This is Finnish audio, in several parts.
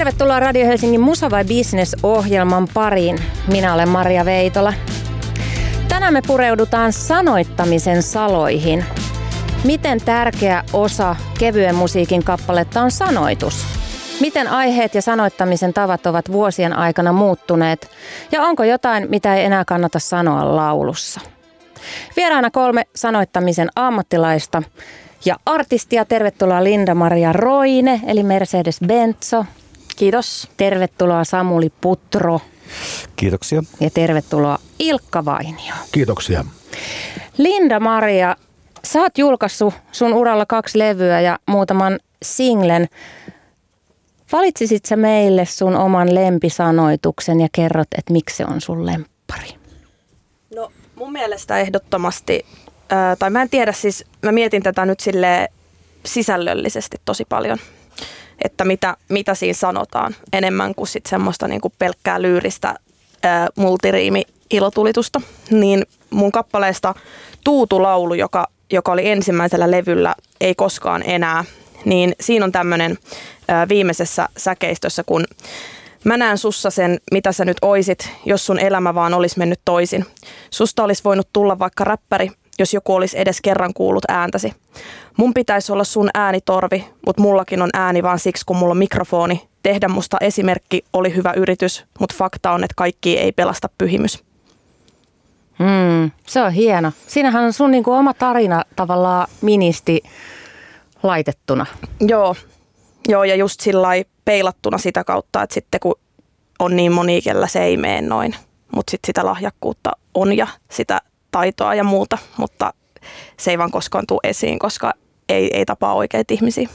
Tervetuloa Radio Helsingin Musa vai Business-ohjelman pariin. Minä olen Maria Veitola. Tänään me pureudutaan sanoittamisen saloihin. Miten tärkeä osa kevyen musiikin kappaletta on sanoitus? Miten aiheet ja sanoittamisen tavat ovat vuosien aikana muuttuneet? Ja onko jotain, mitä ei enää kannata sanoa laulussa? Vieraana 3 sanoittamisen ammattilaista ja artistia. Tervetuloa Linda-Maria Roine, eli Mercedes Benzo. Kiitos. Tervetuloa Samuli Putro. Kiitoksia. Ja tervetuloa Ilkka Vainio. Kiitoksia. Linda-Maria, sä oot julkaissut sun uralla 2 levyä ja muutaman singlen. Valitsisit sä meille sun oman lempisanoituksen ja kerrot, että miksi se on sun lemppari? No mun mielestä ehdottomasti, tai mä en tiedä siis, mä mietin tätä nyt silleen sisällöllisesti tosi paljon, että mitä siinä sanotaan enemmän kuin sit semmoista niinku pelkkää lyyristä multiriimi-ilotulitusta. Niin mun kappaleesta Tuutu-laulu, joka oli ensimmäisellä levyllä Ei koskaan enää, niin siinä on tämmöinen viimeisessä säkeistössä, kun mä näen sussa sen, mitä sä nyt oisit, jos sun elämä vaan olisi mennyt toisin. Susta olisi voinut tulla vaikka räppäri, jos joku olisi edes kerran kuullut ääntäsi. Mun pitäisi olla sun äänitorvi, mutta mullakin on ääni vaan siksi, kun mulla on mikrofoni. Tehdä musta esimerkki oli hyvä yritys, mutta fakta on, että kaikki ei pelasta pyhimys. Se on hieno. Siinähän on sun niinku oma tarina tavallaan ministi laitettuna. Joo, ja just sillai peilattuna sitä kautta, että sitten kun on niin moni, kellä se ei mene noin, mutta sitten sitä lahjakkuutta on ja sitä taitoa ja muuta, mutta se ei vaan koskaan tule esiin, koska ei tapaa oikeita ihmisiä.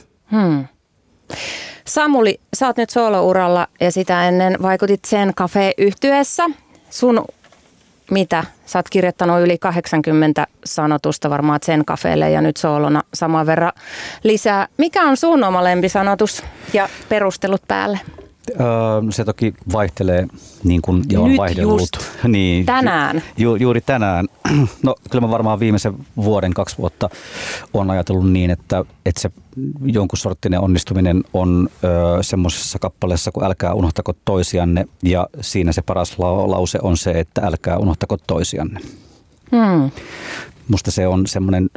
Samuli, sä oot nyt soolouralla ja sitä ennen vaikutit Zen Cafe-yhtyeessä. Sun mitä? Sä oot kirjoittanut yli 80 sanotusta varmaan Zen Cafeelle ja nyt soolona saman verran lisää. Mikä on sun oma lempisanotus ja perustelut päälle? Se toki vaihtelee niin kuin ja on nyt vaihdellut. Just niin, tänään. Juuri tänään. No kyllä mä varmaan viimeisen vuoden, 2 vuotta on ajatellut niin, että se jonkun sorttinen onnistuminen on semmoisessa kappaleessa kuin älkää unohtako toisianne, ja siinä se paras lause on se, että älkää unohtako toisianne. Musta se on semmoinen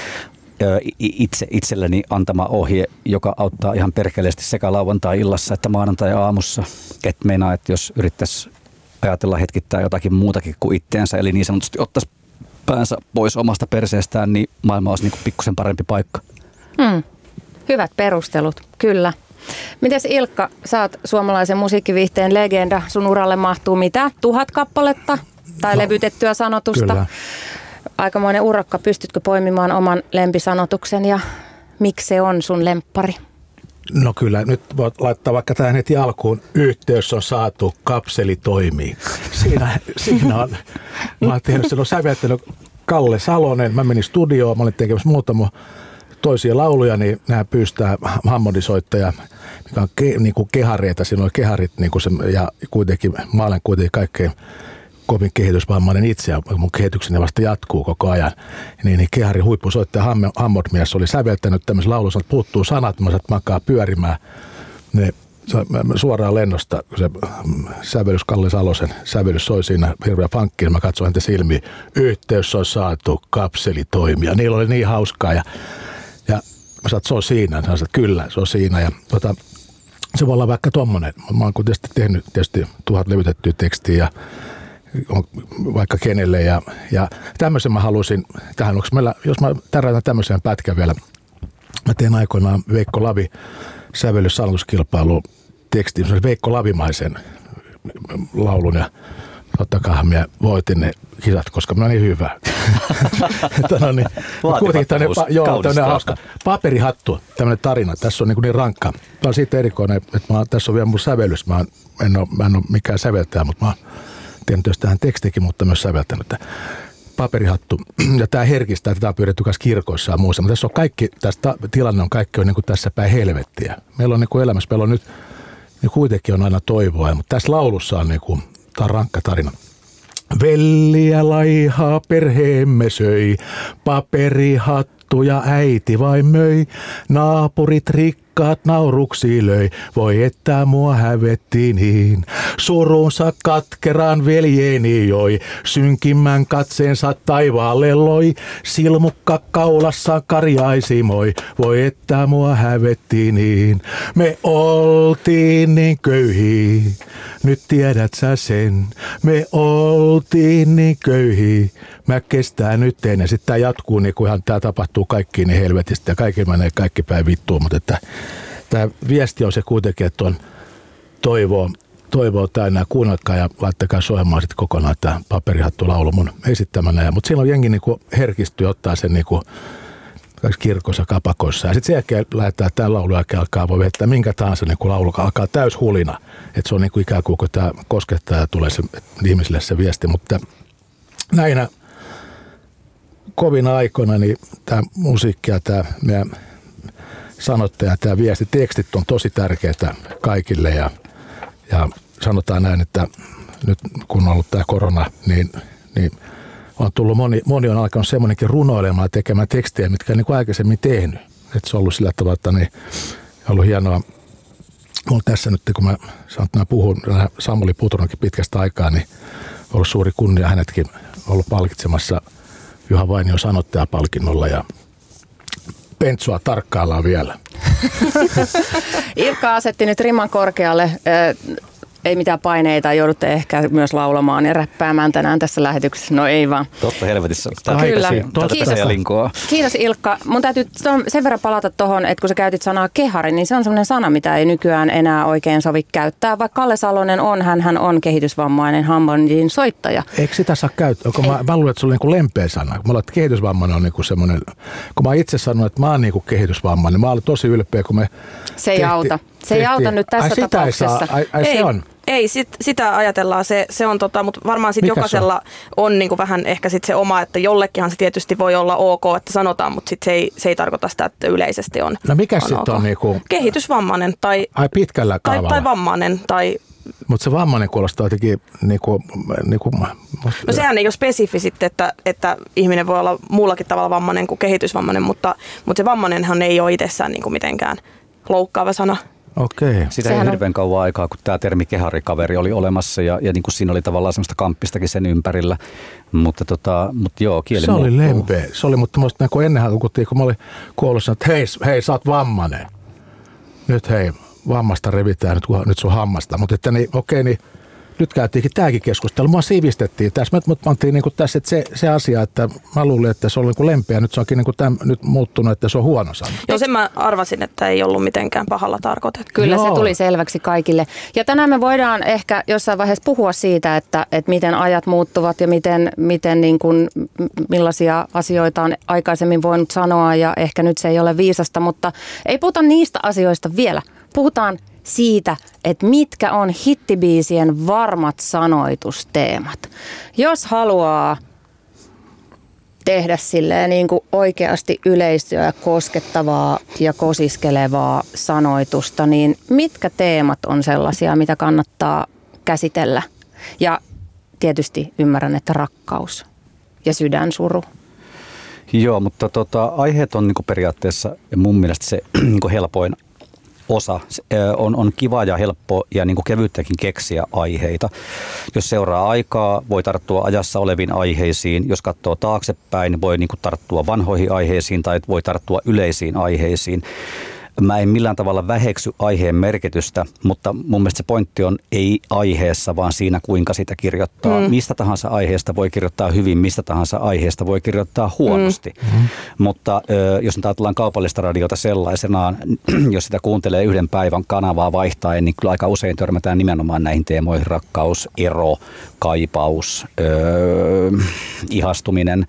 itselleni antama ohje, joka auttaa ihan perkeleesti sekä lauantai-illassa että maanantai-aamussa. Et meinaa, että jos yrittäisi ajatella hetkittäin jotakin muutakin kuin itteensä, eli niin sanotusti ottaisi päänsä pois omasta perseestään, niin maailma olisi niin kuin pikkusen parempi paikka. Hyvät perustelut, kyllä. Mites Ilkka, sä oot suomalaisen musiikkiviihteen legenda. Sun uralle mahtuu mitä? 1000 kappaletta tai levytettyä sanotusta? Kyllä. Aikamoinen urakka. Pystytkö poimimaan oman lempisanotuksen ja miksi se on sun lemppari? No kyllä, nyt voit laittaa vaikka tähän heti alkuun. Yhteys on saatu, kapseli toimii. Siinä on, mä oon tehnyt sen, on säveltänyt Kalle Salonen. Mä menin studioon, mä olin tekemässä muutama toisia lauluja, niin nämä pyystää hammodisoittaja, mikä on niin kuin kehareita. Siinä on keharit niin kuin se, ja kuitenkin, mä olen kuitenkin kaikkein kovin kehitysvammainen itse, ja mun kehitykseni vasta jatkuu koko ajan. Niin keharin huippusoittaja Hammond-mies oli säveltänyt tämmöisen laulun, että puuttuu sanat, mä makaa pyörimään. Ne suoraan lennosta, kun se sävellys, Kalle Salosen sävellys soi siinä hirveä funkki, niin mä katsoin häntä silmiin, yhteys on saatu, kapseli toimia. Niillä oli niin hauskaa, ja mä sanoin, että se on siinä. Sanoin, että kyllä, se on siinä. Ja se voi olla vaikka tommonen. Mä oon kuitenkin tehnyt 1000 levytettyä tekstiä ja vaikka kenelle. Ja tämmöisen mä halusin tähän. Jos mä täräytän tämmöisen pätkän vielä. Mä tein aikoinaan Veikko Lavi sävellys-salatuskilpailu tekstiin, Veikko Lavimaisen laulun, ja totta kai minä voitin ne kisat, koska minä olin niin hyvä. Kuitenkin hauska paperihattu, tämmöinen tarina. Tässä on niin rankka. Tämä on siitä erikoinen, että tässä on vielä mun sävellys. Mä en ole mikään säveltäjä, mutta mä oon tehnyt myös tähän tekstikin, mutta myös säveltänyt. Paperihattu. Ja tämä herkistää, että tämä on pyydetty myös kirkoissa ja muussa. Mutta tässä on kaikki, tästä tilanne on kaikki on niin kuin tässä päin helvettiä. Meillä on niin kuin elämässä, meillä on nyt, niin kuitenkin on aina toivoa. Mutta tässä laulussa on niin kuin, tämä on rankka tarina. Velliä laihaa perheemme söi, paperihattuja äiti vain möi, naapurit rikki. rakkaat nauruksi löi, voi että mua hävetti niin. Surunsa katkeraan veljeni joi, synkimmän katseensa taivaalle loi, silmukka kaulassa karjaisi moi, voi että mua hävetti niin. Me oltiin niin köyhiä, nyt tiedät sä sen, me oltiin niin köyhiä. Mä kestään nyt ja sitten tää jatkuu, niin kunhan tää tapahtuu kaikkiin niin helvetistä ja kaikki menee kaikki päin vittuun, mutta että tää viesti on se kuitenkin, että on toivoo täynnä, kuunnelkaa ja laittakaa soimaan sitten kokonaan tää Paperihattu-laulu mun esittämänä. Mutta silloin jengi niinku herkistyy ottaa sen niinku kirkossa kapakoissa ja sitten sen jälkeen lähdetään tämän laulun jälkeen voi vettää minkä tahansa niinku laulu alkaa täys hulina. Että se on niinku ikään kuin kun tää koskettaa ja tulee se ihmisille se viesti, mutta näinä kovina aikoina niin tämä musiikki ja tämä meidän sanottaja, tämä viesti, tekstit on tosi tärkeitä kaikille ja sanotaan näin, että nyt kun on ollut tämä korona, niin on tullut moni on alkanut semmoinenkin runoilemaan ja tekemään tekstejä, mitkä niin kuin aikaisemmin tehnyt. Että se on ollut sillä tavalla, että niin, on ollut hienoa. Mulla tässä nyt, kun mä puhun Samuli Putronkin pitkästä aikaa, niin on ollut suuri kunnia hänetkin ollut palkitsemassa Juha Vainion sanottajapalkinnolla ja Pentsua tarkkaillaan vielä. Ilkka asetti nyt riman korkealle. Ei mitään paineita, joudutte ehkä myös laulamaan ja räppäämään tänään tässä lähetyksessä. No ei vaan. Totta helvetissä. Kyllä. Kiitos Ilkka. Mun täytyy sen verran palata tuohon, että kun sä käytit sanaa kehari, niin se on semmoinen sana, mitä ei nykyään enää oikein sovi käyttää. Vaikka Kalle Salonen on, hän on kehitysvammainen Hammondin soittaja. Eikö sitä saa käyttää? Mä luulen, että se on niin kuin lempeä sana. Mä luulen, että kehitysvammainen on niin kuin semmoinen, kun mä itse sanon, että mä oon niin kuin kehitysvammainen. Mä olen tosi ylpeä, kun me Se ei auta. Se ei auta nyt tässä tapauksessa. Ei, se on. Ei, sitä ajatellaan. Se on mutta varmaan sitten jokaisella on niinku vähän ehkä sit se oma, että jollekinhan se tietysti voi olla ok, että sanotaan, mutta sit se ei tarkoita sitä, että yleisesti on. No mikä sitten on niinku? Kehitysvammainen tai pitkällä kaavalla. Tai vammainen tai. Mutta se vammainen kuulostaa jotenkin niinku no sehän ei ole spesifi sitten, että ihminen voi olla muullakin tavalla vammainen kuin kehitysvammainen, mutta se vammainenhan ei ole itsessään niinku mitenkään loukkaava sana. Okei. Sitä ei hirveän kauan aikaa, kun tämä termi keharikaveri oli olemassa ja niin kuin siinä oli tavallaan semmoista kamppistakin sen ympärillä, mutta joo, kieli se muuttuu. Oli lempeä. Se oli, mutta musta kun ennenhän kun mä olin koulussa, että hei, sä oot vammainen. Nyt hei, vammasta revitään, nyt sun hammasta. Mutta että niin, niin nyt käytiinkin tämäkin keskustelu. Mua sivistettiin tässä. Me pantiin niin tässä, että se asia, että mä luulin, että se oli niin lempeä. Nyt se onkin niin nyt muuttunut, että se on huono sana. Joo, sen mä arvasin, että ei ollut mitenkään pahalla tarkoitettu. Kyllä se tuli selväksi kaikille. Ja tänään me voidaan ehkä jossain vaiheessa puhua siitä, että miten ajat muuttuvat ja miten niin kuin, millaisia asioita on aikaisemmin voinut sanoa. Ja ehkä nyt se ei ole viisasta, mutta ei puhuta niistä asioista vielä. Puhutaan siitä, että mitkä on hittibiisien varmat sanoitusteemat. Jos haluaa tehdä silleen niin kuin oikeasti yleisöä ja koskettavaa ja kosiskelevaa sanoitusta, niin mitkä teemat on sellaisia, mitä kannattaa käsitellä? Ja tietysti ymmärrän, että rakkaus ja sydänsuru. Joo, mutta aiheet on niin kuin periaatteessa mun mielestä se niin kuin helpoin osa. On kiva ja helppo ja niin kuin kevyyttäkin keksiä aiheita. Jos seuraa aikaa, voi tarttua ajassa oleviin aiheisiin. Jos katsoo taaksepäin, voi niin kuin tarttua vanhoihin aiheisiin tai voi tarttua yleisiin aiheisiin. Mä en millään tavalla väheksy aiheen merkitystä, mutta mun mielestä se pointti on ei aiheessa, vaan siinä kuinka sitä kirjoittaa. Mistä tahansa aiheesta voi kirjoittaa hyvin, mistä tahansa aiheesta voi kirjoittaa huonosti. Mutta jos nyt ajatellaan kaupallista radiota sellaisenaan, jos sitä kuuntelee yhden päivän kanavaa vaihtaen, niin kyllä aika usein törmätään nimenomaan näihin teemoihin: rakkaus, ero, kaipaus, ihastuminen.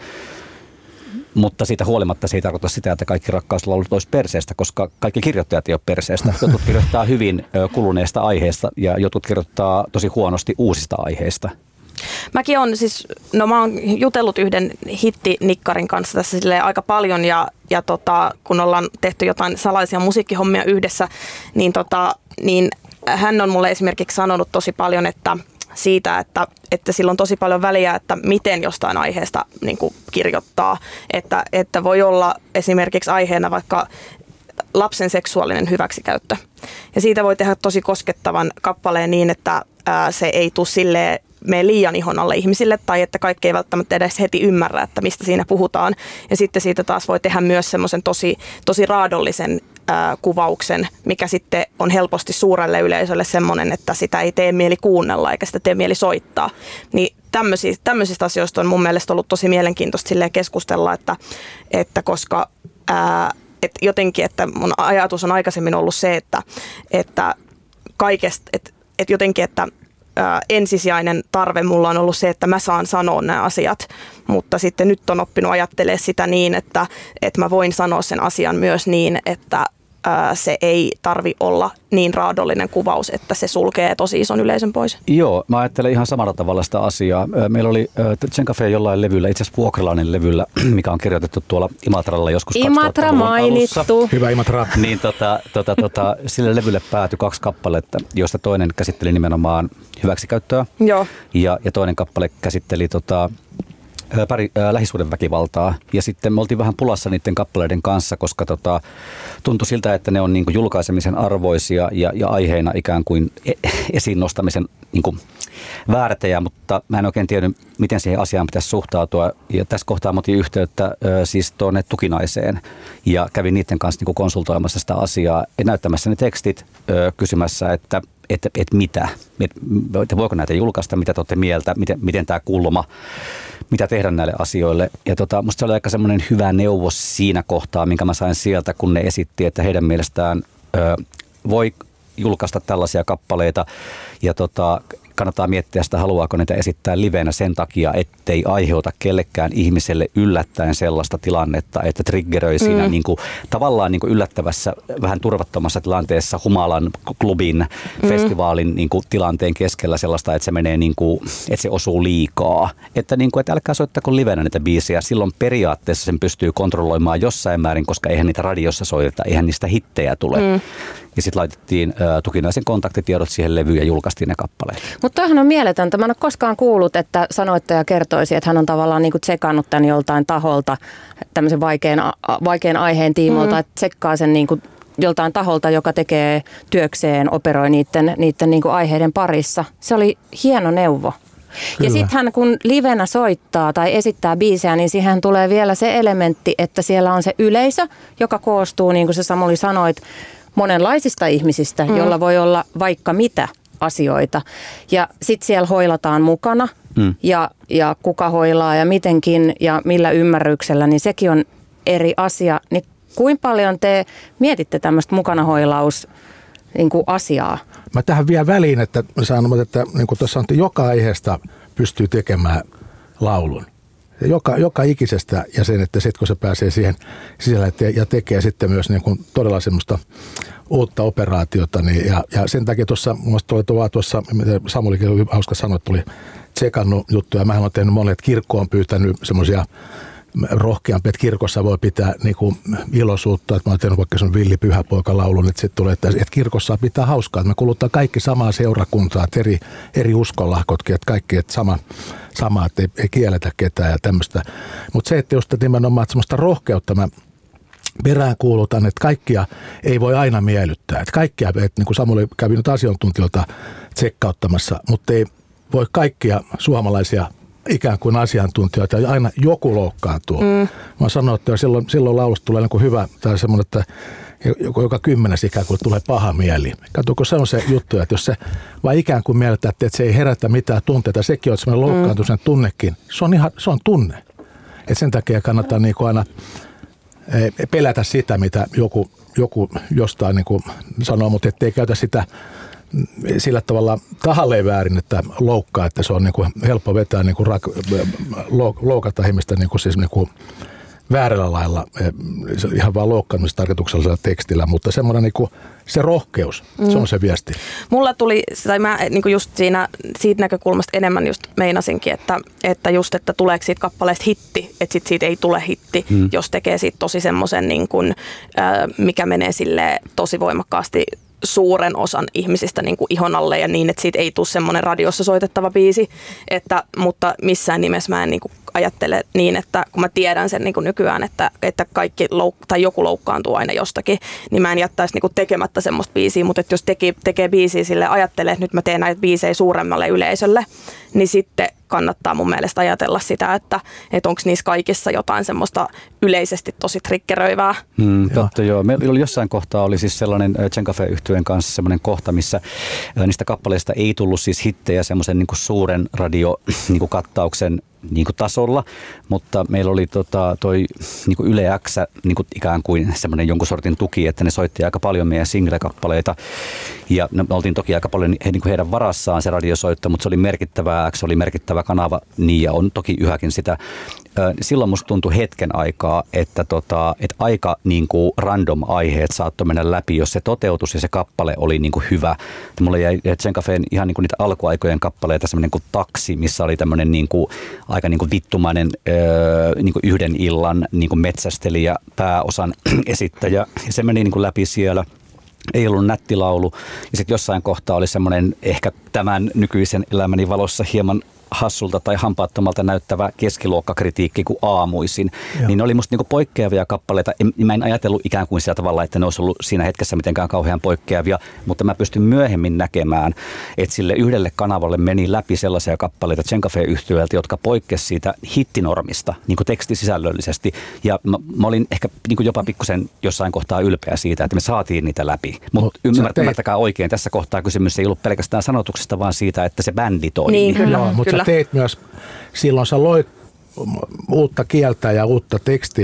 Mutta siitä huolimatta se ei tarkoita sitä, että kaikki rakkauslaulut olisi perseestä, koska kaikki kirjoittajat ei ole perseestä. Jotkut kirjoittaa hyvin kuluneesta aiheesta ja jotkut kirjoittaa tosi huonosti uusista aiheista. Mäkin on mä oon jutellut yhden hittinikkarin kanssa tässä aika paljon ja kun ollaan tehty jotain salaisia musiikkihommia yhdessä, niin hän on mulle esimerkiksi sanonut tosi paljon, että siitä, että sillä on tosi paljon väliä, että miten jostain aiheesta niin kuin kirjoittaa. Että voi olla esimerkiksi aiheena vaikka lapsen seksuaalinen hyväksikäyttö. Ja siitä voi tehdä tosi koskettavan kappaleen niin, että se ei tule silleen mene liian ihon alle ihmisille tai että kaikki ei välttämättä edes heti ymmärrä, että mistä siinä puhutaan. Ja sitten siitä taas voi tehdä myös semmoisen tosi raadollisen kuvauksen, mikä sitten on helposti suurelle yleisölle semmoinen, että sitä ei tee mieli kuunnella eikä sitä tee mieli soittaa. Niin tämmöisistä asioista on mun mielestä ollut tosi mielenkiintoista silleen keskustella, että koska että jotenkin, että mun ajatus on aikaisemmin ollut se, että kaikesta, että jotenkin, että ensisijainen tarve mulla on ollut se, että mä saan sanoa nämä asiat, mutta sitten nyt on oppinut ajattelemaan sitä niin, että mä voin sanoa sen asian myös niin, että se ei tarvi olla niin raadollinen kuvaus, että se sulkee tosi ison yleisön pois. Joo, mä ajattelen ihan samalla tavalla sitä asiaa. Meillä oli Zen Cafe jollain levyllä, itse asiassa vuokralainen levyllä, mikä on kirjoitettu tuolla Imatralla joskus 2000-luvun mainittu. alussa. Hyvä Imatra. Niin sille levylle päätyi 2 kappaletta, joista toinen käsitteli nimenomaan hyväksikäyttöä. Joo. Ja toinen kappale käsitteli lähisuhdeväkivaltaa. Ja sitten me oltiin vähän pulassa niiden kappaleiden kanssa, koska tuntui siltä, että ne on niin kuin julkaisemisen arvoisia ja aiheina ikään kuin esiin nostamisen niin kuin väärtejä, mutta mä en oikein tiedä, miten siihen asiaan pitäisi suhtautua. Ja tässä kohtaa mä otin yhteyttä siis tuonne Tukinaiseen ja kävin niiden kanssa niin kuin konsultoimassa sitä asiaa ja näyttämässä ne tekstit kysymässä, että mitä, että voiko näitä julkaista, mitä te olette mieltä, miten tämä kulma, mitä tehdä näille asioille. Ja musta se oli aika semmoinen hyvä neuvos siinä kohtaa, minkä mä sain sieltä, kun ne esitti, että heidän mielestään voi julkaista tällaisia kappaleita ja kannattaa miettiä sitä, haluaako niitä esittää livenä sen takia, ettei aiheuta kellekään ihmiselle yllättäen sellaista tilannetta, että triggeröi siinä niin kuin, tavallaan niin kuin yllättävässä, vähän turvattomassa tilanteessa humalan klubin, festivaalin niin kuin, tilanteen keskellä sellaista, että se menee niin kuin, että se osuu liikaa. Että, niin kuin, että älkää soittako livenä niitä biisejä. Silloin periaatteessa sen pystyy kontrolloimaan jossain määrin, koska eihän niitä radiossa soiteta, eihän niistä hittejä tule. Ja sitten laitettiin Tukinaisen kontaktitiedot siihen levyyn ja julkaistiin ne kappaleet. Mutta toihan on mieletöntä. Mä en ole koskaan kuullut, että sanoittaja kertoisi, että hän on tavallaan niinku tsekannut tämän joltain taholta tämmöisen vaikean aiheen tiimoilta, että tsekkaa sen niinku joltain taholta, joka tekee työkseen, operoi niiden niinku aiheiden parissa. Se oli hieno neuvo. Kyllä. Ja sitten hän kun livenä soittaa tai esittää biisejä, niin siihen tulee vielä se elementti, että siellä on se yleisö, joka koostuu, niin kuin sä Samuli sanoit, monenlaisista ihmisistä, jolla voi olla vaikka mitä asioita. Ja sitten siellä hoilataan mukana ja kuka hoilaa ja mitenkin ja millä ymmärryksellä, niin sekin on eri asia. Niin kuinka paljon te mietitte tämmöistä mukanahoilaus-asiaa? Mä tähän vielä väliin, että sanon, että niin kuin tuossa on, että joka aiheesta pystyy tekemään laulun. Joka ikisestä ja sen, että sitten kun se pääsee siihen sisälle ja tekee sitten myös niin kuin todella semmoista uutta operaatiota, niin ja sen takia tuossa Samulikin oli hauska sanoa, että tuli tsekannut juttuja. Mähän olen tehnyt monet, että kirkko on pyytänyt semmoisia rohkeampia, että kirkossa voi pitää niin kuin iloisuutta, että mä oon tehnyt vaikka sun Villi-Pyhäpoika-laulun, että sitten tulee, että kirkossa pitää hauskaa, että me kuluttaa kaikki samaa seurakuntaa, että eri uskonlahkotkin, että kaikki, että sama että ei kielletä ketään ja tämmöistä. Mutta se, että just nimenomaan semmoista rohkeutta mä peräänkuulutan, että kaikkia ei voi aina miellyttää, että kaikkia, että niin kuin Samuli kävi nyt asiantuntijoilta tsekkauttamassa, mutta ei voi kaikkia suomalaisia ikään kuin asiantuntijoita ja aina joku loukkaantuu. Mä sanon, että silloin laulusta tulee niin hyvä tai semmoinen, että joka 10 ikään kuin tulee paha mieli. Katsotaan, se on se juttu, että jos se vaan ikään kuin mielletään, että se ei herätä mitään tunteita, sekin on semmoinen loukkaantumisen tunnekin. Se on tunne. Et sen takia kannattaa niin kuin aina pelätä sitä, mitä joku jostain niin kuin sanoo, mutta ettei käytä sitä sillä tavalla tahalleen väärin, että loukkaa, että se on niin kuin helppo vetää niin kuin loukata ihmistä niin kuin siis niin kuin väärällä lailla, ihan vaan loukkaamistarkoituksellisella tekstillä, mutta semmoinen niin kuin se rohkeus, se on se viesti. Mulla tuli, tai mä niin kuin just siitä näkökulmasta enemmän just meinasinkin, että just, että tuleeko siitä kappaleesta hitti, että sit siitä ei tule hitti, jos tekee siitä tosi semmoisen, niin kuin, mikä menee sille tosi voimakkaasti suuren osan ihmisistä niin kuin ihon alle ja niin, että siitä ei tule semmoinen radiossa soitettava biisi, mutta missään nimessä mä en niin kuin ajattele niin, että kun mä tiedän sen niin kuin nykyään, että kaikki tai joku loukkaantuu aina jostakin, niin mä en jättäisi niin kuin tekemättä semmoista biisiä, mutta jos tekee biisiä sille ajattelee, että nyt mä teen näitä biisejä suuremmalle yleisölle, niin sitten kannattaa mun mielestä ajatella sitä, että onko niissä kaikissa jotain semmoista yleisesti tosi triggeröivää. Totta joo. Meillä oli jossain kohtaa oli siis sellainen Gen Cafe-yhtyeen kanssa semmoinen kohta, missä niistä kappaleista ei tullut siis hittejä semmoisen niin kuin suuren radiokattauksen niin kuin tasolla, mutta meillä oli toi niin kuin Yle X niin kuin ikään kuin semmoinen jonkun sortin tuki, että ne soitti aika paljon meidän single-kappaleita ja me oltiin toki aika paljon niin kuin heidän varassaan se radiosoitto, mutta se oli merkittävää, X oli merkittävä kanava, niin ja on toki yhäkin sitä. Silloin musta tuntui hetken aikaa, että aika niin kuin random aiheet saattoi mennä läpi, jos se toteutus ja se kappale oli niin kuin hyvä. Mulla jäi Gen Cafeen ihan niin kuin niitä alkuaikojen kappaleita, semmoinen niin kuin Taksi, missä oli tämmöinen niin kuin aika niin kuin vittumainen niin kuin yhden illan niin kuin metsästelijä, pääosan esittäjä. Ja se meni niin kuin läpi siellä. Ei ollut nätti laulu. Ja sitten jossain kohtaa oli semmoinen ehkä tämän nykyisen elämäni valossa hieman hassulta tai hampaattomalta näyttävä keskiluokkakritiikki kuin Aamuisin. Joo. Niin ne oli musta niinku poikkeavia kappaleita. Mä en ajatellut ikään kuin sillä tavalla, että ne olisi ollut siinä hetkessä mitenkään kauhean poikkeavia, mutta mä pystyn myöhemmin näkemään, että sille yhdelle kanavalle meni läpi sellaisia kappaleita Gen Cafe-yhtyeeltä, jotka poikkesi siitä hittinormista niin kuin tekstisisällöllisesti. Ja mä olin ehkä niin kuin jopa pikkusen jossain kohtaa ylpeä siitä, että me saatiin niitä läpi. Mutta ymmärtäkää oikein, tässä kohtaa kysymys ei ollut pelkästään sanotuksesta, vaan siitä, että se bändi toimi. Niin, kyllä. Mutta sä teit myös, silloin sä loit uutta kieltä ja uutta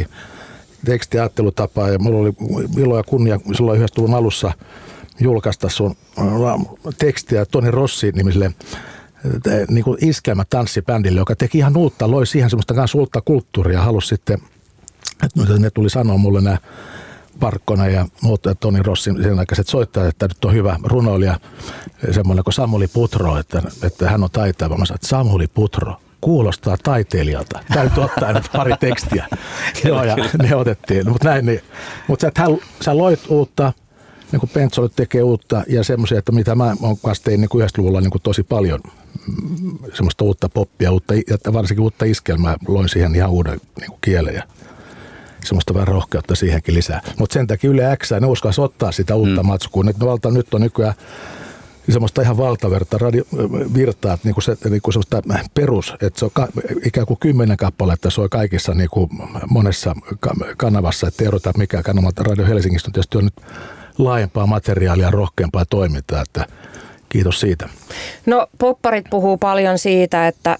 tekstiajattelutapaa ja mulla oli ilo ja kunnia silloin 90-luvun alussa julkaista sun tekstiä Toni Rossi-nimiselle niin kuin iskelmätanssibändille, joka teki ihan uutta, loi siihen semmoista kanssa uutta kulttuuria, halusi sitten, että ne tuli sanoa mulle nämä Parkkonen ja muut Toni Rossin sen aikaiset soittajat, että nyt on hyvä runoilija, semmoinen kuin Samuli Putro, että hän on taitava. Mä sanoin, että Samuli Putro kuulostaa taiteilijalta. Täytyy ottaa nyt pari tekstiä. Joo, ja ne otettiin. Mutta näin, niin. Mutta sä loit uutta, niin kuin Pentsolle tekee uutta, ja semmoisia, että mitä mä kanssa tein niin 90-luvulla niin tosi paljon, semmoista uutta poppia, ja varsinkin uutta iskelmää, loin siihen ihan uuden niin kielen ja semmoista vähän rohkeutta siihenkin lisää. Mutta sen takia Yle X, ne uskalsi ottaa sitä uutta matskua. Nyt on nykyään semmoista ihan valtaverta virtaa, niin kuin semmoista perus, että se on ikään kuin 10 kappaletta soi kaikissa niin kuin monessa kanavassa, että ei odota mikään kanava. Radio Helsingistä on tietysti nyt laajempaa materiaalia, rohkeampaa toimintaa, että kiitos siitä. No popparit puhuu paljon siitä, että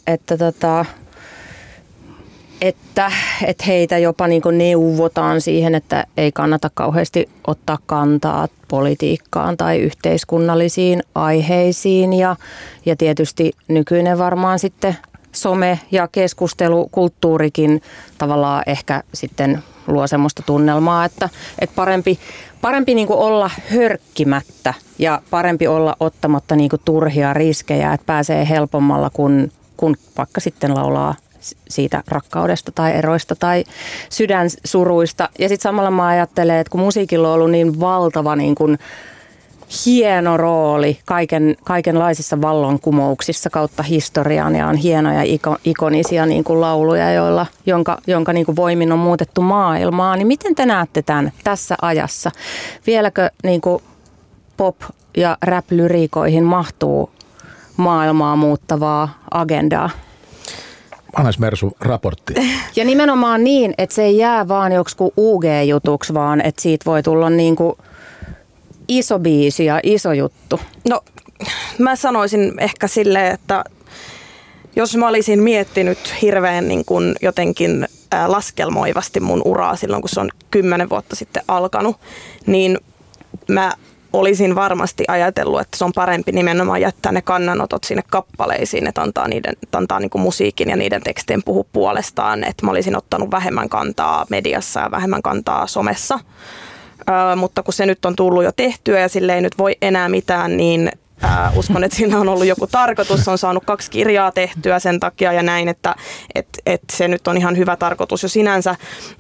heitä jopa niin kuin neuvotaan siihen, että ei kannata kauheasti ottaa kantaa politiikkaan tai yhteiskunnallisiin aiheisiin. Ja tietysti nykyinen varmaan sitten some- ja keskustelukulttuurikin tavallaan ehkä sitten luo semmoista tunnelmaa, että parempi niin kuin olla hörkkimättä ja parempi olla ottamatta niin kuin turhia riskejä, että pääsee helpommalla, kun vaikka sitten laulaa siitä rakkaudesta tai eroista tai sydänsuruista. Ja sitten samalla mä ajattelen, että kun musiikilla on ollut niin valtava niin kuin hieno rooli kaikenlaisissa vallankumouksissa kautta historiaan ja on hienoja ikonisia niin kuin lauluja, jonka niin kuin voimin on muutettu maailmaa, niin miten te näette tämän tässä ajassa? Vieläkö niin kuin pop- ja rap-lyriikoihin mahtuu maailmaa muuttavaa agendaa? Hannes Mersun raportti. Ja nimenomaan niin, että se ei jää vaan joksikin UG-jutuksi, vaan että siitä voi tulla niin kuin iso biisi ja iso juttu. No, mä sanoisin ehkä silleen, että jos mä olisin miettinyt hirveän niin kuin jotenkin laskelmoivasti mun uraa silloin, kun se on 10 vuotta sitten alkanut, niin mä olisin varmasti ajatellut, että se on parempi nimenomaan jättää ne kannanotot sinne kappaleisiin, että antaa niin kuin musiikin ja niiden tekstien puhua puolestaan, että mä olisin ottanut vähemmän kantaa mediassa ja vähemmän kantaa somessa. Mutta kun se nyt on tullut jo tehtyä ja sille ei nyt voi enää mitään, niin uskon, että siinä on ollut joku tarkoitus. On saanut 2 kirjaa tehtyä sen takia ja näin, että se nyt on ihan hyvä tarkoitus jo sinänsä.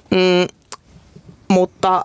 Mutta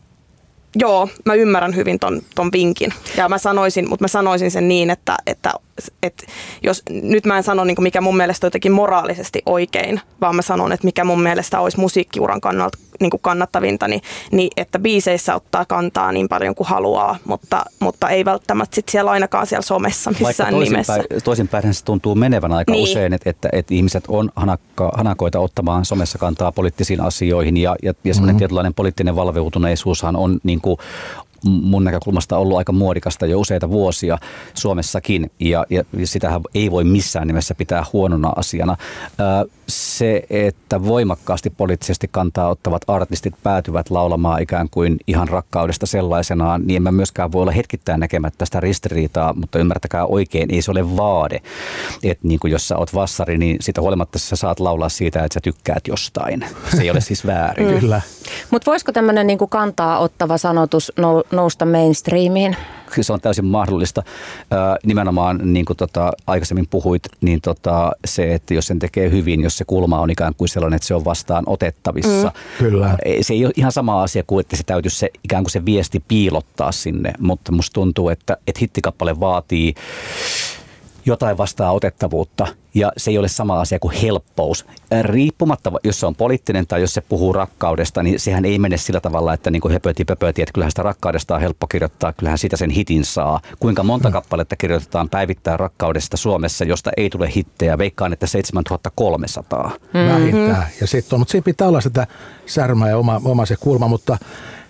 joo, mä ymmärrän hyvin ton vinkin. Ja mä sanoisin sen niin, että jos nyt mä en sano, niin kuin mikä mun mielestä on jotenkin moraalisesti oikein, vaan mä sanon, että mikä mun mielestä olisi musiikkiuran kannalta niin kuin kannattavinta, niin että biiseissä ottaa kantaa niin paljon kuin haluaa, mutta ei välttämättä sit siellä ainakaan siellä somessa missään nimessä. Toisinpäin se tuntuu menevän aika usein, että ihmiset on hanakoita ottamaan somessa kantaa poliittisiin asioihin ja semmoinen tietynlainen poliittinen valveutuneisuushan on niin kuin mun näkökulmasta ollut aika muodikasta jo useita vuosia Suomessakin ja sitähän ei voi missään nimessä pitää huonona asiana. Se, että voimakkaasti poliittisesti kantaa ottavat artistit päätyvät laulamaan ikään kuin ihan rakkaudesta sellaisenaan, niin en mä myöskään voi olla hetkittäin näkemättä sitä ristiriitaa, mutta ymmärtäkää oikein, ei se ole vaade. Että niin kuin jos sä oot vassari, niin siitä huolimatta sä saat laulaa siitä, että sä tykkäät jostain. Se ei ole siis väärin. Kyllä. Mutta voisiko tämmöinen niinku kantaa ottava sanotus nousta mainstreamiin? Se on täysin mahdollista. Nimenomaan, niin kuin aikaisemmin puhuit, niin se, että jos sen tekee hyvin, jos se kulma on ikään kuin sellainen, että se on vastaan otettavissa. Kyllä. Se ei ole ihan sama asia kuin, että se täytyisi se, ikään kuin se viesti piilottaa sinne, mutta musta tuntuu, että hittikappale vaatii jotain vastaan otettavuutta ja se ei ole sama asia kuin helppous. Riippumatta, jos se on poliittinen tai jos se puhuu rakkaudesta, niin sehän ei mene sillä tavalla, että niin kuin höpöti, että kyllähän sitä rakkaudesta on helppo kirjoittaa, kyllähän sitä sen hitin saa. Kuinka monta kappaletta kirjoitetaan päivittäin rakkaudesta Suomessa, josta ei tule hittejä? Veikkaan, että 7300. Vähintään. Ja mutta siinä pitää olla sitä särmää ja oma se kulma, mutta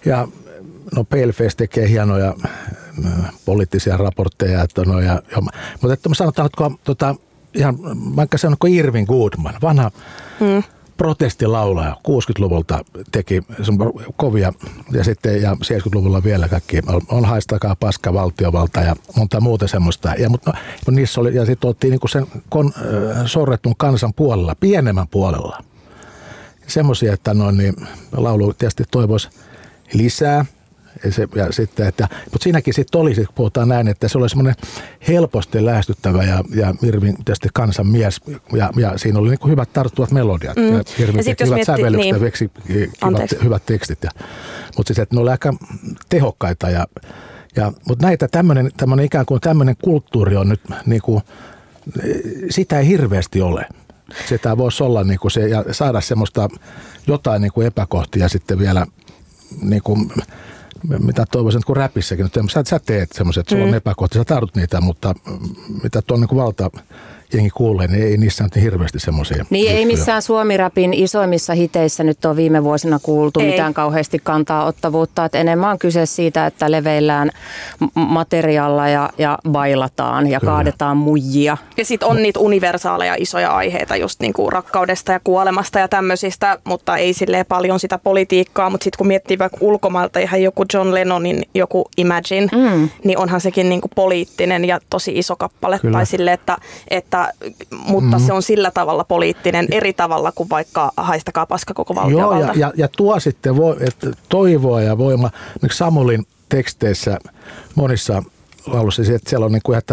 Paleface tekee hienoja poliittisia raportteja. Mutta että sanotaan, että ihan vaikka sanonko Irving Goodman, vanha protestilaulaja 60-luvulta teki kovia ja sitten 70-luvulla vielä kaikki on haistakaa paska valtiovalta ja monta muuta semmoista. Mutta niissä oli, ja sitten oltiin niinku sen sorretun kansan puolella, pienemmän puolella. Semmoisia, että laulu tietysti toivoisi lisää. Mutta siinäkin sitten oli, puhutaan näin, että se oli semmoinen helposti lähestyttävä ja Irving tietysti kansanmies ja siinä oli niinku hyvät tarttuvat melodiat ja Irving teki hyvät sävellykset ja hyvät tekstit. Mutta siis, että ne oli aika tehokkaita mutta näitä tämmöinen ikään kuin tämmöinen kulttuuri on nyt niinku, sitä ei hirveästi ole. Sitä voisi olla niinku se ja saada semmoista jotain niinku epäkohtia sitten vielä niinku, mitä toivoisin, kun räpissäkin, sä teet semmoiset, sulla on epäkohtia, sä tarvit niitä, mutta mitä tuon niin valta jengi kuulee, niin ei niissä nyt hirveästi semmoisia. Niin ei missään Suomi-rapin isoimmissa hiteissä nyt on viime vuosina kuultu mitään kauheasti kantaa ottavuutta, että enemmän on kyse siitä, että leveillään materiaalla ja bailataan ja kaadetaan muijia. Ja sitten on niitä universaaleja isoja aiheita just niin kuin rakkaudesta ja kuolemasta ja tämmöisistä, mutta ei silleen paljon sitä politiikkaa, mutta sitten kun miettii vaikka ulkomailta ihan joku John Lennonin joku Imagine, niin onhan sekin niin kuin poliittinen ja tosi iso kappale. Kyllä. Tai silleen, mutta se on sillä tavalla poliittinen eri tavalla kuin vaikka haistakaa paska koko valtiovalta. Joo, ja tuo sitten toivoa ja voima. Miksi Samulin teksteissä monissa laulussa, että siellä on,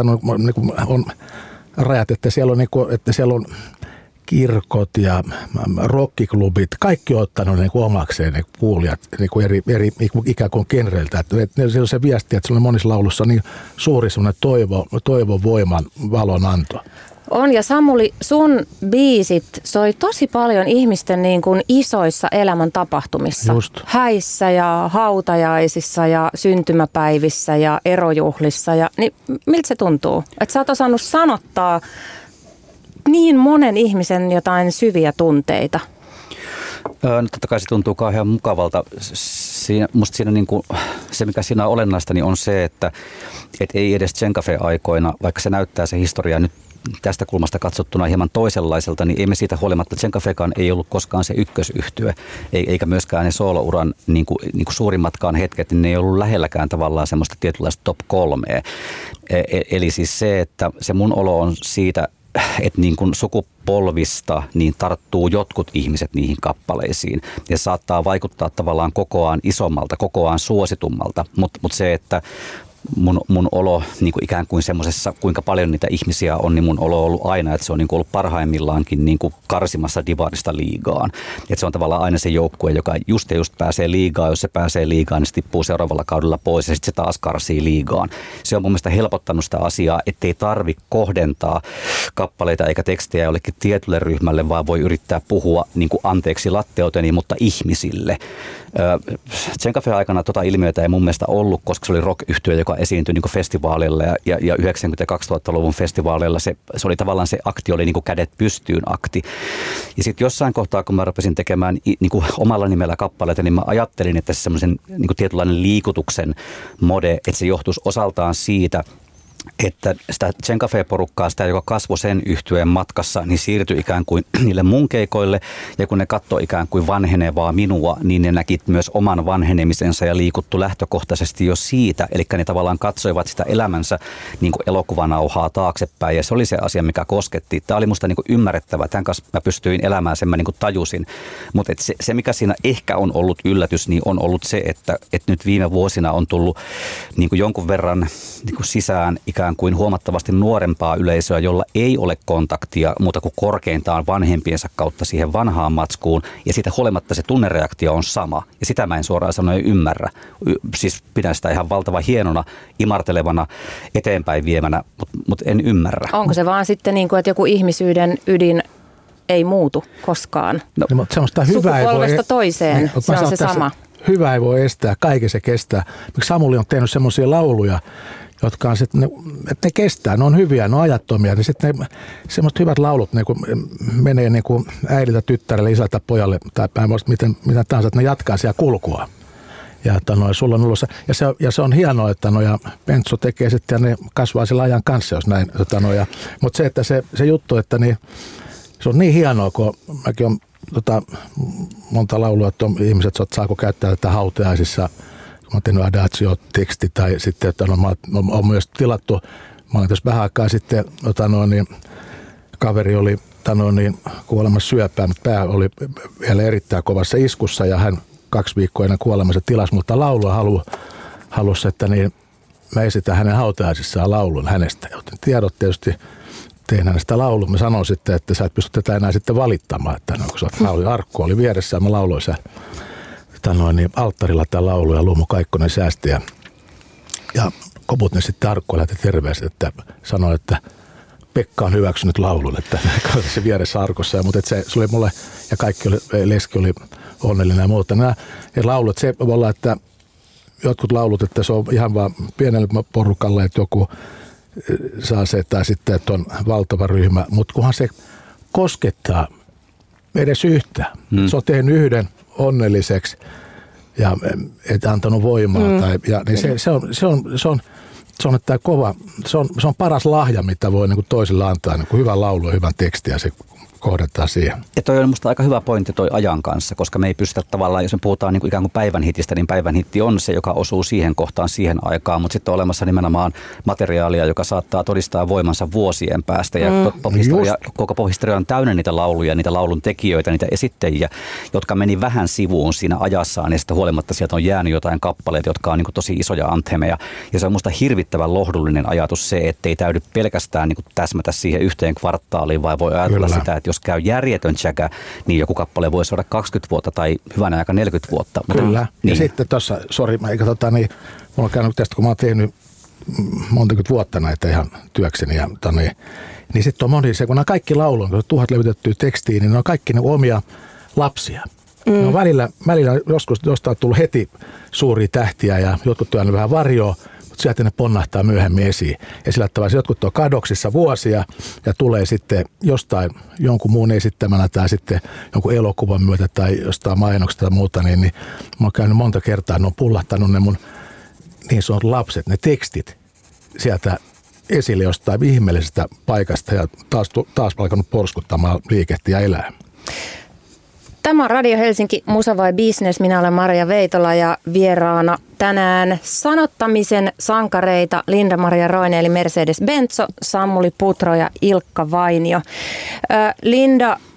on rajat, että siellä on kirkot ja rockiklubit, kaikki on ottanut omakseen ne kuulijat eri ikään kuin genreiltä. Se on se viesti, että se on monissa laulussa niin suuri semmoinen toivon voiman valonanto. On, ja Samuli, sun biisit soi tosi paljon ihmisten niin kuin isoissa elämän tapahtumissa. Just. Häissä ja hautajaisissa ja syntymäpäivissä ja erojuhlissa. Niin miltä se tuntuu? Että sä oot osannut sanottaa niin monen ihmisen jotain syviä tunteita. Totta kai se tuntuu kauhean mukavalta. Musta siinä niin kuin, se, mikä siinä on olennaista, niin on se, että ei edes Tsenkafe-aikoina, vaikka se näyttää se historia nyt tästä kulmasta katsottuna hieman toisenlaiselta, niin emme siitä huolimatta, Tsenkafekaan ei ollut koskaan se ykkösyhtye, eikä myöskään ne soolouran niin kuin suurimmatkaan hetket, niin ne ei ollut lähelläkään tavallaan semmoista tietynlaista top 3. Eli siis se, että se mun olo on siitä, että niin kuin sukupolvista niin tarttuu jotkut ihmiset niihin kappaleisiin ja saattaa vaikuttaa tavallaan kokoaan isommalta, kokoaan suositummalta, mutta se, että mun olo niin kuin ikään kuin semmoisessa, kuinka paljon niitä ihmisiä on, niin mun olo on ollut aina, että se on niin kuin ollut parhaimmillaankin niin kuin karsimassa divarista liigaan. Että se on tavallaan aina se joukkue, joka just pääsee liigaan. Jos se pääsee liigaan, niin se tippuu seuraavalla kaudella pois ja sitten se taas karsii liigaan. Se on mun mielestä helpottanut sitä asiaa, ettei tarvitse kohdentaa kappaleita eikä tekstejä jollekin tietylle ryhmälle, vaan voi yrittää puhua niin kuin anteeksi latteuteni, mutta ihmisille. Tsenkafen aikana tota ilmiötä ei mun mielestä ollut, koska se oli rock-yhtye, joka esiintyi niin kuin festivaaleilla ja 90- ja 2000-luvun festivaaleilla se oli tavallaan se akti, oli niin kuin kädet pystyyn akti. Ja sitten jossain kohtaa, kun mä rupesin tekemään niin kuin omalla nimellä kappaleita, niin mä ajattelin, että se semmoisen niin kuin tietynlainen liikutuksen mode, että se johtuisi osaltaan siitä, että sitä Tsenkafe-porukkaa, sitä joka kasvoi sen yhtyeen matkassa, niin siirtyi ikään kuin niille mun keikoille. Ja kun ne katsoi ikään kuin vanhenevaa minua, niin ne näki myös oman vanhenemisensa ja liikuttu lähtökohtaisesti jo siitä. Eli ne tavallaan katsoivat sitä elämänsä niin kuin elokuvanauhaa taaksepäin. Ja se oli se asia, mikä kosketti. Tämä oli musta niin kuin ymmärrettävä. Tämän kanssa mä pystyin elämään, sen mä niin kuin tajusin. Mutta se, mikä siinä ehkä on ollut yllätys, niin on ollut se, että nyt viime vuosina on tullut niin kuin jonkun verran niin kuin sisään ikään kuin huomattavasti nuorempaa yleisöä, jolla ei ole kontaktia muuta kuin korkeintaan vanhempiensa kautta siihen vanhaan matskuun. Ja siitä huolimatta se tunnereaktio on sama. Ja sitä mä en suoraan sanoen ymmärrä. Siis pidän sitä ihan valtavan hienona, imartelevana, eteenpäin viemänä, mutta en ymmärrä. Onko se vaan sitten niin kuin, että joku ihmisyyden ydin ei muutu koskaan? No, sukupolvesta toiseen, se on se sama. Hyvä ei voi estää, kaiken se kestää. Miksi Samuli on tehnyt semmoisia lauluja, jotka on sitten, että ne kestää, ne on hyviä, ne on ajattomia, niin sitten semmoiset hyvät laulut ne menee niin kuin äidiltä tyttärelle, isältä pojalle tai mitä tahansa, että ne jatkaa siellä kulkua. Ja sulla on ollut ja se on hienoa, että ja Pentsu tekee sitten ja ne kasvaa sillä ajan kanssa, jos näin. Mutta se, että se juttu, että niin, se on niin hienoa, kun mäkin on monta laulua, että ihmiset saako käyttää tätä hautajaisissa. Mä oon tehnyt adagio-teksti tai sitten, että mä oon myös tilattu, mä olin tässä vähän aikaa sitten, kaveri oli kuolemassa syöpää, mutta pää oli vielä erittäin kovassa iskussa ja hän 2 viikkoa ennen kuolemassa tilasi, mutta laulua halusi, että niin mä esitän hänen hautajaisissaan laulun hänestä. Ja otin tiedot tietysti, tein hänestä laulun. Mä sanoin sitten, että sä et pysty tätä enää sitten valittamaan, että kun arkku oli vieressä ja mä lauloin se alttarilla tämä laulu ja Luomu Kaikkonen säästi ja Koputne sitten arkkuun lähti terveiset, että sanoi, että Pekka on hyväksynyt laulun, että se vieressä arkossa, mutta se oli mulle ja kaikki leski oli onnellinen ja muuta. Nämä laulut, se voi olla, että jotkut laulut, että se on ihan vaan pienelle porukalle, että joku saa se tai sitten, että on valtava ryhmä, mutta kunhan se koskettaa edes yhtään. Se on tehnyt yhden onnelliseksi ja et antanut voimaa. Niin se on tämä kova, se on paras lahja, mitä voi niin kuin toisille antaa, niin kuin hyvän laulu ja hyvän tekstin ja se kohdentaa siihen. Ja toi on musta aika hyvä pointti toi ajan kanssa, koska me ei pystytä tavallaan, jos me puhutaan niin kuin ikään kuin päivän hitistä, niin päivän hitti on se, joka osuu siihen kohtaan siihen aikaan, mutta sitten on olemassa nimenomaan materiaalia, joka saattaa todistaa voimansa vuosien päästä ja koko pophistoria on täynnä niitä lauluja, niitä laulun tekijöitä, niitä esittäjiä, jotka meni vähän sivuun siinä ajassaan ja sitten huolimatta sieltä on jäänyt jotain kappaleita, jotka on niin kuin tosi isoja anthemeja ja se on musta hirvittävän lohdullinen ajatus se, ettei täydy pelkästään niin kuin täsmätä siihen yhteen kvartaaliin, vai voi ajatella sitä, että jos käy järjetön tsäkä, niin joku kappale voi saada 20 vuotta tai hyvänä aika 40 vuotta. Kyllä. Niin. Ja sitten tuossa, mulla on käynyt tästä, kun mä oon tehnyt monta vuotta näitä ihan työkseni, niin sitten on moni se, kun nämä kaikki laulun, kun 1000 levytettyä tekstiin, niin ne on kaikki ne omia lapsia. Ne on välillä joskus jostain tullut heti suuria tähtiä ja jotkut on vähän varjoa, mutta sieltä ne ponnahtaa myöhemmin esiin. Ja sillä tavalla jotkut on kadoksissa vuosia ja tulee sitten jostain jonkun muun esittämänä tai sitten jonkun elokuvan myötä tai jostain mainoksesta tai muuta, niin mä oon käynyt monta kertaa, ne on pullahtanut ne mun niin sanotut lapset, ne tekstit sieltä esille jostain ihmeellisestä paikasta ja taas alkanut porskuttamaan liikettä ja elää. Tämä on Radio Helsinki Musa vai Business. Minä olen Maria Veitola ja vieraana tänään sanottamisen sankareita Linda-Maria Roine eli Mercedes Benzo, Samuli Putro ja Ilkka Vainio.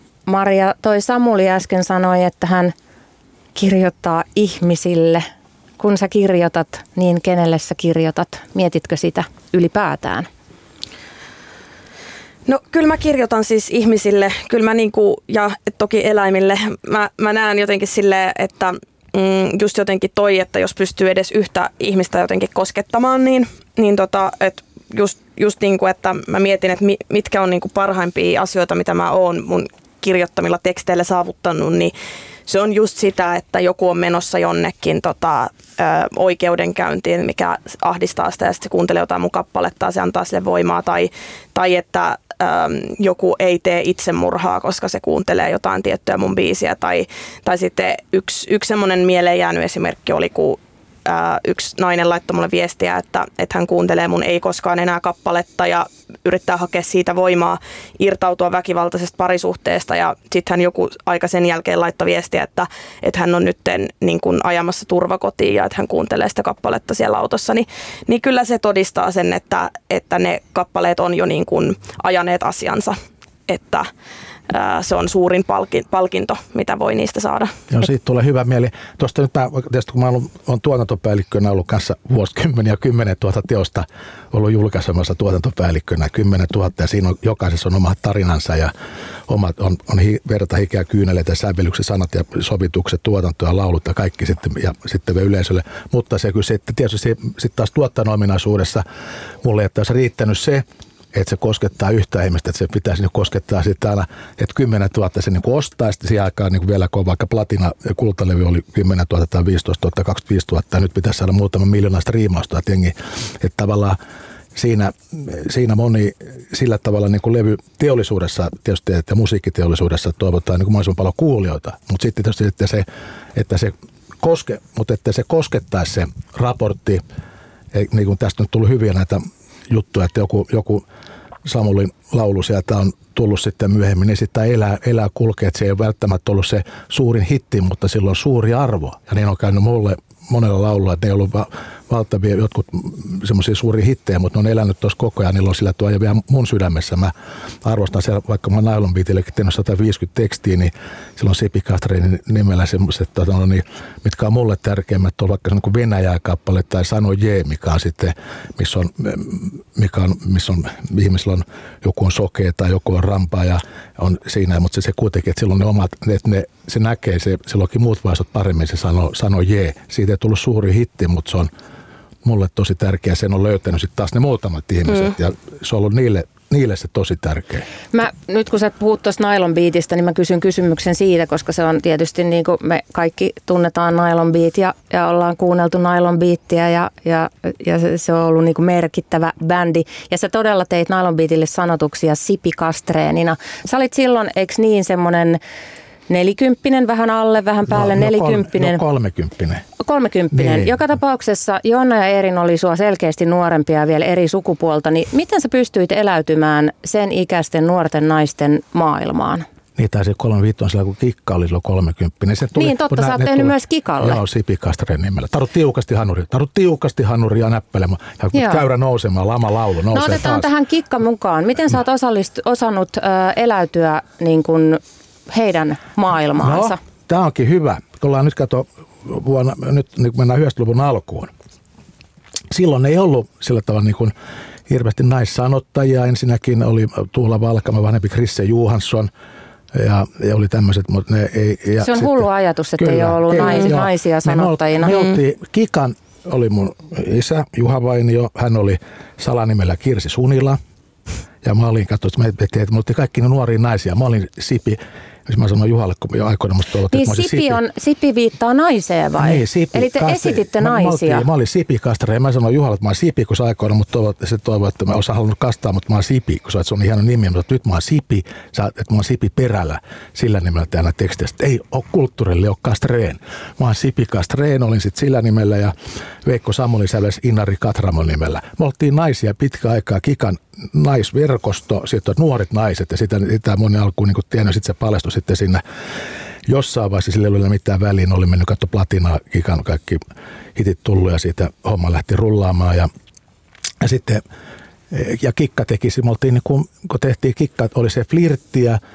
Linda-Maria, toi Samuli äsken sanoi, että hän kirjoittaa ihmisille kun sä kirjoitat, niin kenelle sä kirjoitat? Mietitkö sitä ylipäätään? No kyllä mä kirjoitan siis ihmisille, kyllä mä ja toki eläimille. Mä näen jotenkin silleen, että just jotenkin että jos pystyy edes yhtä ihmistä jotenkin koskettamaan, että just niin kuin, että mä mietin, että mitkä on niin kuin parhaimpia asioita, mitä mä oon mun kirjoittamilla teksteillä saavuttanut, niin se on just sitä, että joku on menossa jonnekin oikeudenkäyntiin, mikä ahdistaa sitä ja sitten se kuuntelee jotain mun kappaletta ja se antaa sille voimaa tai että joku ei tee itsemurhaa, koska se kuuntelee jotain tiettyä mun biisiä tai sitten yksi semmoinen mieleen jäänyt esimerkki oli, kun yksi nainen laittoi mulle viestiä, että hän kuuntelee mun Ei koskaan enää -kappaletta ja yrittää hakea siitä voimaa irtautua väkivaltaisesta parisuhteesta ja sitten hän joku aika sen jälkeen laittoi viestiä, että hän on nyt niin kuin ajamassa turvakotiin ja että hän kuuntelee sitä kappaletta siellä autossa, niin kyllä se todistaa sen, että ne kappaleet on jo niin kuin ajaneet asiansa, että se on suurin palkinto, mitä voi niistä saada. Joo, siitä tulee hyvä mieli. Tuosta nyt tietysti kun mä olen tuotantopäällikkönä ollut kanssa vuosikymmeniä 10 000 teosta ollut julkaisemassa tuotantopäällikkönä 10 000 ja siinä on, jokaisessa on oma tarinansa ja omat on verta, hikeä, kyyneleitä, sävellykset, sanat ja sovitukset, tuotanto ja laulut ja kaikki sitten yleisölle. Mutta se kyllä sitten tietysti sitten taas tuottajan ominaisuudessa mulle ei olisi riittänyt se, että se koskettaa yhtä ihmistä, että se pitäisi niin koskettaa sitten aina, että 10 000 se niin ostaa, sitten siihen aikaan niin vielä kun vaikka platina kultalevy oli 10 000 tai 15 000 tai 25 000, ja nyt pitäisi saada muutama miljoonaa striimausta, että tavallaan siinä moni sillä tavalla niin kuin levyteollisuudessa tietysti ja musiikkiteollisuudessa toivotaan niin kuin mahdollisimman paljon kuulijoita, mutta sitten tietysti että se koskettaisi se raportti, niin kuin tästä on tullut hyviä näitä juttuja, että joku Samulin laulu sieltä on tullut sitten myöhemmin, niin sitten elää kulkee, että se ei ole välttämättä ollut se suurin hitti, mutta sillä on suuri arvo. Ja niin on käynyt mulle monella laululla, että ne ei ollut valtavia jotkut semmoisia suuria hittejä, mutta ne on elänyt tuossa koko ajan, niillä on sillä tuolla vielä mun sydämessä. Mä arvostan siellä, vaikka mä Nylon Beatillekin tehnyt 150 tekstiä, niin silloin Sipi Castreenin nimellä semmoiset, mitkä on mulle tärkeimmät, on vaikka semmoinen Venäjää-kappale tai Sano Jee, mikä on sitten, missä on ihmisillä on, joku on sokea tai joku on rampaa ja on siinä, mutta se kuitenkin, että silloin ne omat, se näkee, silloinkin muut vaistot paremmin, se Sano Jee. Siitä ei tullut suuri hitti, mutta se on mulle tosi tärkeä. Sen on löytänyt sitten taas ne muutamat ihmiset ja se on ollut niille se tosi tärkeä. Nyt kun sä puhut tuosta Nylon Beatistä, niin mä kysyn kysymyksen siitä, koska se on tietysti niin kuin me kaikki tunnetaan Nylon Beat ja ollaan kuunneltu Nylon Beatia ja se on ollut niin kuin merkittävä bändi. Ja sä todella teit Nylon Beatille sanotuksia Sipi Castreenina. Sä olit silloin, eikö niin, semmoinen 40, vähän alle, vähän päälle 40. 30. 30. Niin. Joka tapauksessa Joonna ja Erin oli sua selkeästi nuorempia vielä eri sukupuolta, niin miten sä pystyit eläytymään sen ikäisten nuorten naisten maailmaan? Niin taisi 35 on sillä, kun Kikka oli silloin 30. Se tuli, niin totta, sä oot tehnyt myös Kikalle. Joo, Sipi Castreen nimellä. Tarvittu tiukasti hanuria näppelemään ja käyrä nousemaan, lama laulu nousee. No otetaan taas tähän Kikka mukaan. Miten sä oot osannut eläytyä niin kuin heidän maailmaansa? No, tämä onkin hyvä. Ollaan nyt nyt mennään 90-luvun alkuun. Silloin ei ollut sillä tavalla niin kuin hirveästi naissanottajia. Ensinnäkin oli Tuula Valkama, vanhempi Krisse Johansson ja oli tämmöiset, mutta ne ei. Ja se on hullu ajatus, että ei ole ollut naisia sanottajina. Kikan oli mun isä Juha Vainio, hän oli salanimellä Kirsi Sunila. Ja mä olin katsonut, että me oltiin kaikki nuoria naisia. Mä olin Sipi. Mä sanoin Juhalle, kun jo aikoina musta toivottiin, että mä olisin Sipi viittaa naiseen vai? Niin, Sipi. Eli te esititte naisia. Mä olin Sipi Castreen ja mä sanoin Juhalle, että mä oon Sipi, kun sä aikoina se toivoi, että mä olisin halunnut kastaa, mutta mä oon Sipi, kun sä oot, se on ihana nimi. Mutta nyt mä oon Sipi, että mä oon Sipi perällä sillä nimellä täällä tekstissä. Ei ole kulttuurille, ole Castreen. Mä oon Sipi Castreen, olin sitten sillä nimellä ja Veikko Samuli sävelsi Inari Katramon nimellä. Me oltiin naisia pitkä aikaa, Kikan naisverkosto, sitten nuoret naiset ja sitä moni alkuun niin tiennyt, sitten se paljastui sitten sinne jossain vaiheessa, sillä ei ollut mitään väliin, oli mennyt katso platinaa, Kikan kaikki hitit tullut ja siitä homma lähti rullaamaan ja sitten ja Kikka teki, me oltiin niin kun tehtiin Kikka, oli se flirttiä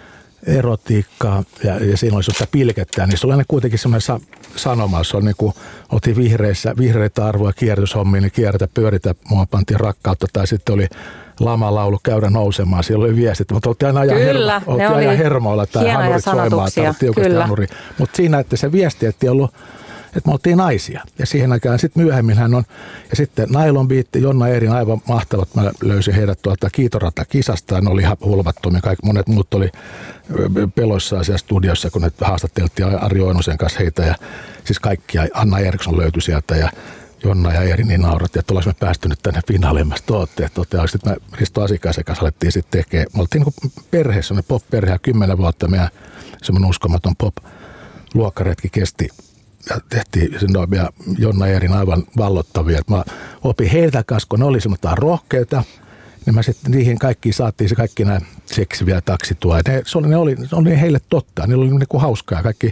erotiikkaa ja siinä oli sitä pilkettää, niin se oli aina kuitenkin semmoinen sanoma. Se oli niin kuin, oltiin vihreitä arvoja kierrätyshommiin, niin kierrätä, pyöritä, mua pantiin rakkautta, tai sitten oli lamalaulu käydä nousemaan, siellä oli viestit, mutta oltiin aina ajan hermoilla tai hanurit soimaan, tai tiukasti hanuri. Mutta siinä, että se viesti, että ollut, että me oltiin naisia. Ja siihen aikaan sitten myöhemmin hän on, ja sitten Nylon Beat, Jonna Eerin aivan mahtavat, mä löysin heidät tuolta Kiitorata-kisasta, ne oli ihan hulvattomia, kaikki monet muut oli peloissaan siellä studiossa, kun ne haastateltiin Ari Oinosen kanssa heitä, ja siis kaikkia, Anna Eriksson löytyi sieltä, ja Jonna ja Eeri niin nauratti, että olisimme päästynyt tänne finaaliin. Mä sitten me Risto Asikaisen kanssa alettiin sitten tekemään. Me oltiin niin perhe, semmoinen pop-perhe, 10 vuotta meidän semmoinen uskomaton pop-luokkaretki kesti. Ja tehtiin ja Jonna ja Eerin aivan vallottavia. Mä opin heiltä kanssa, kun ne oli semmoista rohkeita, niin mä sitten niihin kaikkiin saatiin se kaikki nämä seksiviä taksituoja. Ne oli heille totta, ne oli niin kuin hauskaa kaikki.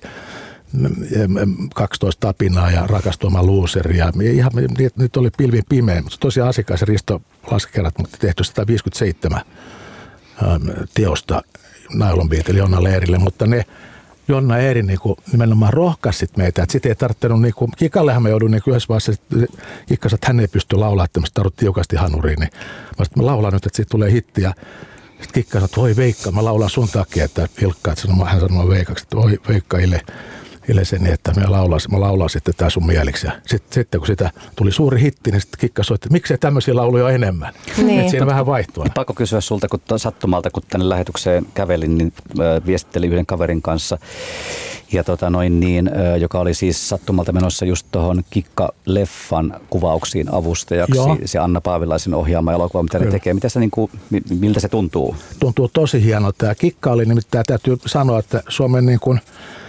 12 tapinaa ja rakastuoma luuseri ja ihan nyt oli pilvin pimeä, mutta tosiaan Asikaisen Risto laskerat, mutta tehty 157 teosta Nylon Beat eli Jonna Eerille, mutta ne Jonna Eeri niin nimenomaan rohkaisit meitä, että sitten ei tarvittanut, niin Kikallehan me joudun niin yhdessä vaiheessa, Kikka sanoi, että hän ei pysty laulaa, että me tarvittiin tiukasti hanuriin, niin mä laulan nyt, että siitä tulee hitti ja sitten Kikka sanoi, että voi Veikka, mä laulan sun takia, että Ilkka, että hän sanoi Veikaksi, että voi Veikka Ileseni, että mä laulan sitten tää sun mieliksi. Ja sitten kun sitä tuli suuri hitti, niin sitten Kikka soitti, että miksei tämmöisiä lauluja ole enemmän. Niin. Siinä vähän vaihtoa. Pakko kysyä sulta, kun sattumalta, kun tänne lähetykseen kävelin, niin viestittelin yhden kaverin kanssa, ja joka oli siis sattumalta menossa just tuohon Kikka-leffan kuvauksiin avustajaksi. Joo. Se Anna Paavilaisen ohjaama elokuva, mitä ne tekee. Miltä se tuntuu? Tuntuu tosi hienolta. Tämä Kikka oli nimittäin, täytyy sanoa, että Suomen niin kuin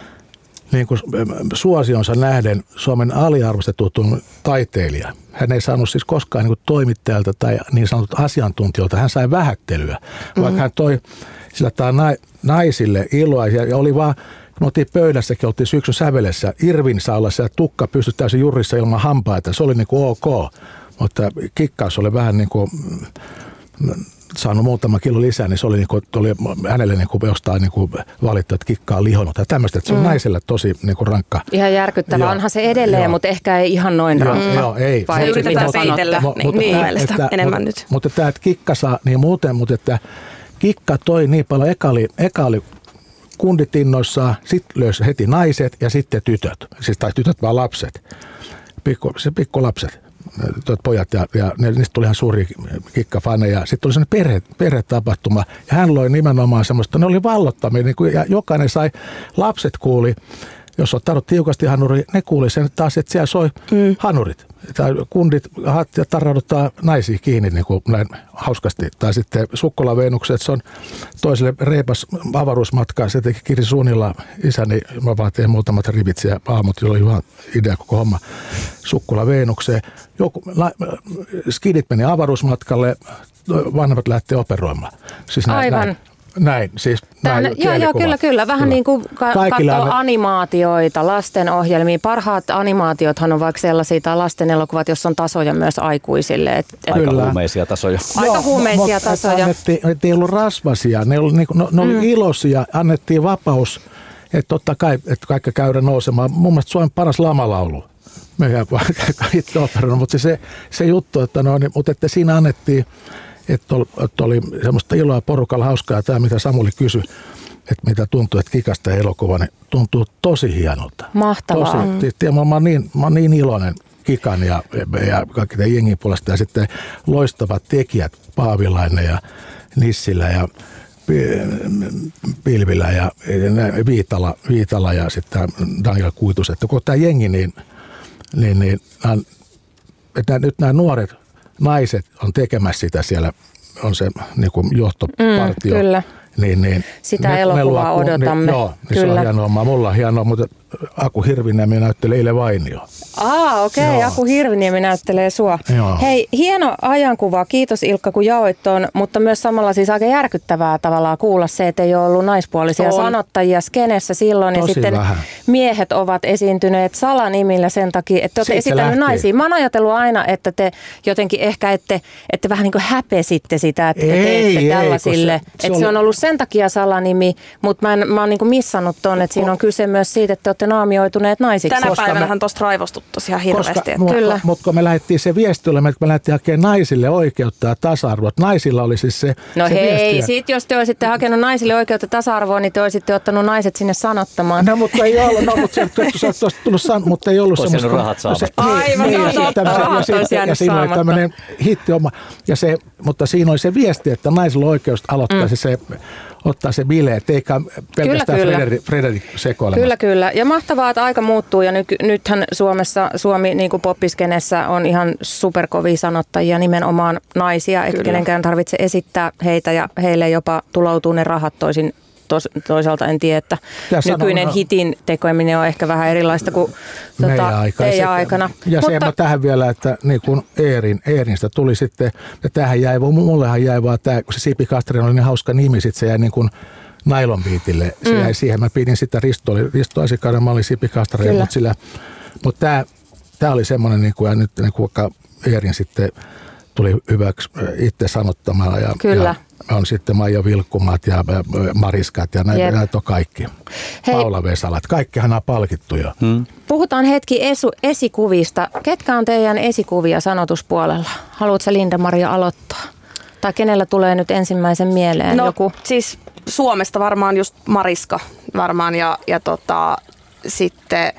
suosionsa nähden Suomen aliarvostetun taiteilija. Hän ei saanut siis koskaan niin toimittajalta tai niin sanotut asiantuntijoilta. Hän sai vähättelyä, vaikka hän toi sillä naisille iloa ja oli vaan, kun oltiin pöydässäkin, oltiin syksyn sävelessä, Irvin saulassa ja tukka pystyi täysin jurissa ilman hampaita. Se oli niin kuin ok, mutta Kikkaus oli vähän niin kuin saanut muutama kilo lisää, niin se oli, oli hänelle jostain valittu, että Kikka on lihonnut tai tämmöistä, että se on naiselle tosi rankka. Ihan järkyttävää, onhan se edelleen, mutta ehkä ei ihan noin rankka. Joo, ei. Se yritetään peitellä mielestä enemmän nyt. Mutta tämä, että Kikka saa niin muuten, mutta että Kikka toi niin paljon, eka oli kundit innoissaan, sitten löysi heti naiset ja sitten tytöt, siis tai tytöt vaan lapset, pikkulapset. Pojat ja niistä tuli ihan suuri Kikka-faneja. Sitten tuli sellainen perhetapahtuma ja hän loi nimenomaan semmoista, ne oli vallottamia ja jokainen sai, lapset kuuli, jos olet tiukasti hanuri, ne kuuli sen taas, että siellä soi hanurit. Tai kundit ja tarrauduttaa naisia kiinni niin kuin näin hauskasti. Tai sitten Sukkola Veenukset, se on toiselle reipas avaruusmatkaa. Se teki Kiri Suunilla isäni, mä vaan tein muutamat rivit siellä aamut, jolla oli hyvä idea koko homma Sukkola Veenukseen. Skidit meni avaruusmatkalle, vanhemmat lähtee operoimaan. Siis aivan. Näin, siis Joo, kyllä. Vähän niin kuin katsoo animaatioita, lastenohjelmia. Parhaat animaatiothan on vaikka sellaisia tai lasten elokuvat, jossa on tasoja myös aikuisille. Aika huumeisia tasoja. Aika huumeisia tasoja. Ei ollut rasvasia, ne oli iloisia, annettiin vapaus, että totta kai, että kaikki käydä nousemaan. Mun mielestä Suomen paras lamalaulu. Meidän itse operannut, mutta se juttu, mutta että siinä annettiin, että oli semmoista iloa porukalla hauskaa. Tämä, mitä Samuli kysyi, että mitä tuntuu, että Kikasta elokuva, niin tuntuu tosi hienolta. Mahtavaa. Mä oon niin iloinen Kikan ja kaikki tämän jengin puolesta. Ja sitten loistavat tekijät, Paavilainen ja Nissilä ja Pilvilä ja Viitala ja sitten Daniel Kuitus. Että kun tämä jengi, niin että nyt nämä nuoret naiset on tekemässä sitä siellä, on se niin kuin johtopartio. Kyllä. Niin, sitä elokuvaa odotamme. Se on hienoa. Mulla on hienoa, mutta Aku Hirviniemi näyttelee Ile Vainio. Okei. Aku Hirviniemi näyttelee sua. Joo. Hei, hieno ajankuva. Kiitos Ilkka, kun jaoit ton, mutta myös samalla siis aika järkyttävää tavallaan kuulla se, että ei ole ollut naispuolisia sanottajia skenessä silloin. Tosi ja sitten vähän. Miehet ovat esiintyneet salanimillä sen takia, että te olette esittäneet naisia. Mä oon ajatellut aina, että te jotenkin ehkä ette vähän niin kuin häpesitte sitä, että te teette tällaisille. Että se on ollut sen takia salanimi, mutta mä oon niinku missannut ton, että siinä on kyse myös siitä, että te olette naamioituneet naisiksi. Tänä päivänähän tuosta raivostut tosiaan hirveästi. Kyllä. Mutta kun me lähdettiin se viesti olemaan, että me lähdettiin hakemaan naisille oikeutta ja tasa-arvoa. Naisilla oli siis se no se hei, viesti. sit jos te olisitte hakenut naisille oikeutta tasa-arvoa, niin te olisitte ottanut naiset sinne sanottamaan. No, mutta ei ollut, mutta ei ollut semmoista. semmoista. Rahat saamatta. Aivan, Ja siinä oli tämmöinen hitti oma. Mutta siinä oli se viesti, että naisilla on oikeus aloittaisi ottaa se bileet, eikä pelkästään Frederik sekoilemassa. Kyllä. Ja mahtavaa, että aika muuttuu ja nythän Suomi niin kuin poppiskenessä on ihan superkovia sanottajia, nimenomaan naisia, eikä kenenkään tarvitse esittää heitä ja heille jopa tuloutuu ne rahat toisin. Toisaalta en tiedä, että nykyinen hitin tekeminen on ehkä vähän erilaista kuin teidän aikana. Ja mutta tähän vielä, että niin kun Eerinstä tuli sitten, ja tämähän mullehan jäi vaan tämä, kun se Sipi Kastrinen oli niin hauska nimi, sitten se jäi niin kuin Nylon Beatille, se jäi siihen. Mä pidin sitä Risto Asikainen, mä olin Sipi Kastrinen, mutta tämä oli semmoinen, niin kuin, ja nyt niin kuin vaikka Eerin sitten tuli hyväksi itse sanottamalla ja on sitten Maija Vilkkumat ja Mariskat ja näitä on kaikki. Hei. Paula Vesalat, kaikkihan on palkittuja. Puhutaan hetki esikuvista. Ketkä on teidän esikuvia sanotuspuolella? Haluatko Linda-Maria aloittaa? Tai kenellä tulee nyt ensimmäisen mieleen joku? Siis Suomesta varmaan just Mariska varmaan ja sitten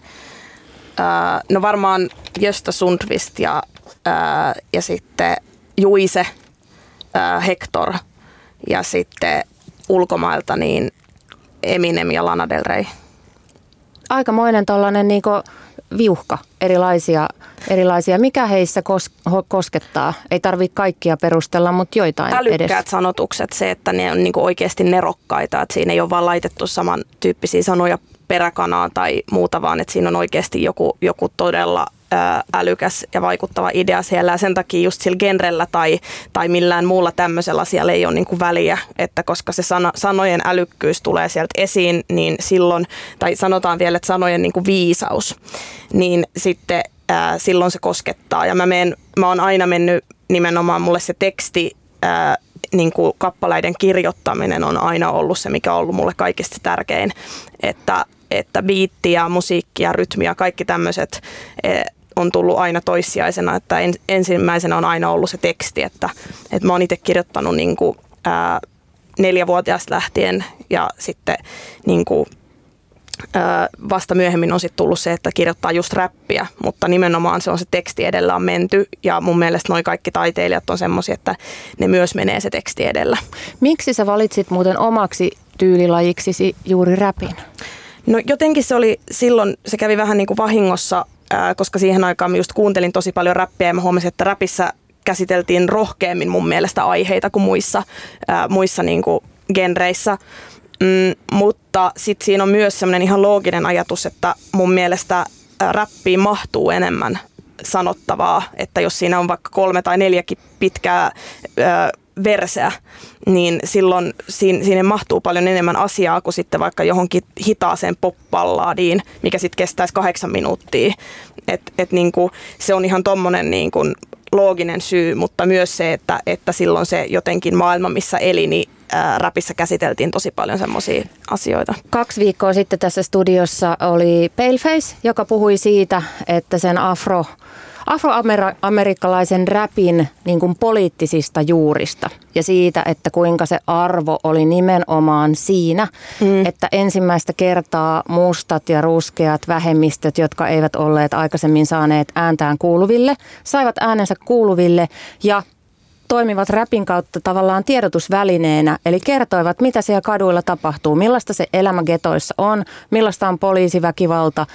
no varmaan Gösta Sundqvist ja sitten Juise, Hector ja sitten ulkomailta niin Eminem ja Lana Del Rey. Aikamoinen tollainen niinku viuhka, erilaisia. Mikä heissä koskettaa? Ei tarvitse kaikkia perustella, mutta joitain älykkäät edes. sanotukset, se, että ne on niinku oikeasti nerokkaita, että siinä ei ole vaan laitettu samantyyppisiä sanoja peräkanaan tai muuta, vaan että siinä on oikeasti joku todella älykäs ja vaikuttava idea siellä ja sen takia just sillä genrellä tai millään muulla tämmöisellä asialla ei ole niinku väliä, että koska se sanojen älykkyys tulee sieltä esiin, niin silloin, tai sanotaan vielä, että sanojen niinku viisaus, niin sitten silloin se koskettaa ja mä oon aina mennyt nimenomaan, mulle se teksti niinku kappaleiden kirjoittaminen on aina ollut se, mikä on ollut mulle kaikista tärkein, että biitti ja musiikki ja rytmi ja kaikki tämmöiset on tullut aina toissijaisena, että ensimmäisenä on aina ollut se teksti, että mä oon itse kirjoittanut niinku, 4-vuotiaasta lähtien ja sitten niinku, vasta myöhemmin on sitten tullut se, että kirjoittaa just räppiä, mutta nimenomaan se on se teksti edellä on menty ja mun mielestä noi kaikki taiteilijat on semmoisia, että ne myös menee se teksti edellä. Miksi sä valitsit muuten omaksi tyylilajiksi juuri räpin? No jotenkin se oli silloin, se kävi vähän niin kuin vahingossa, koska siihen aikaan mä just kuuntelin tosi paljon räppiä ja mä huomasin, että räpissä käsiteltiin rohkeammin mun mielestä aiheita kuin muissa niin kuin genreissä. Mutta sitten siinä on myös semmoinen ihan looginen ajatus, että mun mielestä räppiin mahtuu enemmän sanottavaa, että jos siinä on vaikka 3 tai 4 pitkää verseä, niin silloin siinä mahtuu paljon enemmän asiaa kuin sitten vaikka johonkin hitaaseen pop-ballaadiin, mikä sitten kestäisi 8 minuuttia. Et niinku, se on ihan tommonen niinku looginen syy, mutta myös se, että silloin se jotenkin maailma, missä eli, niin räpissä käsiteltiin tosi paljon semmoisia asioita. 2 viikkoa sitten tässä studiossa oli Paleface, joka puhui siitä, että sen afroamerikkalaisen räpin niin kuin poliittisista juurista ja siitä, että kuinka se arvo oli nimenomaan siinä, että ensimmäistä kertaa mustat ja ruskeat vähemmistöt, jotka eivät olleet aikaisemmin saaneet ääntään kuuluville, saivat äänensä kuuluville ja toimivat räpin kautta tavallaan tiedotusvälineenä, eli kertoivat, mitä siellä kaduilla tapahtuu, millaista se elämä getoissa on, millaista on poliisiväkivalta,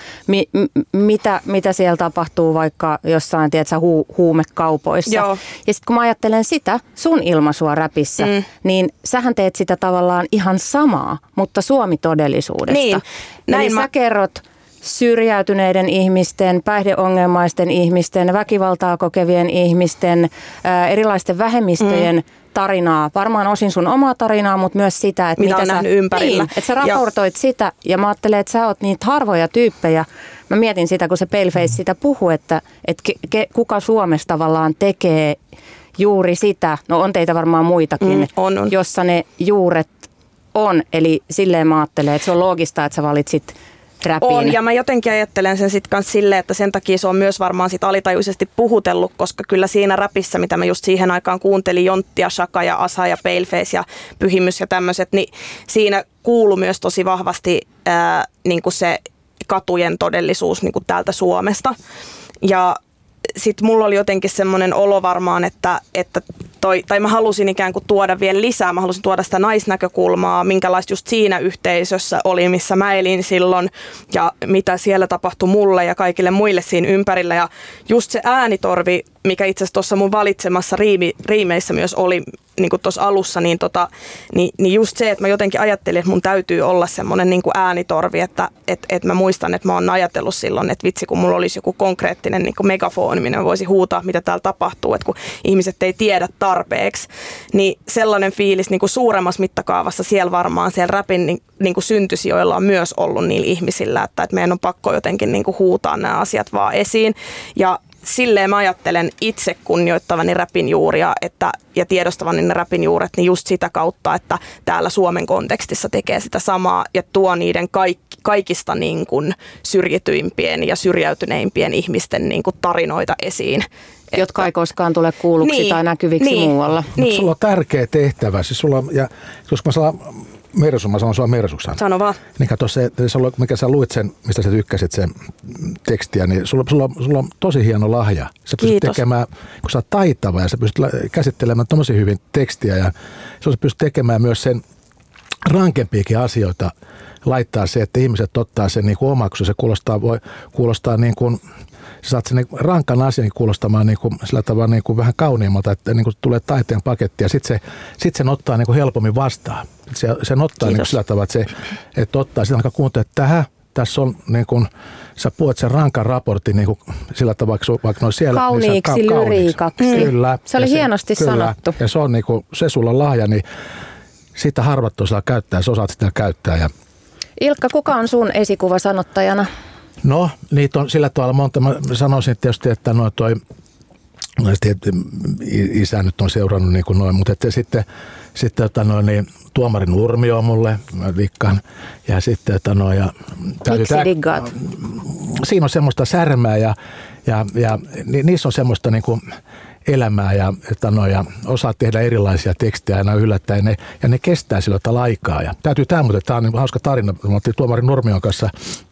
mitä siellä tapahtuu vaikka jossain, tiedätkö, huumekaupoissa. Joo. Ja sitten kun mä ajattelen sitä, sun ilmaisua räpissä, niin sähän teet sitä tavallaan ihan samaa, mutta Suomi-todellisuudesta. Niin. Eli sä kerrot syrjäytyneiden ihmisten, päihdeongelmaisten ihmisten, väkivaltaa kokevien ihmisten, erilaisten vähemmistöjen tarinaa. Varmaan osin sun omaa tarinaa, mutta myös sitä, että mitä sä ympärillä. Niin, että sä raportoit sitä ja mä ajattelen, että sä oot niitä harvoja tyyppejä. Mä mietin sitä, kun se Paleface sitä puhui, että kuka Suomessa tavallaan tekee juuri sitä. No on teitä varmaan muitakin, jossa ne juuret on. Eli silleen mä ajattelen, että se on loogista, että sä valitsit räpin. On, ja mä jotenkin ajattelen sen sitten kanssa silleen, että sen takia se on myös varmaan sit alitajuisesti puhutellut, koska kyllä siinä räpissä, mitä mä just siihen aikaan kuuntelin, Jonttia, Shaka ja Asa ja Paleface ja Pyhimys ja tämmöiset, niin siinä kuului myös tosi vahvasti niin kuin se katujen todellisuus niin kuin täältä Suomesta. Ja sitten mulla oli jotenkin semmoinen olo varmaan, että mä halusin ikään kuin tuoda vielä lisää. Mä halusin tuoda sitä naisnäkökulmaa, minkälaista just siinä yhteisössä oli, missä mä elin silloin ja mitä siellä tapahtui mulle ja kaikille muille siinä ympärillä. Ja just se äänitorvi, mikä itse asiassa tuossa mun valitsemassa riimeissä myös oli niin kuin tuossa alussa, niin just se, että mä jotenkin ajattelin, että mun täytyy olla semmoinen niin kuin äänitorvi, että mä muistan, että mä oon ajatellut silloin, että vitsi, kun mulla olisi joku konkreettinen niin kuin megafoni, minä voisin huutaa, mitä täällä tapahtuu, että kun ihmiset ei tiedä tarpeeksi, niin sellainen fiilis niin kuin suuremmassa mittakaavassa siellä varmaan siellä räpin niin kuin syntysijoilla on myös ollut niillä ihmisillä, että meidän on pakko jotenkin niin kuin huutaa nämä asiat vaan esiin. Ja silleen mä ajattelen itse kunnioittavani räpin juuria ja tiedostavani ne räpin juuret, niin just sitä kautta, että täällä Suomen kontekstissa tekee sitä samaa ja tuo niiden kaikista niin kuin syrjityimpien ja syrjäytyneimpien ihmisten niin kuin tarinoita esiin. Jotka ei koskaan tule kuulluksi tai näkyviksi muualla. Mutta sulla on tärkeä tehtävä. Siis jos mä saan Mersu, mä sanon sua Mersuksi. Sano vaan. Niin kato se, mikä sä luit sen, mistä sä tykkäsit sen tekstiä, niin sulla on tosi hieno lahja. Sä pystyt tekemään, kun sä oot taitava ja sä pystyt käsittelemään tosi hyvin tekstiä ja sä pystyt tekemään myös sen rankempiakin asioita, laittaa se, että ihmiset ottaa sen niin kuin omaksi. Se voi kuulostaa niin kuin, sä saat sen rankan asian kuulostamaan niin kuin, sillä tavalla niin kuin vähän kauniimmalta, että niin kuin tulee taiteen paketti ja sitten sen ottaa niin kuin helpommin vastaan. Sen ottaa niin kuin sillä tavalla, että ottaa sitten alkaa kuuntelemaan, että tässä on niin kuin, sä puhut sen rankan raportin niin kuin sillä tavalla, vaikka ne on siellä. Kauniiksi, niin lyriikaksi. Kyllä. Se oli hienosti sanottu. Ja se on niin kuin, se sulla on lahja, niin sitä harvat osaa käyttää, sä osaat sitä käyttää. Ja Ilkka, kuka on sun esikuva sanottajana? No, niitä on sillä tavalla monta. Mä sanoisin tietysti, että isä nyt on seurannut niin kuin noin, mutta että sitten niin Tuomari Nurmio on mulle, mä dikkaan. Ja sitten, miksi diggaat? Siinä on semmoista särmää ja niissä on semmoista niin kuin elämää ja osaa tehdä erilaisia tekstejä aina yllättäen ja ne kestää sillä tavalla aikaa. Ja täytyy mutta tämä on niin hauska tarina. Me oltiin Tuomari Nurmion kanssa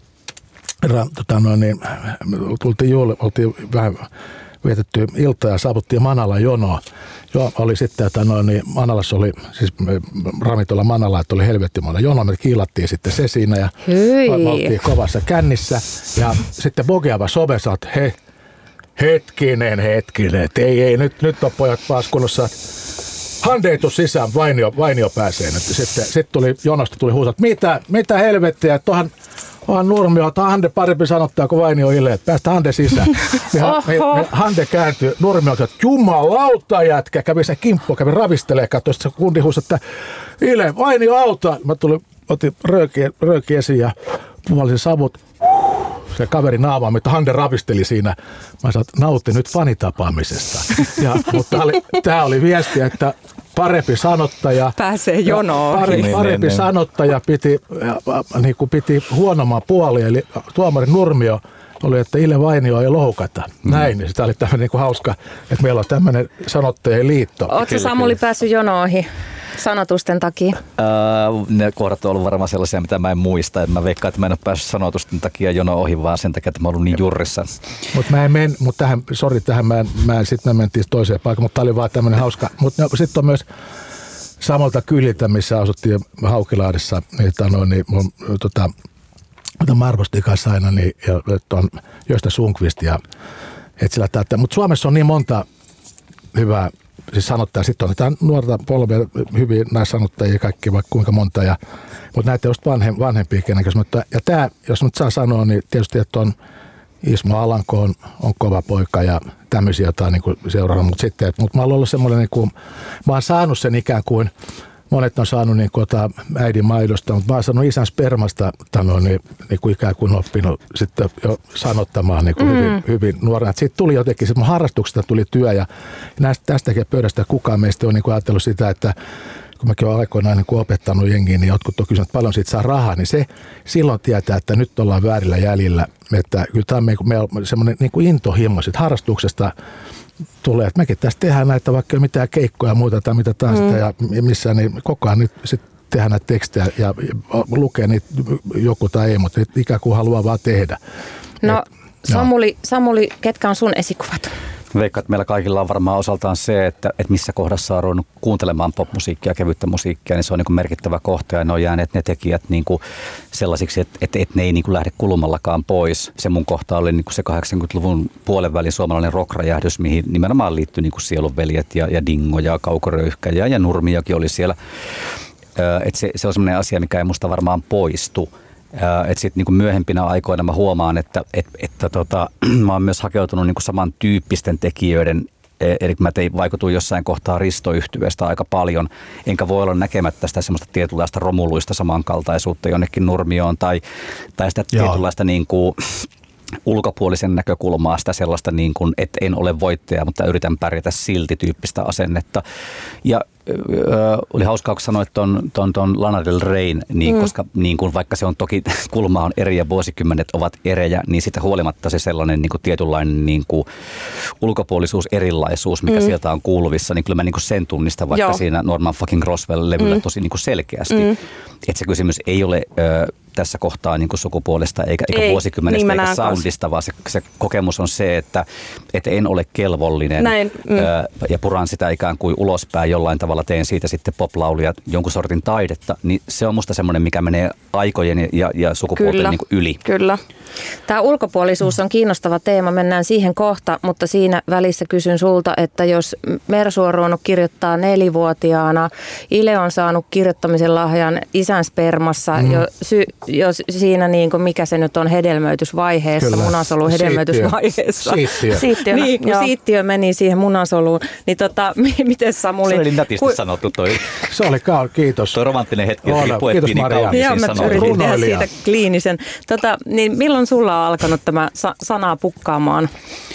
oltiin vähän vietetty iltaa ja saavuttiin Manalan jonoa. Joo, oli sitten, Manalassa oli, siis ravintola Manala, että oli helvettimoinen jono, me kiilattiin sitten se siinä ja me oltiin kovassa kännissä. Ja sitten Bogeava Sove että hetkinen, että ei, nyt on pojat paaskunnossa. Hande ei tuu sisään, Vainio pääsee. Sitten tuli jonosta huusa, että mitä helvettiä, että onhan Nurmio, että Hande parempi sanottaa kuin Vainio Ile, että päästä Hande sisään. Hande kääntyi Nurmio, että jumalauta jätkä, kävi sen kimppuun, kävi ravistelemaan, katsoi, että se kundi huusi, että Ile, Vainio auta. Mä otin rööki esiin ja puhallisin savut. Se kaveri naamaa, mitä Hande ravisteli siinä. Mä sanoin, että nautti nyt fanitapaamisesta. Mutta tämä oli viesti, että parempi sanottaja pääsee jonoon. Parempi sanottaja piti huonomman puoli, eli Tuomari Nurmio oli, että Ile Vainio ei lohukata. Näin, niin sitä oli tämmöinen niin kuin hauska, että meillä on tämmöinen sanottajien liitto. Oletko Samuli päässyt jonoihin sanotusten takia? Ne kohdat on ollut varmaan sellaisia, mitä mä en muista. Mä veikkaan, että mä en ole päässyt sanotusten takia jono ohi, vaan sen takia, että mä oon ollut niin jurrissa. Mutta tähän mä mentiin toiseen paikkaan, mutta tää oli vaan tämmöinen hauska. Mutta sitten on myös samalta kyliltä, missä asuttiin Haukilahdessa, mä arvostin kanssa aina, on Josta Sundqvist mutta Suomessa on niin monta hyvää siis sanottaa. Sitten on tämä nuorta polvea, hyviä naissanottajia kaikki, vaikka kuinka monta. Mutta näitä just vanhempia kenenkään. Ja tämä, jos nyt saa sanoa, niin tietysti, että on Ismo Alanko on kova poika ja tämmöisiä jotain niin seuraava. Mutta mä oon ollut semmoinen, niin kuin, mä oon saanut sen ikään kuin, monet on saanut niin kuin, äidin maidosta, mutta mä oon saanut isän spermasta niin kuin ikään kuin oppinut sitten jo sanottamaan niin kuin hyvin nuorena. Siitä tuli jotenkin, mun harrastuksesta tuli työ ja tästäkin pöydästä kukaan meistä on niin kuin ajatellut sitä, että kun mäkin olen aikoinaan niin opettanut jengiin, niin jotkut on kysynyt, että paljon siitä saa rahaa, niin se silloin tietää, että nyt ollaan väärillä jäljillä. Että kyllä tämä on semmoinen niin kuin intohimo sit harrastuksesta tulee, että mekin tässä tehdään näitä vaikka mitään keikkoja ja muuta tai mitä tahansa ja missään, niin koko ajan nyt sitten tehdään näitä tekstejä ja lukee niitä joku tai ei, mutta ikään kuin haluaa vaan tehdä. No Samuli, ketkä on sun esikuvat? Veikkaan, että meillä kaikilla on varmaan osaltaan se, että missä kohdassa on ruvennut kuuntelemaan popmusiikkia, kevyttä musiikkia, niin se on niin kuin merkittävä kohta ja ne on jääneet ne tekijät niin kuin sellaisiksi, että ne ei niin kuin lähde kulmallakaan pois. Se mun kohta oli niin kuin se 80-luvun puolen välin suomalainen rock-räjähdys, mihin nimenomaan liittyi niin kuin Sielunveljet ja Dingo ja Kaukoröyhkä ja Nurmiakin oli siellä. Että se on sellainen asia, mikä ei musta varmaan poistu. Että sitten niinku myöhempinä aikoina mä huomaan, että mä oon myös hakeutunut niinku samantyyppisten tekijöiden, eli mä vaikutuin jossain kohtaa Risto-yhtyeestä aika paljon, enkä voi olla näkemättä sitä semmoista tietynlaista romuluista samankaltaisuutta jonnekin Nurmioon tai sitä tietynlaista niinku ulkopuolisen näkökulmaa, sitä sellaista, niin kuin, että en ole voittaja, mutta yritän pärjätä silti tyyppistä asennetta. Ja oli hauskaa, kun sanoit ton Lana Del Reyn, niin, koska niin kuin, vaikka se on toki kulma on eri ja vuosikymmenet ovat erejä, niin sitä huolimatta se sellainen niin kuin tietynlainen niin kuin ulkopuolisuus, erilaisuus, mikä sieltä on kuuluvissa, niin kyllä mä niin kuin sen tunnistan vaikka siinä Norman fucking Roswell-levyllä tosi niin kuin selkeästi. Että se kysymys ei ole tässä kohtaa niin kuin sukupuolesta eikä vuosikymmenestä eikä soundista, vaan se kokemus on se, että en ole kelvollinen ja puran sitä ikään kuin ulospäin jollain tavalla, teen siitä sitten poplauluja jonkun sortin taidetta, niin se on musta semmoinen, mikä menee aikojen ja sukupuolten niin kuin yli. Kyllä. Tämä ulkopuolisuus on kiinnostava teema, mennään siihen kohta, mutta siinä välissä kysyn sulta, että jos Mersu on ruvennut kirjoittaa 4-vuotiaana, Ile on saanut kirjoittamisen lahjan isän spermassa, jo siinä niin kuin mikä se nyt on hedelmöitysvaiheessa, munasolu hedelmöitysvaiheessa. Siittiö. Niin, kun siittiö meni siihen munasoluun, niin miten Samuli? Se oli nätisti sanottu toi. Se oli, kiitos. Toi romanttinen hetki, että kiitos Maria. Joo, mä yritin tehdä siitä kliinisen. Niin milloin sulla on alkanut tämä sanaa pukkaamaan?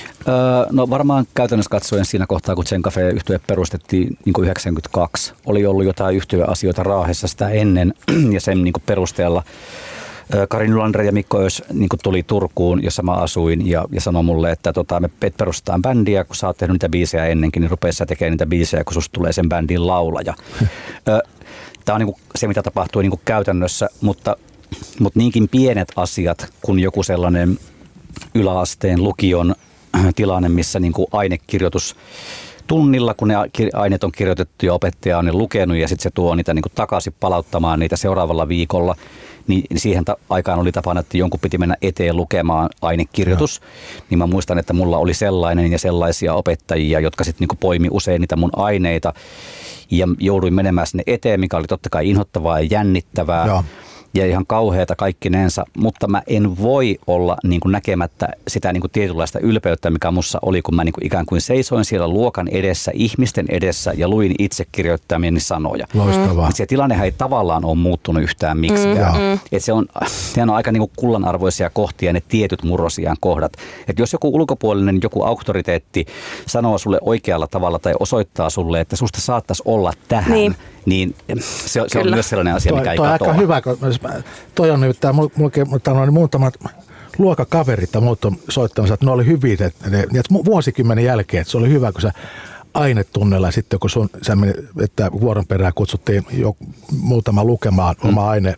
No varmaan käytännössä katsoen siinä kohtaa, kun Zen Cafe-yhtye perustettiin niin kuin 92, oli ollut jotain yhtyeasioita Raahessa sitä ennen ja sen niin kuin perusteella Kari Nylander ja Mikko Ös niin kuin tuli Turkuun, jossa mä asuin ja sanoi mulle, että me perustetaan bändiä, kun sä oot tehnyt niitä biisejä ennenkin, niin rupea sä tekemään niitä biisejä, kun susta tulee sen bändin laulaja. Tämä on niin kuin se, mitä tapahtui niin kuin käytännössä, mutta niinkin pienet asiat kuin joku sellainen yläasteen lukion tilanne, missä niin kuin ainekirjoitus tunnilla, kun ne aineet on kirjoitettu ja opettaja on ne lukenut ja sitten se tuo niitä niin kuin takaisin palauttamaan niitä seuraavalla viikolla, niin siihen aikaan oli tapana, että jonkun piti mennä eteen lukemaan ainekirjoitus. Niin mä muistan, että mulla oli sellainen ja sellaisia opettajia, jotka sitten niin kuin poimi usein niitä mun aineita ja jouduin menemään sinne eteen, mikä oli totta kai inhottavaa ja jännittävää. Joo. Ja ihan kauheata kaikkinensa, mutta mä en voi olla niin kuin näkemättä sitä niin kuin tietynlaista ylpeyttä, mikä mussa oli, kun mä niin kuin ikään kuin seisoin siellä luokan edessä, ihmisten edessä ja luin itse kirjoittamieni sanoja. Loistavaa. Se tilannehan ei tavallaan ole muuttunut yhtään miksikään. Se on aika niin kuin kullanarvoisia kohtia ne tietyt murrosiän kohdat. Että jos joku ulkopuolinen, joku auktoriteetti sanoo sulle oikealla tavalla tai osoittaa sulle, että susta saattaisi olla tähän, niin se on myös sellainen asia, mikä ei katoa. Toi on aika hyvä, toi on nimittäin muutamat luokakaverit ja muut on soittamassa, että ne oli hyviä, vuosikymmenen jälkeen, että se oli hyvä, kun sä ainetunnella ja sitten kun että vuoron perään kutsuttiin jo muutama lukemaan oma aine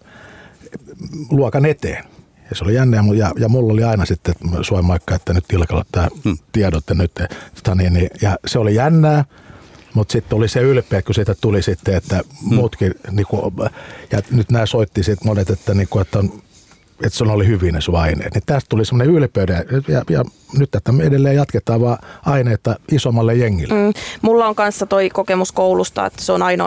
luokan eteen. Ja se oli jännä ja mulla oli aina sitten Suomaikka, että nyt Ilkalla tämä tiedot ja nyt, ja se oli jännää. Mutta sitten oli se ylpeä, kun siitä tuli sitten, että muutkin, niinku, ja nyt nämä soitti sitten monet, että se oli hyvin ne sun aineet. Niin tästä tuli semmoinen ylpeyden, ja nyt tätä me edelleen jatketaan vaan aineita isommalle jengille. Mulla on kanssa toi kokemus koulusta, että se on ainoa,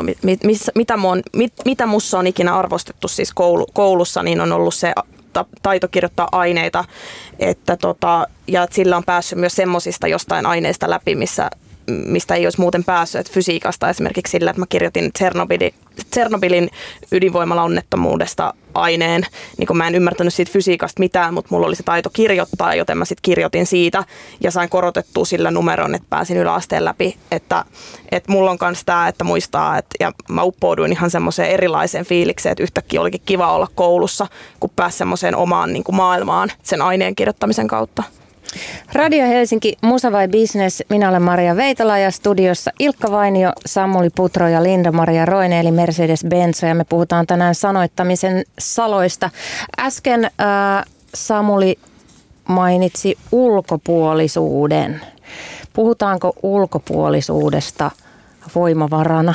mitä mussa on ikinä arvostettu siis koulussa, niin on ollut se taito kirjoittaa aineita, että ja sillä on päässyt myös semmosista jostain aineista läpi, mistä ei olisi muuten päässyt, että fysiikasta esimerkiksi sillä, että mä kirjoitin Tsernobylin ydinvoimalaonnettomuudesta aineen. Niin kun mä en ymmärtänyt siitä fysiikasta mitään, mutta mulla oli se taito kirjoittaa, joten mä sitten kirjoitin siitä ja sain korotettua sillä numeron, että pääsin yläasteen läpi. Että mulla on myös tämä, että muistaa, ja mä uppouduin ihan semmoiseen erilaiseen fiilikseen, että yhtäkkiä olikin kiva olla koulussa, kun pääsi semmoiseen omaan niin kuin maailmaan sen aineen kirjoittamisen kautta. Radio Helsinki, Musa vai Business? Minä olen Maria Veitola ja studiossa Ilkka Vainio, Samuli Putro ja Linda-Maria Roine eli Mercedes-Benz. Ja me puhutaan tänään sanoittamisen saloista. Äsken Samuli mainitsi ulkopuolisuuden. Puhutaanko ulkopuolisuudesta voimavarana,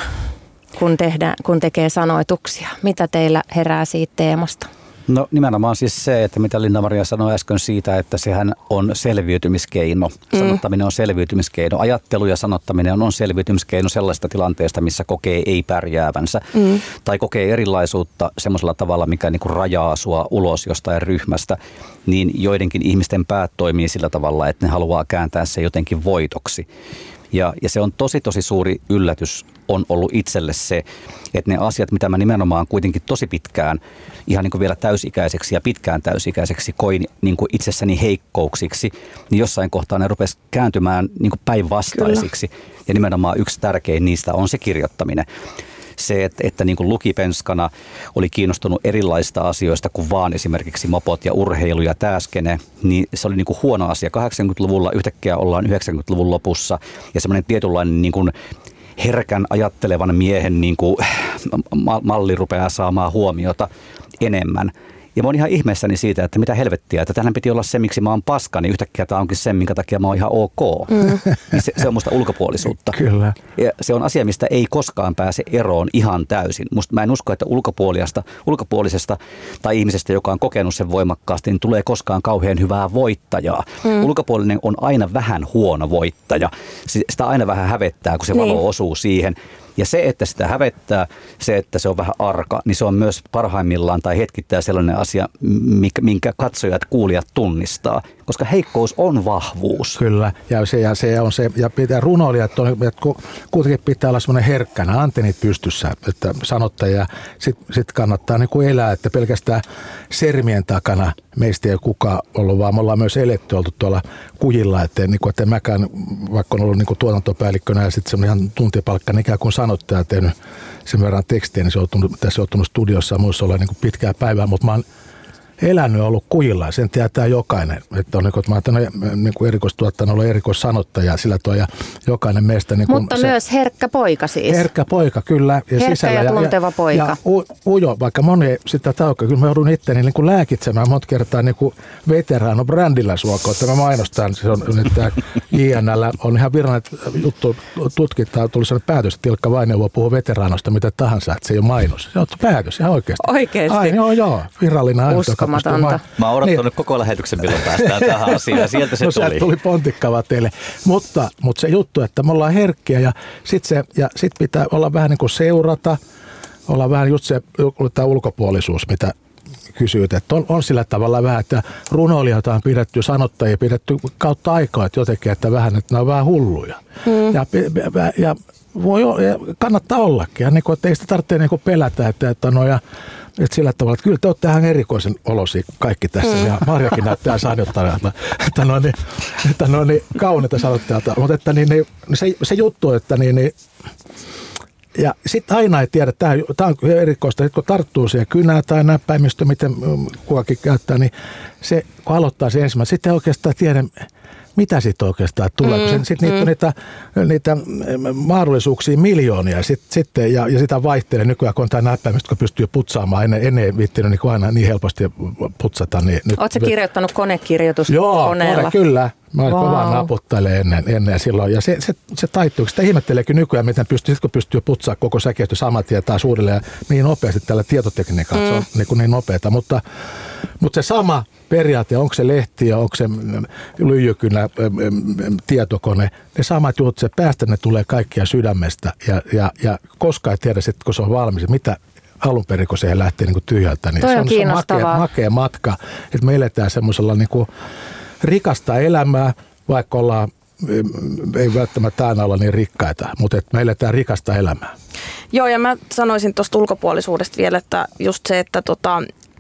kun tekee sanoituksia? Mitä teillä herää siitä teemasta? No nimenomaan siis se, että mitä Linda-Maria sanoi äsken siitä, että sehän on selviytymiskeino. Sanottaminen on selviytymiskeino. Ajattelu ja sanottaminen on selviytymiskeino sellaista tilanteesta, missä kokee ei pärjäävänsä. Tai kokee erilaisuutta semmoisella tavalla, mikä niin kuin rajaa sua ulos jostain ryhmästä. Niin joidenkin ihmisten päät toimii sillä tavalla, että ne haluaa kääntää se jotenkin voitoksi. Ja se on tosi suuri yllätys on ollut itselle se, että ne asiat, mitä mä nimenomaan kuitenkin tosi pitkään, ihan niin kuin vielä täysikäiseksi ja pitkään täysikäiseksi koin niin kuin itsessäni heikkouksiksi, niin jossain kohtaa ne rupesi kääntymään niin kuin päinvastaisiksi. Kyllä. Ja nimenomaan yksi tärkein niistä on se kirjoittaminen. Se, että niin kuin lukipenskana oli kiinnostunut erilaisista asioista kuin vaan esimerkiksi mopot ja urheilu ja tääskene, niin se oli niin kuin huono asia. 80-luvulla yhtäkkiä ollaan 90-luvun lopussa ja semmoinen tietynlainen niin kuin herkän ajattelevan miehen niin kuin malli rupeaa saamaan huomiota enemmän. Ja mä oon ihan ihmeessäni siitä, että mitä helvettiä, että tämähän piti olla se, miksi mä oon paska, niin yhtäkkiä tämä onkin se, minkä takia mä oon ihan ok. Niin se on musta ulkopuolisuutta. Kyllä. Ja se on asia, mistä ei koskaan pääse eroon ihan täysin. Mä en usko, että ulkopuolisesta tai ihmisestä, joka on kokenut sen voimakkaasti, niin tulee koskaan kauhean hyvää voittajaa. Ulkopuolinen on aina vähän huono voittaja. Sitä aina vähän hävettää, kun se valo osuu siihen. Ja se, että sitä hävettää, se, että se on vähän arka, niin se on myös parhaimmillaan tai hetkittäin sellainen asia, minkä katsojat, kuulijat tunnistaa. Koska heikkous on vahvuus. Kyllä, ja pitää runoilijat, kuitenkin pitää olla semmoinen herkkänä, antennit pystyssä, että sanottaja, sit kannattaa niin kuin elää, että pelkästään sermien takana meistä ei ole kukaan ollut, vaan me ollaan myös eletty oltu tuolla kujilla, että mäkään, vaikka on ollut niin kuin tuotantopäällikkönä ja sitten semmoinen ihan tuntipalkka, ikään kuin sanottaja tehnyt sen verran tekstiä, niin se on joutunut studiossa ja muissa olla niin kuin pitkää päivää, mutta mä oon elänyt ja ollut kujilla ja sen tietää jokainen. Että on, mä oon niin erikoistuottanut ollut erikoissanottaja sillä ja jokainen meistä. Niin mutta myös herkkä poika siis. Herkkä poika, kyllä. Ja herkkä sisällä, ja tunteva poika. Ja ujo, vaikka moni sitä taukkaa. Kyllä mä joudun itteni niin lääkitsemään monta kertaa niin veteraano brändillä suokoon. Tämä mainostaa, se on nyt tämä JNL on ihan virallinen juttu tutkitaan. Tuli sellainen päätös, että Ilkka Vainio voi puhua veteraanosta mitä tahansa, että se ei ole mainos. Se on päätös ihan oikeasti. Oikeasti? Ai, joo, virallinen aito. Mä oon odottanut koko lähetyksen, milloin päästään tähän asiaan. Sieltä se tuli. Se tuli pontikkava teille. Mutta se juttu, että me ollaan herkkiä ja sit pitää olla vähän niin kuin seurata, olla vähän just se tämä ulkopuolisuus, mitä kysyit. Että on sillä tavalla vähän, että runoilijoita on pidetty, sanottajia pidetty kautta aikaa, että jotenkin, että ne on vähän hulluja. Ja kannattaa ollakin. Ja niin kuin, että ei sitä tarvitse niin kuin pelätä, että sillä tavalla, että kyllä te olette ihan erikoisen olosia kaikki tässä. Ja Marjakin näyttää sanottajalta, että kauniita sanottajalta. Mutta että se juttu, että ja sitten aina ei tiedä, tämä on erikoista, että kun tarttuu siihen kynää tai näppäimistö, miten kukakin käyttää, niin se, kun aloittaa se ensimmäinen, sitten ei oikeastaan tiedä, mitä sitten oikeastaan tulee, kun sitten niitä mahdollisuuksia miljoonia ja sitä vaihtelee nykyään, kun on tämä näppäimistö, kun pystyy putsaamaan, ennen ei viittinyt niin aina niin helposti putsata. Niin oletko kirjoittanut konekirjoituskoneella? Joo, kyllä. Mä olin kovaa naputtailemaan ennen silloin. Ja se taittuu, sitä ihmetteleekin nykyään, miten kun pystyy putsaamaan koko säkeistö saman tien taas uudelleen niin nopeasti tällä tietotekniikalla. Se on niin nopeata, mutta se sama periaate, onko se lehti ja onko se lyijykynä, tietokone, ne samat jutut, se päästä ne tulee kaikkia sydämestä ja koskaan ei tiedä sitten, kun se on valmis, mitä alun perin, kun se lähtee niin kuin tyhjältä, niin se on makea matka, että me eletään semmoisella niin kuin rikasta elämää, vaikka ollaan, ei välttämättä aina olla niin rikkaita, mutta että me eletään rikasta elämää. Joo, ja mä sanoisin tuosta ulkopuolisuudesta vielä, että just se, että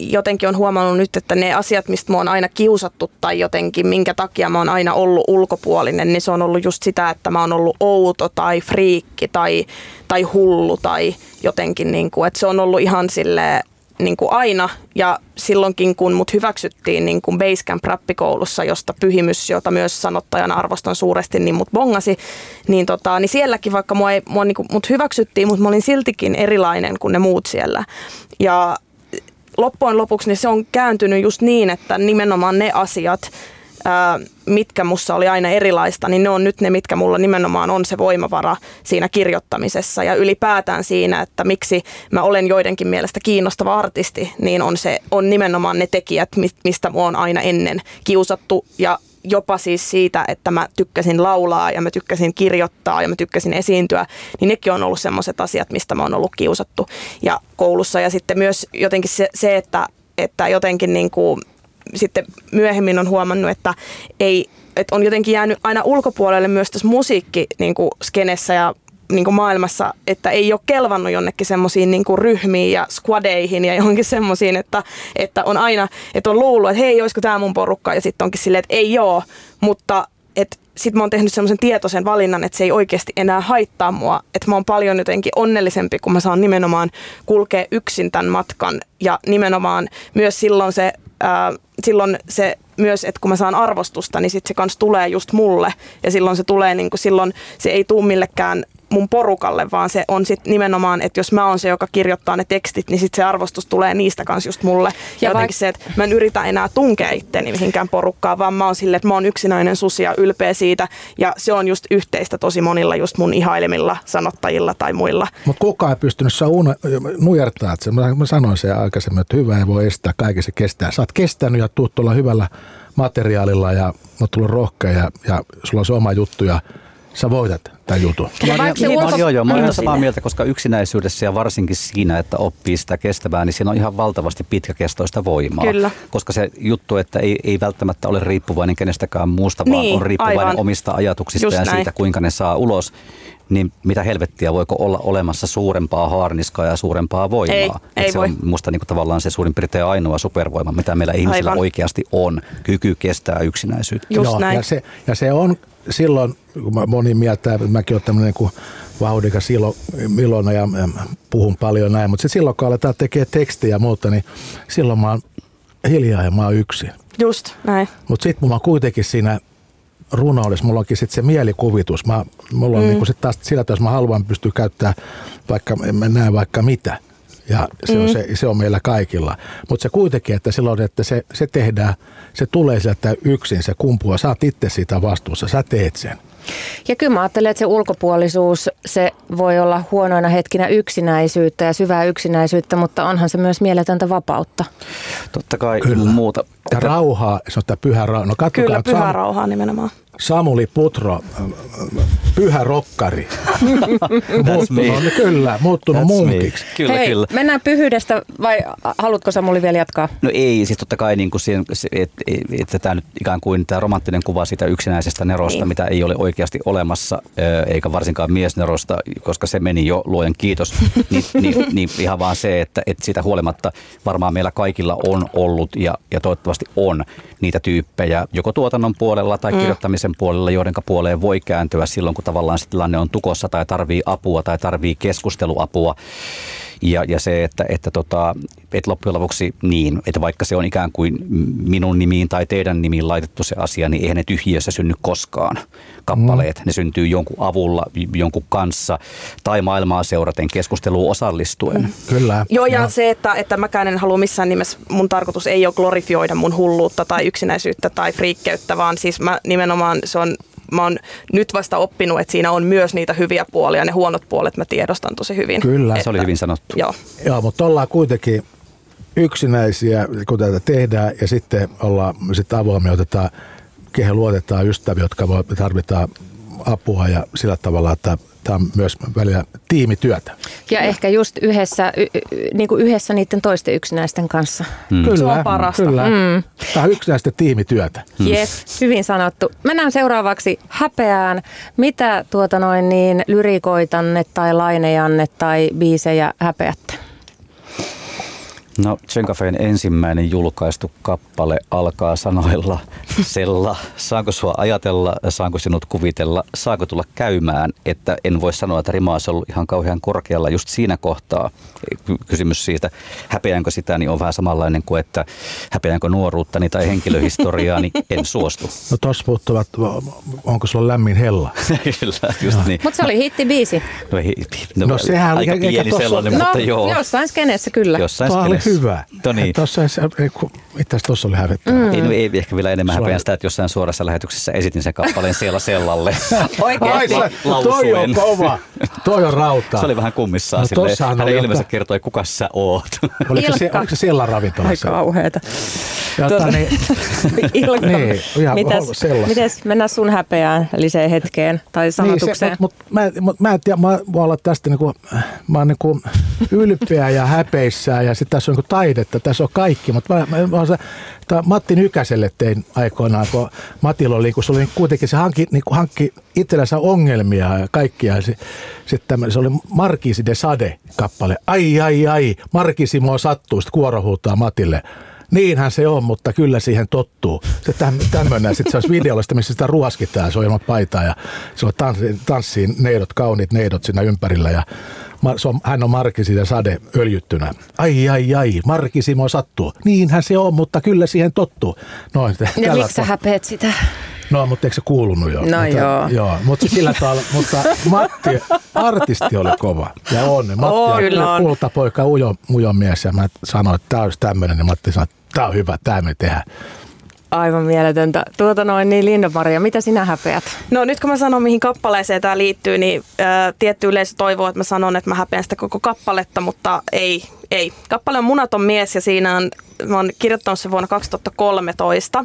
jotenkin on huomannut nyt, että ne asiat, mistä mä oon aina kiusattu tai jotenkin minkä takia mä oon aina ollut ulkopuolinen, niin se on ollut just sitä, että mä oon ollut outo tai friikki tai hullu tai jotenkin, niin kuin, että se on ollut ihan silleen niin kuin aina, ja silloinkin kun mut hyväksyttiin niin kuin Basecamp-rappikoulussa, josta Pyhimys, jota myös sanottajana arvostan suuresti, niin mut bongasi, niin sielläkin vaikka mut hyväksyttiin, mutta mä olin siltikin erilainen kuin ne muut siellä. Ja loppujen lopuksi niin se on kääntynyt just niin, että nimenomaan ne asiat, mitkä mussa oli aina erilaista, niin ne on nyt ne, mitkä mulla nimenomaan on se voimavara siinä kirjoittamisessa ja ylipäätään siinä, että miksi mä olen joidenkin mielestä kiinnostava artisti, niin on nimenomaan ne tekijät, mistä mua on aina ennen kiusattu ja jopa siis siitä, että mä tykkäsin laulaa ja mä tykkäsin kirjoittaa ja mä tykkäsin esiintyä, niin nekin on ollut semmoiset asiat, mistä mä oon ollut kiusattu ja koulussa ja sitten myös jotenkin se että jotenkin niin kuin sitten myöhemmin on huomannut, että on jotenkin jäänyt aina ulkopuolelle myös tässä musiikki-skenessä ja maailmassa, että ei ole kelvannut jonnekin semmoisiin ryhmiin ja squadeihin ja johonkin semmoisiin, että on aina, että on luullut, että hei, olisiko tämä mun porukka ja sitten onkin silleen, että ei ole, mutta sitten mä oon tehnyt semmoisen tietoisen valinnan, että se ei oikeasti enää haittaa mua, että mä oon paljon jotenkin onnellisempi, kun mä saan nimenomaan kulkea yksin tämän matkan ja nimenomaan myös silloin se myös, että kun mä saan arvostusta, niin sitten se kans tulee just mulle ja silloin se tulee silloin se ei tule millekään mun porukalle, vaan se on sitten nimenomaan, että jos mä oon se, joka kirjoittaa ne tekstit, niin sitten se arvostus tulee niistä kanssa just mulle. Ja jotenkin se, että mä en yritä enää tunkea itteni mihinkään porukkaan, vaan mä oon silleen, että mä oon yksinäinen susi ja ylpeä siitä. Ja se on just yhteistä tosi monilla just mun ihailemilla sanottajilla tai muilla. Mutta kukaan ei pystynyt nujertaa. Mä sanoin sen aikaisemmin, että hyvä ei voi estää, kaiken se kestää. Sä oot kestänyt ja tuut tuolla hyvällä materiaalilla ja oot tullut rohkea ja sulla on se oma juttu ja sä voitat tämän jutun. Mä olen samaa mieltä, koska yksinäisyydessä ja varsinkin siinä, että oppii sitä kestävää, niin siinä on ihan valtavasti pitkäkestoista voimaa. Kyllä. Koska se juttu, että ei välttämättä ole riippuvainen kenestäkään muusta, vaan on riippuvainen aivan omista ajatuksista just ja näin. Siitä, kuinka ne saa ulos. Niin mitä helvettiä, voiko olla olemassa suurempaa haarniskaa ja suurempaa voimaa? Ei se voi. on musta tavallaan se suurin piirtein ainoa supervoima, mitä meillä ihmisillä oikeasti on. Kyky kestää yksinäisyyttä. Just näin. Ja se on silloin, kun moni mieltää, että mäkin olen tämmöinen kuin vauhdikas Ilona ja puhun paljon näin, mutta silloin kun aletaan tekemään tekstiä ja muuta, niin silloin mä oon hiljaa ja mä oon yksin. Just näin. Mutta sitten mulla on kuitenkin siinä runoudessa, mulla onkin sitten se mielikuvitus. Mulla on sit taas sillä tavalla, jos mä haluan pystyä käyttämään mä näen vaikka mitä. Ja se on meillä kaikilla. Mutta se kuitenkin, että silloin, että se tehdään, se tulee sieltä yksin, se kumpua. Sä oot itse siitä vastuussa, sä teet sen. Ja kyllä mä ajattelen, että se ulkopuolisuus, se voi olla huonoina hetkinä yksinäisyyttä ja syvää yksinäisyyttä, mutta onhan se myös mieletöntä vapautta. Totta kai kyllä. Muuta. Ja rauhaa, se on tämä pyhä rauha. No, kyllä, pyhä rauhaa nimenomaan. Samuli Putro, pyhä rokkari. Muuttunut munkiksi. Kyllä, hei, kyllä. Mennään pyhyydestä vai haluatko Samuli vielä jatkaa? No ei, siis totta kai että tämä nyt ikään kuin tämä romanttinen kuva siitä yksinäisestä nerosta, mitä ei ole oikeasti olemassa, eikä varsinkaan miesnerosta, koska se meni jo, luojan kiitos, niin ihan vaan se, että siitä huolimatta varmaan meillä kaikilla on ollut ja toivottavasti on niitä tyyppejä, joko tuotannon puolella tai kirjoittamisen puolella, joidenka puoleen voi kääntyä silloin, kun tavallaan se tilanne on tukossa tai tarvii apua tai tarvii keskusteluapua. Ja se, että loppujen lopuksi niin, että vaikka se on ikään kuin minun nimiin tai teidän nimiin laitettu se asia, niin eihän ne tyhjiössä synny koskaan kappaleet. Ne syntyy jonkun avulla, jonkun kanssa tai maailmaa seuraten keskusteluun osallistuen. Kyllä. Joo, ja se, että mäkään en halua missään nimessä, mun tarkoitus ei ole glorifioida mun hulluutta tai yksinäisyyttä tai friikkeyttä, vaan siis mä nimenomaan mä oon nyt vasta oppinut, että siinä on myös niitä hyviä puolia, ne huonot puolet mä tiedostan tosi hyvin. Kyllä. Se oli hyvin sanottu. Joo, mutta ollaan kuitenkin yksinäisiä, kun tätä tehdään ja sitten ollaan avoimia, kehen luotetaan ystäviä, jotka tarvitaan apua ja sillä tavalla, että tämä on myös välillä tiimityötä. Ja ehkä just yhdessä niiden toisten yksinäisten kanssa. Kyllä, se on parasta. Kyllä. Tämä on yksinäisten tiimityötä. Jep, hyvin sanottu. Mennään seuraavaksi häpeään. Mitä lyrikoitanne tai lainejanne tai biisejä häpeätte? No, Tsenkafeen ensimmäinen julkaistu kappale alkaa sanoilla sella. Saanko sua ajatella, saanko sinut kuvitella, saanko tulla käymään, että en voi sanoa, että rima olisi ollut ihan kauhean korkealla just siinä kohtaa. Kysymys siitä, häpeänkö sitä, niin on vähän samanlainen kuin, että häpeänkö nuoruuttani tai henkilöhistoriaani, en suostu. No tossa puuttuvat, onko sulla lämmin hella? Kyllä, just niin. Mutta se oli hittibiisi. No sehän aika pieni sellainen, mutta joo. Jossain skeneessä kyllä. Jossain Tuo oli skeneessä. hyvä. Niin. Itse tuossa oli hävettävää. Ei ehkä vielä enemmän häpeän sitä, että jossain suorassa lähetyksessä esitin sen kappaleen siellä sellalle. Oikeasti. Toi on kova. Toi on rautaa. Se oli vähän kummissaan. No, hänen ilmeensä kertoi, kuka sä oot. Oliko se siellä ravintolassa? Aika kauheeta. Ilkka, niin, mites mennään sun häpeään lisää hetkeen tai sanotukseen? Niin, mä en tiedä, mä voin olla tästä mä oon ylpeä ja häpeissään ja sitten tässä on taidetta, tässä on kaikki, mutta Matti Nykäselle tein aikoinaan, kun Matilla oli, kun se oli kuitenkin se hankki itsellensä ongelmia ja kaikkia. Sitten se oli Marquise de Sade-kappale. Ai, Marquisimo sattuu, sitten kuoro huutaa Matille. Niinhän se on, mutta kyllä siihen tottuu. Se tämmöinen, sitten se olisi videolla, missä sitä ruoskitaan, se on ilman paitaa ja se on tanssii neidot, kauniit neidot siinä ympärillä ja hän on Marquise de Sade öljyttynä. Ai, Marquisimo sattuu. Niinhän se on, mutta kyllä siihen tottuu. Noin, ja miksi sä häpeät sitä? No, mutta eikö se kuulunut jo? No joo. Mutta sillä tavalla, mutta artisti oli kova ja on. Matti on kultapoika, ujo mies ja mä sanoin, että tää olisi tämmöinen ja Matti sanoi, että tää on hyvä, tää me tehdään. Aivan mieletöntä. Niin Linda-Maria, mitä sinä häpeät? No nyt kun mä sanon, mihin kappaleeseen tämä liittyy, niin tietty yleisö toivoo, että mä sanon, että mä häpeän sitä koko kappaletta, mutta ei. Kappale on Munaton mies ja mä oon kirjoittanut sen vuonna 2013.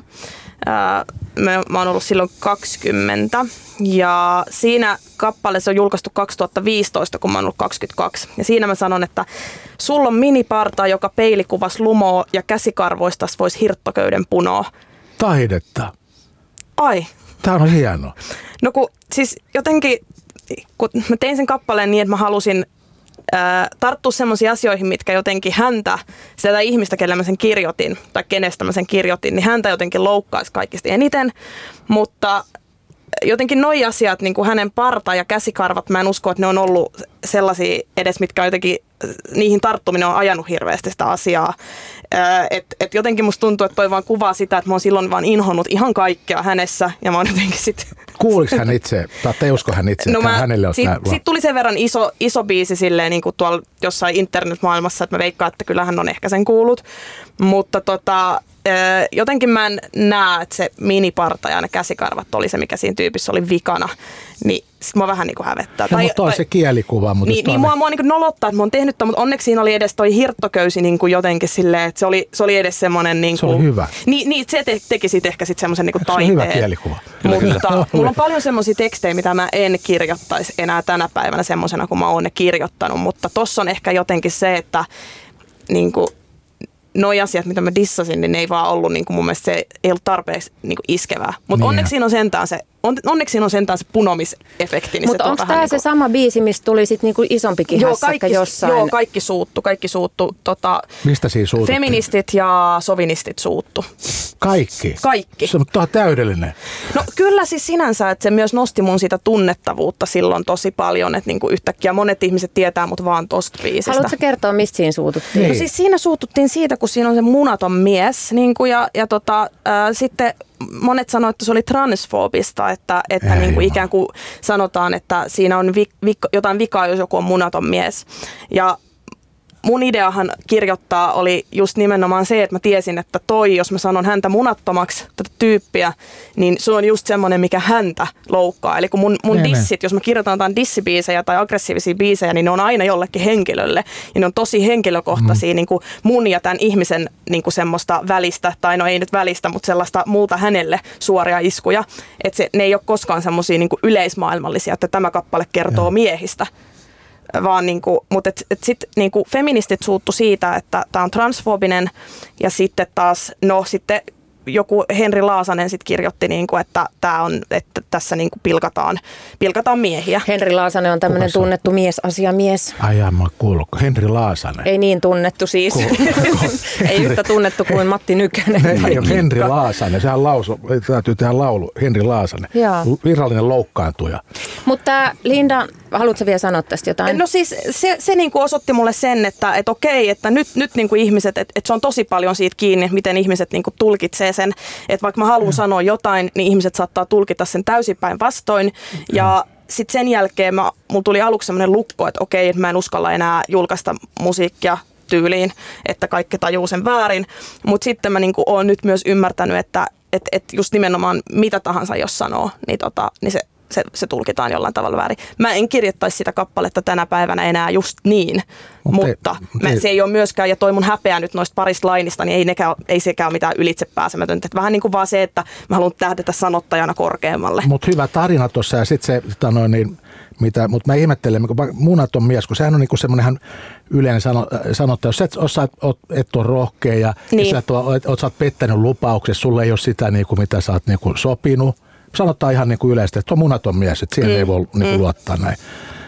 Mä oon ollut silloin 20 ja siinä kappaleessa on julkaistu 2015, kun mä oon ollut 22. Ja siinä mä sanon, että sulla on miniparta, joka peilikuvas lumoo ja käsikarvoistas vois hirttoköyden punoa. Taidetta. Ai. Tää on hienoa. No kun siis jotenkin, kun mä tein sen kappaleen niin, että mä halusin tarttua semmoisiin asioihin, mitkä jotenkin häntä, sitä ihmistä, kelle mä sen kirjoitin, tai kenestä mä sen kirjoitin, niin häntä jotenkin loukkaisi kaikista eniten, mutta jotenkin noi asiat, niin kuin hänen parta ja käsikarvat, mä en usko, että ne on ollut sellaisia edes, mitkä jotenkin, niihin tarttuminen on ajanut hirveästi sitä asiaa. Et jotenkin musta tuntuu, että toi vaan kuvaa sitä, että mä oon silloin vaan inhonnut ihan kaikkea hänessä, ja mä oon jotenkin sit... Kuuliko hän itse, tai usko hän itse, että hänelle on Sitten tuli sen verran iso biisi silleen, niin kuin tuolla jossain internetmaailmassa, että mä veikkaan, että kyllä hän on ehkä sen kuullut, mutta jotenkin mä en näe, että se miniparta ja ne käsikarvat oli se, mikä siinä tyypissä oli vikana, niin sit mua vähän niin kuin hävettää. No, mutta on se kielikuva. Mutta niin mua niin kuin nolottaa, että mä oon tehnyt tämän, mutta onneksi siinä oli edes toi hirttoköysi niin kuin jotenkin silleen, että se oli edes semmoinen... Niin kuin, se oli hyvä. Niin se teki sit ehkä sit semmoisen niin kuin taiteen. Se on hyvä kielikuva. Mutta mulla on paljon semmoisia tekstejä, mitä mä en kirjoittaisi enää tänä päivänä semmosena, kun mä oon ne kirjoittanut, mutta tossa on ehkä jotenkin se, että niin kuin, noi asiat, mitä mä dissasin, niin ne ei vaan ollut, niin kuin mun mielestä se ei ollut tarpeeksi niin kuin iskevää. Mutta niin. Onneksi siinä on sentään se punomisefekti. Niin mutta onko tämä niin se sama biisi, mistä tuli sit niinku isompikin hässäkkä jossain? Joo, kaikki suuttu. Mistä siinä suututtiin? Feministit ja sovinistit suuttu. Kaikki. Se on täydellinen. No kyllä siis sinänsä, että se myös nosti mun sitä tunnettavuutta silloin tosi paljon, että niinku yhtäkkiä monet ihmiset tietää mut vaan tosta biisistä. Haluatko kertoa, mistä siinä suututtiin? Niin. No siis siinä suututtiin siitä, kun siinä on se munaton mies niinku, ja sitten monet sanoivat, että se oli transfoobista, että niin kuin ikään kuin sanotaan, että siinä on jotain vikaa, jos joku on munaton mies. Ja mun ideahan kirjoittaa oli just nimenomaan se, että mä tiesin, että jos mä sanon häntä munattomaksi, tätä tyyppiä, niin se on just semmoinen, mikä häntä loukkaa. Eli kun mun dissit, jos mä kirjoitan jotain dissibiisejä tai aggressiivisia biisejä, niin ne on aina jollekin henkilölle. Ja ne on tosi henkilökohtaisia niin kuin mun ja tämän ihmisen niin kuin semmoista välistä, tai no ei nyt välistä, mutta sellaista multa hänelle suoria iskuja. Että ne ei ole koskaan semmoisia niin kuin yleismaailmallisia, että tämä kappale kertoo miehistä. Vaan niinku, mutta sitten niinku feministit suuttu siitä, että tämä on transfoobinen ja sitten taas, sitten joku Henri Laasanen sitten kirjoitti, niin kuin, että tässä niin kuin pilkataan miehiä. Henri Laasanen on tämmöinen tunnettu miesasiamies. Ai mä oon kuullut. Henri Laasanen. Ei niin tunnettu siis. Ei yhtä tunnettu kuin Matti Nykänen. Henri Laasanen, sehän täytyy tehdä laulu. Henri Laasanen, virallinen loukkaantuja. Mutta Linda, haluatko vielä sanoa tästä jotain? No siis se niin kuin osoitti mulle sen, että okei, että nyt niin kuin ihmiset, että se on tosi paljon siitä kiinni, miten ihmiset niin kuin tulkitsee sen. Että vaikka mä haluan sanoa jotain, niin ihmiset saattaa tulkita sen täysin päinvastoin. Ja sitten sen jälkeen mulla tuli aluksi sellainen lukko, että okei, että mä en uskalla enää julkaista musiikkia tyyliin, että kaikki tajuu sen väärin. Mutta sitten mä niin kuin oon nyt myös ymmärtänyt, että just nimenomaan mitä tahansa jos sanoo, niin se tulkitaan jollain tavalla väärin. Mä en kirjoittaisi sitä kappaletta tänä päivänä enää just niin, mutta se ei ole myöskään, ja toi mun häpeä nyt noista parista lainista, niin ei sekään ole mitään ylitsepääsemätöntä. Vähän niin kuin vaan se, että mä haluan tähdätä sanottajana korkeammalle. Mutta hyvä tarina tuossa, ja sitten se, mutta mä ihmettelen, kun Munaton mies, kun sehän on niinku semmoinen yleinen sanottaja, jos et ole rohkea ja niin. Sä oot pettänyt lupauksessa, sulle ei ole sitä, niinku, mitä sä oot niinku sopinut. Sanotaan ihan niin kuin yleisesti, että on munaton mies, että siihen ei voi niin luottaa näin.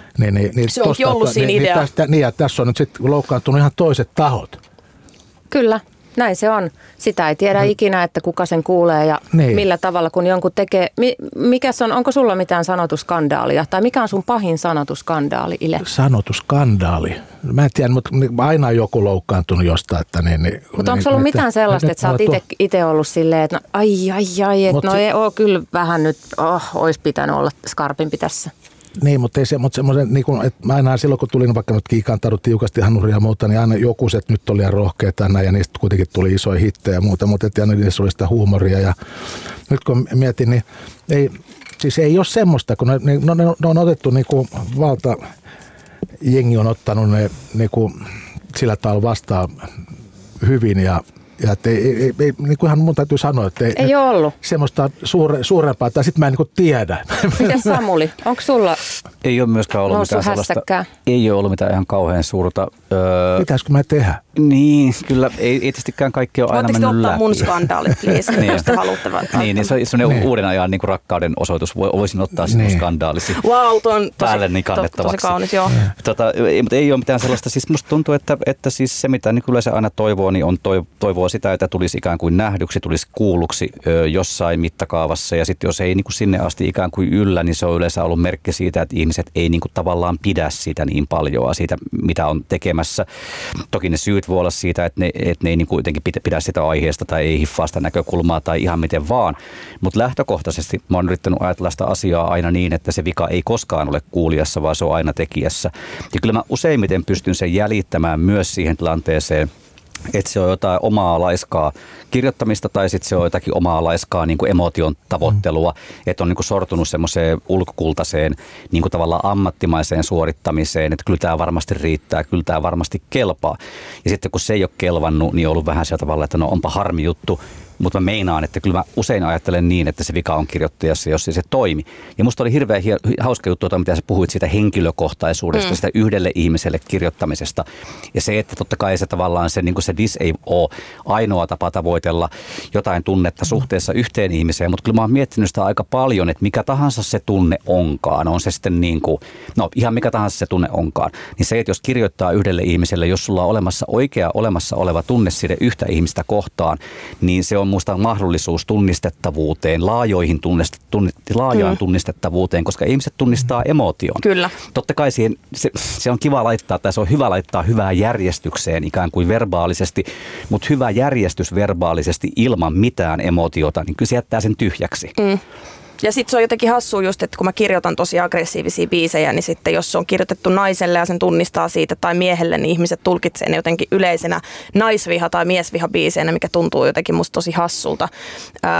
Se onkin ollut siinä idea. Ja tässä on nyt sitten loukkaantunut ihan toiset tahot. Kyllä, näin se on. Sitä ei tiedä ikinä, että kuka sen kuulee ja millä tavalla, kun jonkun tekee. Onko sulla mitään sanotusskandaalia? Tai mikä on sun pahin sanotusskandaali, Ile? Sanotusskandaali? Mä en tiedä, mutta aina on joku loukkaantunut jostain. Mutta onko ollut mitään sellaista, että sä oot itse ollut silleen, että että ei ole kyllä vähän nyt, olisi pitänyt olla skarpimpi tässä. Niin, mutta semmoisen, niin että aina silloin kun tulin, vaikka nyt kiikaantaudu tiukasti hanuria ja muuta, niin aina joku että nyt oli liian rohkeita ja niistä kuitenkin tuli isoja hittejä ja muuta, mutta aina niissä oli sitä huumoria. Ja nyt kun mietin, niin ei ole semmoista, kun ne on otettu niin kuin jengi on ottanut ne niin kuin sillä tavalla vastaan hyvin ja ei, niin kuin ihan mun täytyy sanoa, että ei ole ollut semmoista suurempaa, tai sitten mä en niin tiedä. Mites Samuli, onko sulla ei ole myöskään ollut mitään sellaista. Ei ole ollut mitään ihan kauhean suurta. Pitäisikö mä tehdä? Niin, kyllä ei tietystikään kaikki ole aina mennyt läpi. Voitteko ottaa mun skandaalit, please, jos te haluatte vaikka. Niin, se on uuden ajan niin kuin rakkauden osoitus. Voisin ottaa sinun skandaalisi päälleni kannettavaksi. Tosi kaunis, joo. Mutta ei ole mitään sellaista. Siis musta tuntuu, että siis se mitä niin yleensä aina toivoo, niin on toivoo sitä, että tulisi ikään kuin nähdyksi, tulisi kuulluksi jossain mittakaavassa. Ja sitten jos ei niin kuin sinne asti ikään kuin yllä, niin se on yleensä ollut merkki siitä, että ihmiset ei niin kuin tavallaan pidä siitä niin paljon, siitä mitä on tekemässä. Toki ne syyt voi olla siitä, että ne ei niin kuin jotenkin pidä sitä aiheesta tai ei hiffaa sitä näkökulmaa tai ihan miten vaan. Mutta lähtökohtaisesti mä oon yrittänyt ajatella sitä asiaa aina niin, että se vika ei koskaan ole kuulijassa, vaan se on aina tekijässä. Ja kyllä mä useimmiten pystyn sen jäljittämään myös siihen tilanteeseen, että se on jotain omaa laiskaa kirjoittamista tai sitten se on jotakin omaa laiskaa niin kuin emotion tavoittelua, että on niin kuin sortunut semmoiseen ulkokultaiseen niin kuin tavallaan ammattimaiseen suorittamiseen, että kyllä tämä varmasti riittää, kyllä tämä varmasti kelpaa. Ja sitten kun se ei ole kelvannut, niin on ollut vähän sillä tavalla, että no onpa harmi juttu, mutta mä meinaan, että kyllä mä usein ajattelen niin, että se vika on kirjoittajassa, jos ei se toimi. Ja musta oli hirveän hauska juttu, mitä sä puhuit siitä henkilökohtaisuudesta, sitä yhdelle ihmiselle kirjoittamisesta. Ja se, että totta kai se tavallaan se, niin kuin se dis ei ole ainoa tapa tavoitella jotain tunnetta suhteessa yhteen ihmiseen, mutta kyllä mä oon miettinyt sitä aika paljon, että mikä tahansa se tunne onkaan, on se sitten niin kuin, ihan mikä tahansa se tunne onkaan, niin se, että jos kirjoittaa yhdelle ihmiselle, jos sulla on olemassa oleva tunne siitä yhtä ihmistä kohtaan, niin se on musta mahdollisuus tunnistettavuuteen, laajaan tunnistettavuuteen, koska ihmiset tunnistaa emotion. Kyllä. Totta kai siihen, se on kiva laittaa, tai se on hyvä laittaa hyvään järjestykseen ikään kuin verbaalisesti, mutta hyvä järjestys verbaalisesti ilman mitään emotiota, niin kyllä se jättää sen tyhjäksi. Ja sitten se on jotenkin hassua just, että kun mä kirjoitan tosi aggressiivisia biisejä, niin sitten jos se on kirjoitettu naiselle ja sen tunnistaa siitä tai miehelle, niin ihmiset tulkitsee ne jotenkin yleisenä naisviha- tai miesviha-biiseinä, mikä tuntuu jotenkin musta tosi hassulta.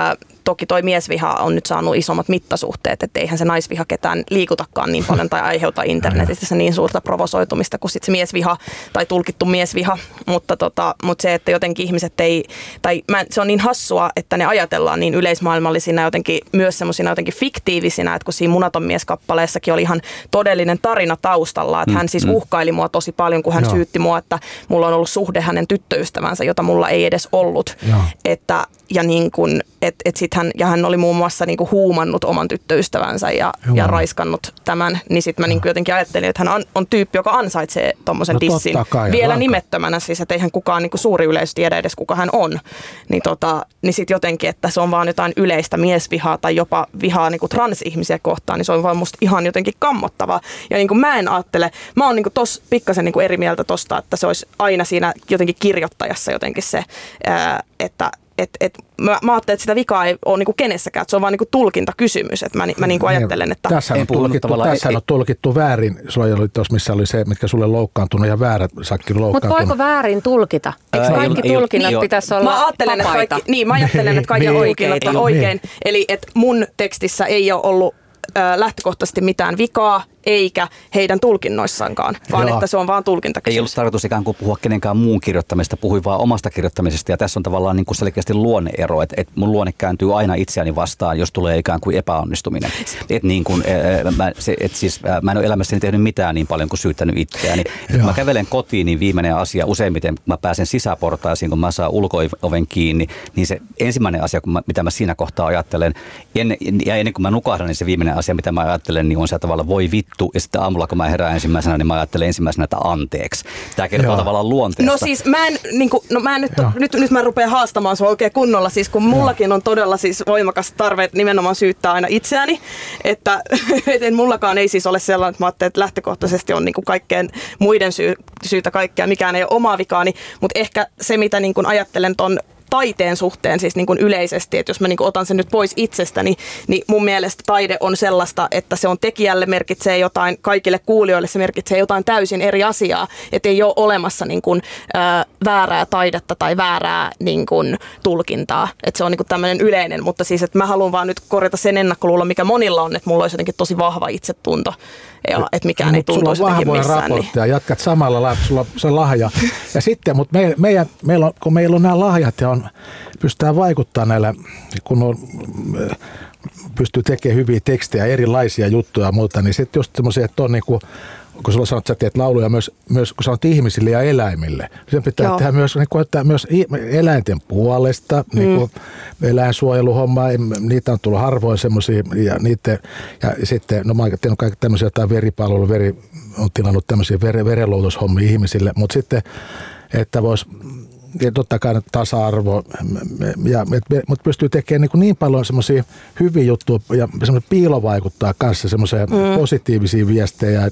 toki toi miesviha on nyt saanut isommat mittasuhteet, että eihän se naisviha ketään liikutakaan niin paljon tai aiheuta internetissä niin suurta provosoitumista kuin sit se miesviha tai tulkittu miesviha, mutta se, että jotenkin ihmiset ei, se on niin hassua, että ne ajatellaan niin yleismaailmallisina jotenkin myös semmoisina jotenkin fiktiivisinä, että kun siinä Munaton mies-kappaleessakin oli ihan todellinen tarina taustalla, että hän siis uhkaili mua tosi paljon, kun hän syytti mua, että mulla on ollut suhde hänen tyttöystävänsä, jota mulla ei edes ollut. Ja niin kuin, hän oli muun muassa niin kuin huumannut oman tyttöystävänsä ja raiskannut tämän, niin sitten mä niin kuin jotenkin ajattelin, että hän on tyyppi, joka ansaitsee tommosen dissin vielä nimettömänä, siis että eihän kukaan niin kuin suuri yleisö tiedä edes kuka hän on, niin sitten jotenkin, että se on vaan jotain yleistä miesvihaa tai jopa vihaa niin kuin transihmisiä kohtaan, niin se on vaan musta ihan jotenkin kammottavaa. Ja niin kuin mä en ajattele, mä oon niin kuin tossa pikkasen niin kuin eri mieltä tosta, että se olisi aina siinä jotenkin kirjoittajassa jotenkin se, että mä ajattelen, että sitä vikaa ei ole niinku kenessäkään, että se on vaan niinku tulkintakysymys. Että mä niinku ajattelen, että... Tässä on tulkittu väärin. Sulla oli tuossa, missä oli se, mitkä sulle loukkaantunut ja väärät sakki loukkaantunut. Mutta voiko väärin tulkita? Eikö kaikki tulkinnat pitäisi olla vapaita? Mä ajattelen, että kaikki tulkinnat on oikein. Eli että mun tekstissä ei ole ollut lähtökohtaisesti mitään vikaa, eikä heidän tulkinnoissaankaan, vaan että se on vaan tulkintakysymys. Ei ollut tarkoitus ikään kuin puhua kenenkään muun kirjoittamista, puhui vaan omasta kirjoittamisesta, ja tässä on tavallaan niin kuin selkeästi luonneero, että mun luonne kääntyy aina itseäni vastaan, jos tulee ikään kuin epäonnistuminen. Mä en ole elämässäni tehnyt mitään niin paljon kuin syyttänyt itseäni. Kun mä kävelen kotiin, niin viimeinen asia useimmiten, kun mä pääsen sisäportaisiin, kun mä saan ulko-oven kiinni, niin se ensimmäinen asia, mitä mä siinä kohtaa ajattelen, ennen kuin mä nukahdan, niin se viimeinen asia, mitä mä ajattelen, niin on se tavalla voi vittu. Ja sitten aamulla, kun mä herään ensimmäisenä, niin mä ajattelen ensimmäisenä, että anteeksi. Tämä kertoo tavallaan luonteesta. No siis nyt mä rupean haastamaan sua oikein kunnolla, siis kun mullakin on todella siis voimakas tarve nimenomaan syyttää aina itseäni, että mullakaan ei siis ole sellainen, että mä ajattelen, että lähtökohtaisesti on niinku kaikkeen muiden syytä kaikkea, mikään ei ole omaa vikaani, mutta ehkä se, mitä niinku ajattelen ton taiteen suhteen siis niin kuin yleisesti, että jos mä niin kuin otan sen nyt pois itsestäni, niin mun mielestä taide on sellaista, että se on tekijälle merkitsee jotain, kaikille kuulijoille se merkitsee jotain täysin eri asiaa, että ei ole olemassa niin kuin, väärää taidetta tai väärää niin kuin, tulkintaa, että se on niin kuin tämmöinen yleinen, mutta siis että mä haluan vaan nyt korjata sen ennakkoluulon, mikä monilla on, että mulla olisi jotenkin tosi vahva itsetunto ja että mikään ei tuntuisi jotenkin missään. Raporttia, jatkat samalla lailla, sulla on se lahja. Ja sitten, mutta kun meillä on nämä lahjat ja pystytään vaikuttaa näillä, kun pystyy tekemään hyviä tekstejä, erilaisia juttuja ja muuta, niin sitten just semmoisia, että on niinku, kun sulla sanot, että sä teet lauluja myös kun sanot ihmisille ja eläimille. Sen pitää tehdä myös eläinten puolesta, niin eläinsuojeluhommaa, niitä on tullut harvoin semmoisia, ja sitten, no mä oon tehnyt kaikki tämmöisiä jotain veripalveluja, on tilannut tämmöisiä verenluotushommia ihmisille, mutta sitten, että vois, ja totta kai tasa-arvo, mutta pystyy tekemään niin paljon semmoisia hyviä juttuja ja semmoinen piilovaikuttaa kanssa semmoisia positiivisia viestejä,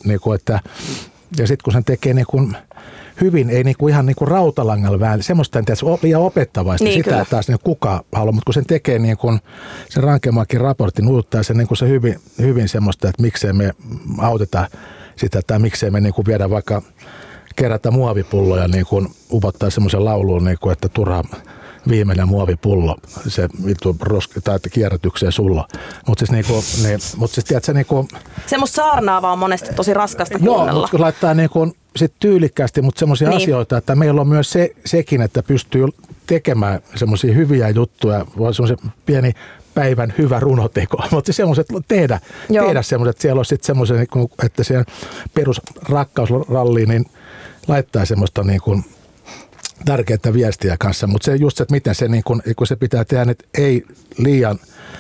ja sitten kun sen tekee hyvin, ei ihan rautalangalla vähän, semmoista liian opettavaista, niin sitä ei taas kukaan halua, mutta kun sen tekee sen rankemmankin raportin, uuttaa se, se hyvin semmoista, että miksei me auteta sitä tai miksei me viedä vaikka kerätä muovipulloja, upottaa semmoisen lauluun, että turha viimeinen muovipullo, se tai kierrätykseen sulla. Mutta siis tiedätkö, semmoista saarnaavaa on monesti tosi raskasta kuunnella. Joo, mutta laittaa sit tyylikkäästi, mutta semmoisia asioita, että meillä on myös sekin, että pystyy tekemään semmoisia hyviä juttuja, voi semmoisen pieni päivän hyvä runoteko, mutta semmoiset tehdä semmoiset, siellä on sitten semmoisen, että siihen perusrakkausralliin, niin laittaa semmoista tärkeää viestiä kanssa, mutta se just, että miten se, kun se pitää tehdä, että ei liian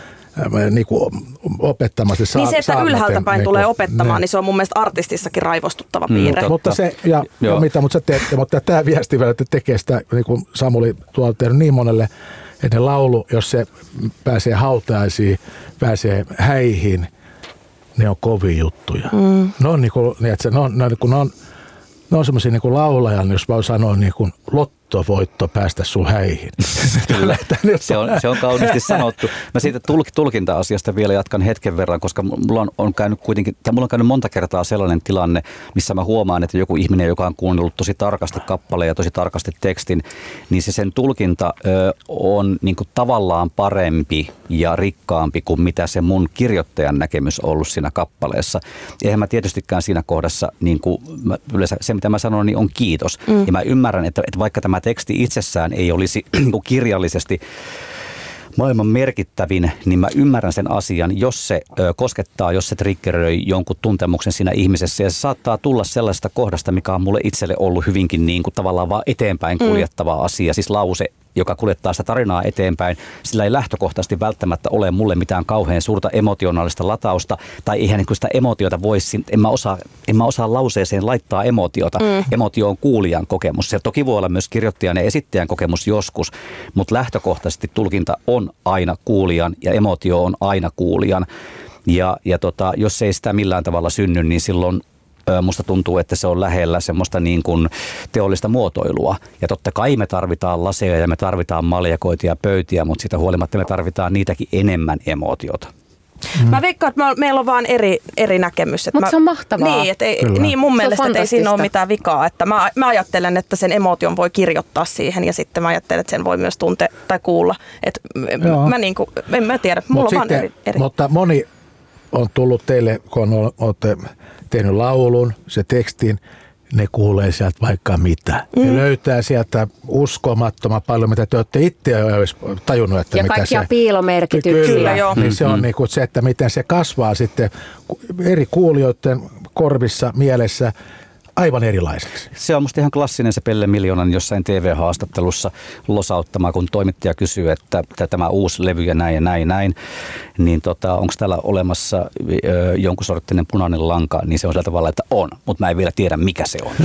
opettamasti niin se, että ylhäältä päin tulee opettamaan, niin se on mun mielestä artistissakin raivostuttava piirre. Mutta se, mutta tämä viesti vielä, että tekee sitä, niin kuin Samuli tuolla tehnyt niin monelle, että laulu, jos se pääsee hautaisiin, pääsee häihin, ne on kovia juttuja. Ne on semmoisia laulajan, jos voi sanoa lottovoitto päästä sun häihin. Kyllä, se on kauniisti sanottu. Mä siitä tulkinta-asiasta vielä jatkan hetken verran, koska mulla on käynyt monta kertaa sellainen tilanne, missä mä huomaan, että joku ihminen, joka on kuunnellut tosi tarkasti kappaleen ja tosi tarkasti tekstin, niin se sen tulkinta on niin kuin tavallaan parempi ja rikkaampi kuin mitä se mun kirjoittajan näkemys on ollut siinä kappaleessa. Eihän mä tietystikään siinä kohdassa, niin kuin yleensä se mitä mä sanon, niin on kiitos. Ja mä ymmärrän, että vaikka tämä teksti itsessään ei olisi kirjallisesti maailman merkittävin, niin mä ymmärrän sen asian, jos se koskettaa, jos se triggeröi jonkun tuntemuksen siinä ihmisessä. Ja se saattaa tulla sellaista kohdasta, mikä on mulle itselle ollut hyvinkin niin kuin tavallaan vaan eteenpäin kuljettava asia. Siis lause, joka kuljettaa sitä tarinaa eteenpäin. Sillä ei lähtökohtaisesti välttämättä ole mulle mitään kauhean suurta emotionaalista latausta. Tai eihän niin kuin sitä emotiota voisi, en mä osaa lauseeseen laittaa emotiota. Emotio on kuulijan kokemus. Se toki voi olla myös kirjoittajan ja esittäjän kokemus joskus, mutta lähtökohtaisesti tulkinta on aina kuulijan ja emotio on aina kuulijan. Ja jos ei sitä millään tavalla synny, niin silloin musta tuntuu, että se on lähellä semmoista niin kuin teollista muotoilua. Ja totta kai me tarvitaan laseja ja me tarvitaan maljakoita ja pöytiä, mutta siitä huolimatta me tarvitaan niitäkin enemmän emootiota. Mä veikkaan, että meillä on vaan eri näkemys. Mutta se on mahtavaa. Niin mun mielestä ei siinä ole mitään vikaa. Että mä ajattelen, että sen emootion voi kirjoittaa siihen ja sitten mä ajattelen, että sen voi myös tuntea tai kuulla. Mä tiedä, mulla on vaan eri. Mutta moni on tullut teille, kun olette tehnyt laulun, se tekstin, ne kuulee sieltä vaikka mitä. Ne löytää sieltä uskomattoman paljon, mitä te olette itse jo tajunnut, että ja mitä se... Ja kaikkia piilomerkityksiä. Kyllä, joo. Niin se on niinku se, että miten se kasvaa sitten eri kuulijoiden korvissa, mielessä aivan erilaiseksi. Se on musta ihan klassinen se Pelle Miljoonan jossain TV-haastattelussa losauttama, kun toimittaja kysyy, että tämä uusi levy ja näin, niin onko täällä olemassa jonkun sorttinen punainen lanka, niin se on sillä tavalla, että on, mutta mä en vielä tiedä, mikä se on.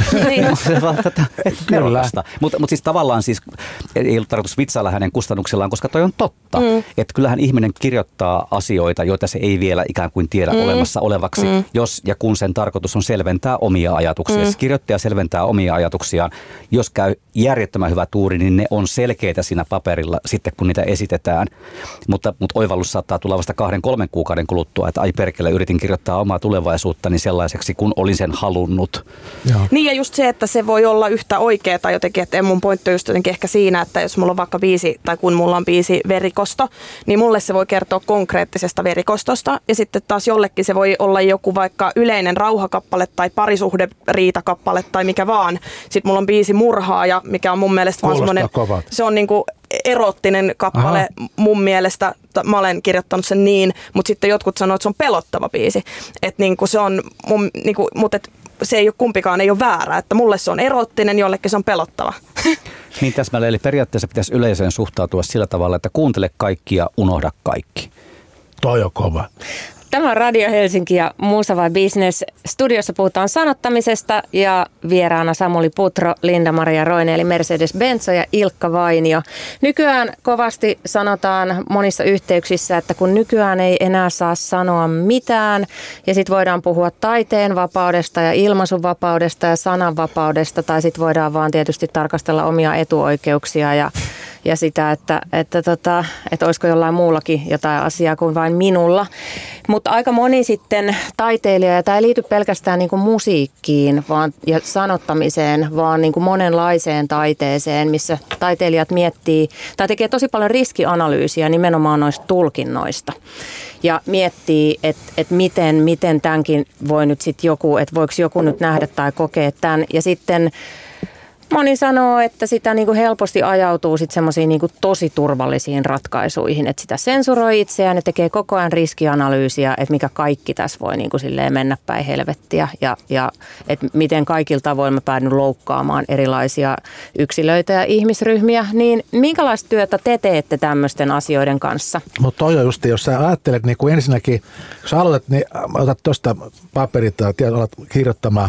Kyllä. Mutta siis tavallaan siis ei ollut tarkoitus vitsailla hänen kustannuksillaan, koska toi on totta. Että kyllähän ihminen kirjoittaa asioita, joita se ei vielä ikään kuin tiedä olemassa olevaksi, jos ja kun sen tarkoitus on selventää omia ajatuksia. Kirjoittaja selventää omia ajatuksiaan. Jos käy järjettömän hyvä tuuri, niin ne on selkeitä siinä paperilla sitten, kun niitä esitetään. Mutta oivallus saattaa tulla vasta 2-3 kuukauden kuluttua, että ai perkele, yritin kirjoittaa omaa tulevaisuuttani sellaiseksi, kun olin sen halunnut. Joo. Niin ja just se, että se voi olla yhtä oikeaa jotenkin, että mun pointti on just jotenkin ehkä siinä, että jos mulla on vaikka biisi tai kun mulla on biisi verikosto, niin mulle se voi kertoa konkreettisesta verikostosta ja sitten taas jollekin se voi olla joku vaikka yleinen rauhakappale tai parisuhderiitakappale tai mikä vaan. Sitten mulla on biisi Murhaaja, mikä on mun mielestä vaan semmoinen, se on niinku erottinen kappale mun mielestä. Mä olen kirjoittanut sen niin, mutta sitten jotkut sanoo, että se on pelottava biisi. Että niinku se on niinku, mutta se ei ole kumpikaan ei ole väärä, että mulle se on erottinen, jollekin se on pelottava. Niin täsmälleen, eli periaatteessa pitäisi yleisöön suhtautua sillä tavalla, että kuuntele kaikki ja unohda kaikki. Toi on kova. Tämä on Radio Helsinki ja Musa vai Business. Studiossa puhutaan sanottamisesta ja vieraana Samuli Putro, Linda-Maria Roine eli Mercedes Benzo ja Ilkka Vainio. Nykyään kovasti sanotaan monissa yhteyksissä, että kun nykyään ei enää saa sanoa mitään ja sitten voidaan puhua taiteen vapaudesta ja ilmaisun vapaudesta ja sananvapaudesta tai sitten voidaan vaan tietysti tarkastella omia etuoikeuksia ja sitä, että olisiko jollain muullakin jotain asiaa kuin vain minulla. Mutta aika moni sitten taiteilija, ja tämä ei liity pelkästään niinku musiikkiin ja sanottamiseen, vaan niinku monenlaiseen taiteeseen, missä taiteilijat miettii tai tekee tosi paljon riskianalyysiä nimenomaan noista tulkinnoista. Ja miettii, että miten tämänkin voi nyt sitten joku, että voiko joku nyt nähdä tai kokea tämän. Ja sitten moni sanoo, että sitä niinku helposti ajautuu sitten semmoisiin niinku tosi turvallisiin ratkaisuihin, että sitä sensuroi itseään ja tekee koko ajan riskianalyysiä, että mikä kaikki tässä voi niinku silleen mennä päin helvettiä ja että miten kaikilla tavoin mä päädyn loukkaamaan erilaisia yksilöitä ja ihmisryhmiä. Niin minkälaista työtä te teette tämmöisten asioiden kanssa? Mutta toi on just, jos sä ajattelet niin kuin ensinnäkin, jos aloitat, niin otat tuosta paperita ja alat kirjoittamaan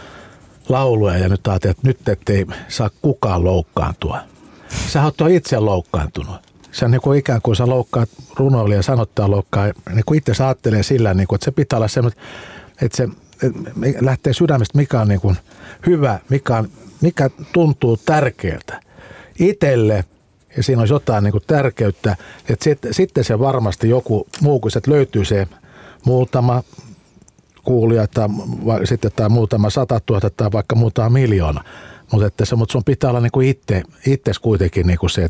lauluja ja nyt ajattelet, että nyt ettei saa kukaan loukkaantua. Sä oot jo itse loukkaantunut. Se on niin kuin ikään kuin sä loukkaat runoilija ja sanottaa loukkaa. Niin kuin itse ajattelee sillä, niin kuin, että se pitää olla semmoinen, että se lähtee sydämestä, mikä on niin kuin hyvä, mikä tuntuu tärkeältä itselle, ja siinä olisi jotain niin kuin tärkeyttä, että sitten se varmasti joku muu, kun että löytyy se muutama kuulija tai muutama 100 000 tai vaikka muutama miljoona. Mutta sun pitää olla niin kuin itse kuitenkin niin kuin se,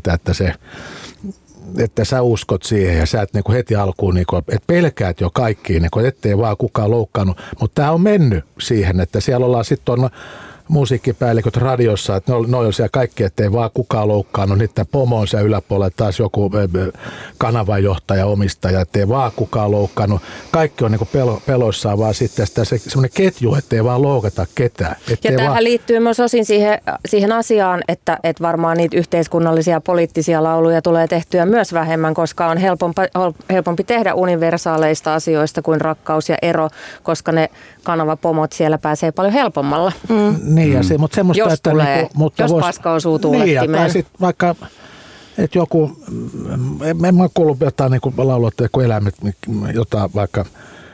että sä uskot siihen ja sä et niin kuin heti alkuun, niin kuin, että pelkäät jo kaikkiin, niin kuin, ettei vaan kukaan loukkaannut. Mutta tämä on mennyt siihen, että siellä ollaan sitten on musiikkipäälliköt radiossa, että ne on siellä kaikki, ettei vaan kukaan loukkaannut. Niiden pomo on siellä yläpuolella, taas joku kanavanjohtaja, omistaja, ettei vaan kukaan loukkaannut. Kaikki on niinku peloissaan, vaan sitten semmoinen ketju, ettei vaan loukata ketään. Ja tähän liittyy myös osin siihen asiaan, että varmaan niitä yhteiskunnallisia poliittisia lauluja tulee tehtyä myös vähemmän, koska on helpompi tehdä universaaleista asioista kuin rakkaus ja ero, koska ne kanavapomot siellä pääsee paljon helpommalla. Niin, ja se, mutta semmoista, jos että tulee, niinku, mutta jos paska osuu tuulettimeen. Niin, tai sitten vaikka, että joku, en mä kuullut jotain niinku laulua, että joku eläimet, jotain vaikka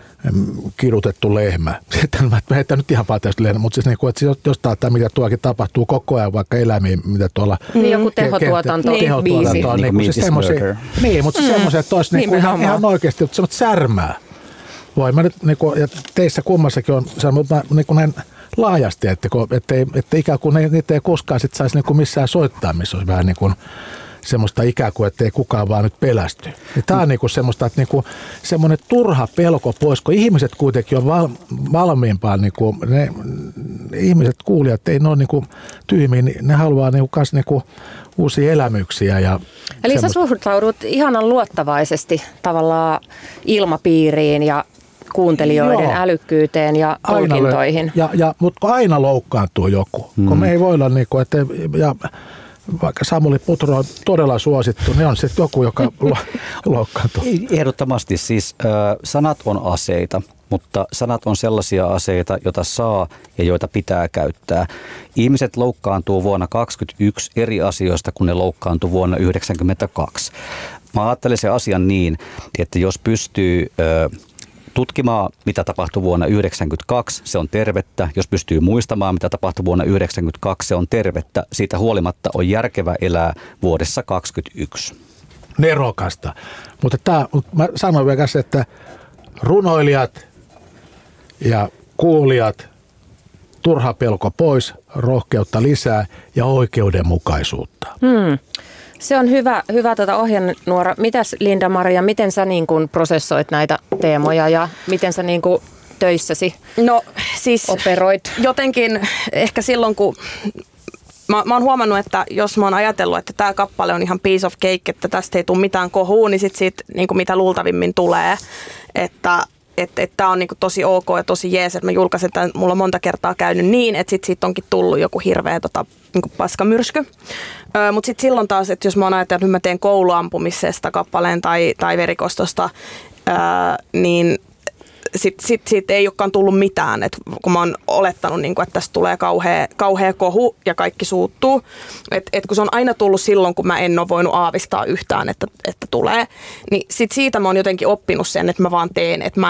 kidutettu lehmä. Sitten mä heitän nyt ihan vaan tästä lehmä, mutta siis niinku, että jostain tämä, mitä tuollakin tapahtuu koko ajan, vaikka eläimiä, mitä tuolla niin joku tehotuotanto, biisi. Niin, mutta semmoiset, että olisi niinku ihan oikeasti semmoista särmää. Voi mä nyt, niinku, ja teissä kummassakin on mutta niinku näin laajasti, että ikään kuin niitä ei koskaan sit saisi niinku missään soittaa, missä olisi vähän niinku semmoista ikään kuin, ettei kukaan vaan nyt pelästy. Tämä on niinku semmoista, että niinku semmoinen turha pelko pois, kun ihmiset kuitenkin on valmiimpaan, niinku, ne ihmiset kuulijat, ei ne ole niinku tyhmiä, ne haluaa niinku kans niinku uusia elämyksiä. Ja eli sä suhtaudut ihanan luottavaisesti tavallaan ilmapiiriin ja kuuntelijoiden älykkyyteen ja tulkintoihin. Mutta aina loukkaantuu joku, kun me ei voi olla niinku, että ja vaikka Samuli Putro on todella suosittu, niin on sitten joku, joka loukkaantuu. Ehdottomasti siis sanat on aseita, mutta sanat on sellaisia aseita, joita saa ja joita pitää käyttää. Ihmiset loukkaantuu vuonna 2021 eri asioista, kun ne loukkaantuu vuonna 1992. Mä ajattelen sen asian niin, että jos pystyy tutkimaan, mitä tapahtui vuonna 1992, se on tervettä. Jos pystyy muistamaan, mitä tapahtui vuonna 1992, se on tervettä. Siitä huolimatta on järkevä elää vuodessa 2021. Nerokasta. Mutta mä sanon vielä, että runoilijat ja kuulijat, turha pelko pois, rohkeutta lisää ja oikeudenmukaisuutta. Se on hyvä ohjenuora. Mitäs Linda-Maria, miten sä niin kuin prosessoit näitä teemoja ja miten sä niin kuin töissäsi operoit? Jotenkin ehkä silloin, kun mä oon huomannut, että jos mä oon ajatellut, että tämä kappale on ihan piece of cake, että tästä ei tule mitään kohua, niin sit siitä niin kuin mitä luultavimmin tulee, että tämä on niinku tosi ok ja tosi jees, että mä julkaisen tämän, mulla on monta kertaa käynyt niin, että siitä onkin tullut joku hirveä niinku paskamyrsky. Mutta sitten silloin taas, että jos mä oon ajatellut, että mä teen kouluampumisesta kappaleen tai verikostosta, niin siitä ei olekaan tullut mitään, että kun mä oon olettanut, niin kun, että tästä tulee kauhea kohu ja kaikki suuttuu. Et kun se on aina tullut silloin, kun mä en ole voinut aavistaa yhtään, että tulee, niin siitä mä oon jotenkin oppinut sen, että mä vaan teen, että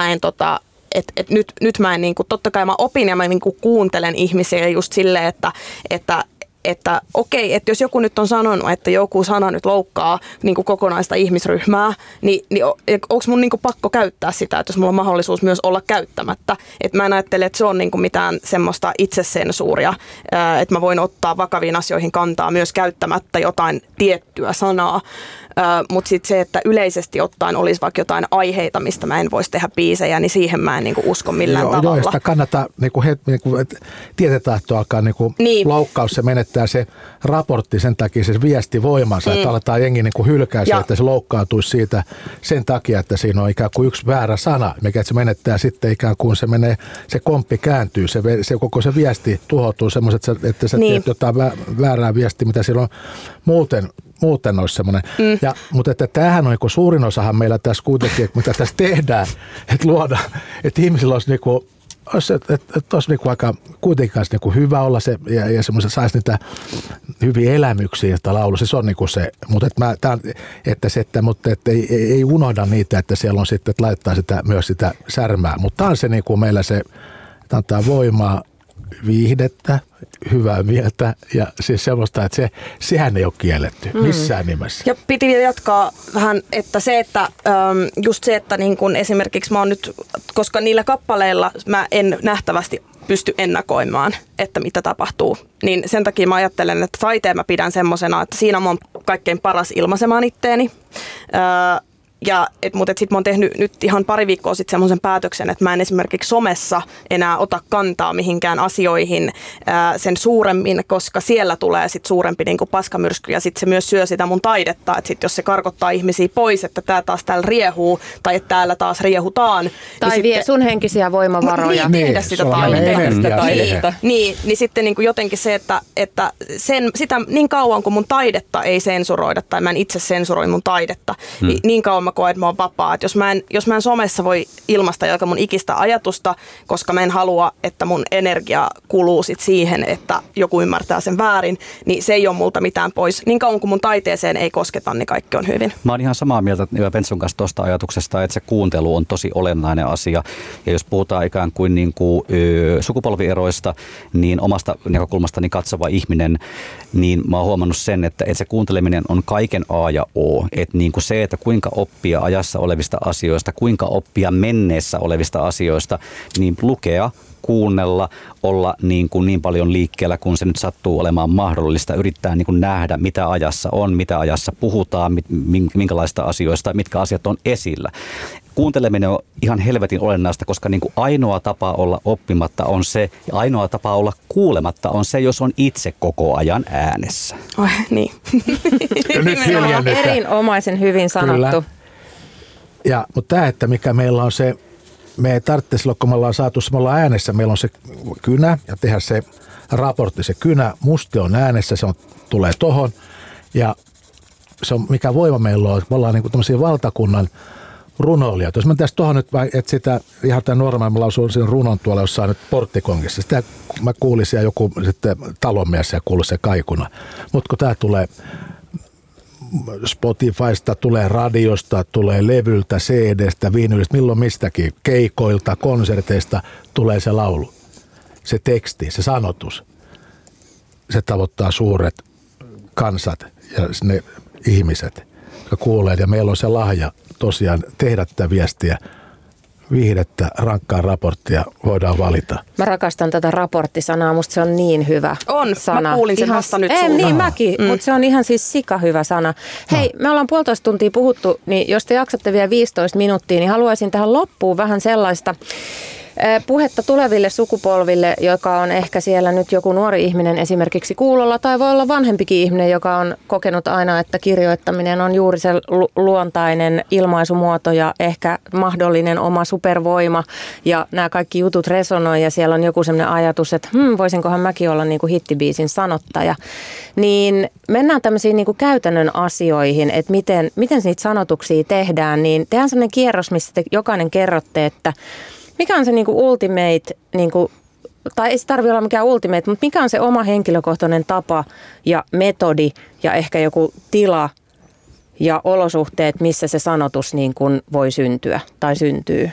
nyt mä en, niin kuin, totta kai mä opin ja mä niin kuin kuuntelen ihmisiä just silleen, että okei, että jos joku nyt on sanonut, että joku sana nyt loukkaa niin kuin kokonaista ihmisryhmää, niin onko mun niin kuin pakko käyttää sitä, että jos mulla on mahdollisuus myös olla käyttämättä. Että mä en ajattele, että se on niin kuin mitään semmoista itsesensuuria, että mä voin ottaa vakaviin asioihin kantaa myös käyttämättä jotain tiettyä sanaa. Mutta sitten se, että yleisesti ottaen olisi vaikka jotain aiheita, mistä mä en voisi tehdä biisejä, niin siihen mä en niinku usko millään tavalla. Joo, sitä kannattaa niinku tietetahto alkaa niin. Loukkaus, se menettää se raportti, sen takia se viesti voimansa, että aletaan jengi niinku hylkää se, että se loukkaantuisi siitä sen takia, että siinä on ikään kuin yksi väärä sana, mikä se menettää sitten ikään kuin se komppi kääntyy, se koko se viesti tuhoutuu semmoiset, että sä teet jotain väärää viestiä, mitä silloin muuten olisi semmoinen. Mutta että tämähän on suurin osahan meillä tässä kuitenkin, että mitä tässä tehdään, että luodaan, että ihmisillä olisi olisi aika kuitenkin hyvä olla se ja semmoisen saisi niitä hyviä elämyksiä, että laulu, se on se, mutta että ei unohda niitä, että siellä on sitten, että laittaa myös sitä särmää, mutta tämä on se meillä se, että antaa voimaa viihdettä, hyvää mieltä ja siis semmoista, että sehän ei ole kielletty missään nimessä. Ja piti vielä jatkaa vähän, että just se, että niin kun esimerkiksi mä oon nyt, koska niillä kappaleilla mä en nähtävästi pysty ennakoimaan, että mitä tapahtuu, niin sen takia mä ajattelen, että taiteen mä pidän semmosena, että siinä mä oon kaikkein paras ilmaisemaan itteeni. Mutta sitten mä oon tehnyt nyt ihan pari viikkoa sitten semmoisen päätöksen, että mä en esimerkiksi somessa enää ota kantaa mihinkään asioihin sen suuremmin, koska siellä tulee sitten suurempi niin kuin paskamyrsky ja sitten se myös syö sitä mun taidetta, että sitten jos se karkottaa ihmisiä pois, että tää taas täällä riehuu tai että täällä taas riehutaan. Tai niin vie sun henkisiä voimavaroja. Tehdä sitä taidetta. Niin sitten niin kuin jotenkin se, että sitä niin kauan kuin mun taidetta ei sensuroida tai mä en itse sensuroi mun taidetta, niin kauan mä koen, että mä oon vapaa. Että jos mä en somessa voi ilmaista joka mun ikistä ajatusta, koska mä en halua, että mun energia kuluu sit siihen, että joku ymmärtää sen väärin, niin se ei ole multa mitään pois. Niin kauan kuin mun taiteeseen ei kosketa, niin kaikki on hyvin. Mä oon ihan samaa mieltä Pentsun kanssa tuosta ajatuksesta, että se kuuntelu on tosi olennainen asia. Ja jos puhutaan ikään kuin, sukupolvieroista, niin omasta näkökulmastani katsova ihminen, niin mä oon huomannut sen, että se kuunteleminen on kaiken A ja O. Että niin kuin se, että kuinka oppia ajassa olevista asioista, kuinka oppia menneessä olevista asioista, niin lukea, kuunnella, olla niin paljon liikkeellä, kun se nyt sattuu olemaan mahdollista, yrittää niin kuin nähdä, mitä ajassa on, mitä ajassa puhutaan, minkälaista asioista, mitkä asiat on esillä. Kuunteleminen on ihan helvetin olennaista, koska niin kuin ainoa tapa olla oppimatta on se, ja ainoa tapa olla kuulematta on se, jos on itse koko ajan äänessä. Niin. Erinomaisen hyvin sanottu. Kyllä. Mutta tämä, että mikä meillä on se, me ei tarvitse silloin, kun me ollaan äänessä, meillä on se kynä ja tehdä se raportti, se kynä, musti on äänessä, se tulee tohon ja se on, mikä voima meillä on, me ollaan niin kuin tämmöisiä valtakunnan runoilijat. Jos mä tässä tuohon nyt, että sitä ihan tämän normaali, mä lausun sen runon tuolla jossain nyt porttikongissa. Sitä mä kuulisin ja joku sitten talonmies ja kuulisi se kaikuna. Mutta kun tää tulee Spotifysta, tulee radiosta, tulee levyltä, CDstä, viinylistä, milloin mistäkin, keikoilta, konserteista tulee se laulu. Se teksti, se sanotus. Se tavoittaa suuret kansat ja ne ihmiset, jotka kuulee. Ja meillä on se lahja tosiaan tehdä tätä viestiä, viihdettä, rankkaa raporttia voidaan valita. Mä rakastan tätä raporttisanaa, musta se on niin hyvä sana. Mä kuulin sen vasta nyt suunnaan. Niin mäkin, mutta se on ihan siis sika hyvä sana. Hei, me ollaan 1,5 tuntia puhuttu, niin jos te jaksatte vielä 15 minuuttia, niin haluaisin tähän loppuun vähän sellaista puhetta tuleville sukupolville, joka on ehkä siellä nyt joku nuori ihminen esimerkiksi kuulolla, tai voi olla vanhempikin ihminen, joka on kokenut aina, että kirjoittaminen on juuri se luontainen ilmaisumuoto ja ehkä mahdollinen oma supervoima, ja nämä kaikki jutut resonoi, ja siellä on joku sellainen ajatus, että voisinkohan mäkin olla niin kuin hittibiisin sanottaja. Niin mennään tämmöisiin niin kuin käytännön asioihin, että miten niitä sanotuksia tehdään, niin tehdään sellainen kierros, missä te jokainen kerrotte, että mikä on se niinku ultimate, niinku, tai ei se tarvitse olla mikään ultimate, mutta mikä on se oma henkilökohtainen tapa ja metodi ja ehkä joku tila ja olosuhteet, missä se sanotus niin kuin voi syntyä tai syntyy.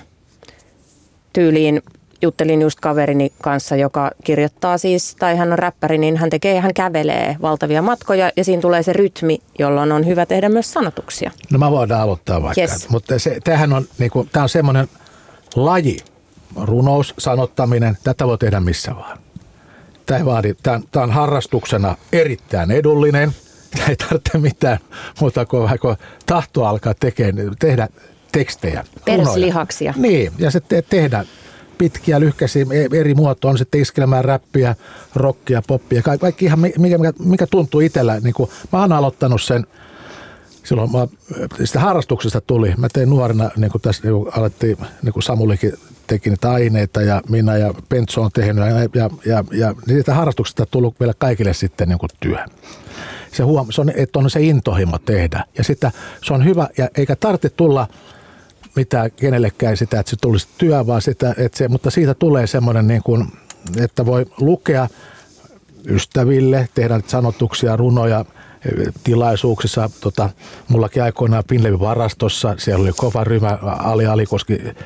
Tyyliin juttelin just kaverini kanssa, joka kirjoittaa siis, tai hän on räppäri, niin hän kävelee valtavia matkoja ja siinä tulee se rytmi, jolloin on hyvä tehdä myös sanotuksia. No mä voidaan aloittaa vaikka, mutta tämähän on, niinku, tämä on semmoinen laji, runous, sanottaminen, tätä voi tehdä missä vaan. Tämä on harrastuksena erittäin edullinen. Ei tarvitse mitään muuta kuin tahtoa alkaa tehdä tekstejä. Perslihaksia. Niin, ja se tehdä pitkiä, lyhkäisiä, eri muotoa, on sitten iskelmää, räppiä, rockia, poppia, kaikki ihan mikä tuntuu itsellä. Niin mä oon aloittanut sen, silloin sitä harrastuksesta tuli. Mä tein nuorena, niin kuin tässä alettiin, niin kuin Samulikin teki niitä aineita ja minä ja Pentsu on tehnyt ja siitä harrastuksesta on tullut vielä kaikille sitten niin kuin työ. Se on, että on se intohimo tehdä ja sitä, se on hyvä ja eikä tarvitse tulla mitään kenellekään sitä, että se tulisi työ, vaan sitä, että se, mutta siitä tulee semmoinen, niin kuin, että voi lukea ystäville, tehdä sanotuksia, runoja, tilaisuuksissa, mullakin aikoinaan Pinlevin varastossa, siellä oli kova ryhmä, Ali Alikoski,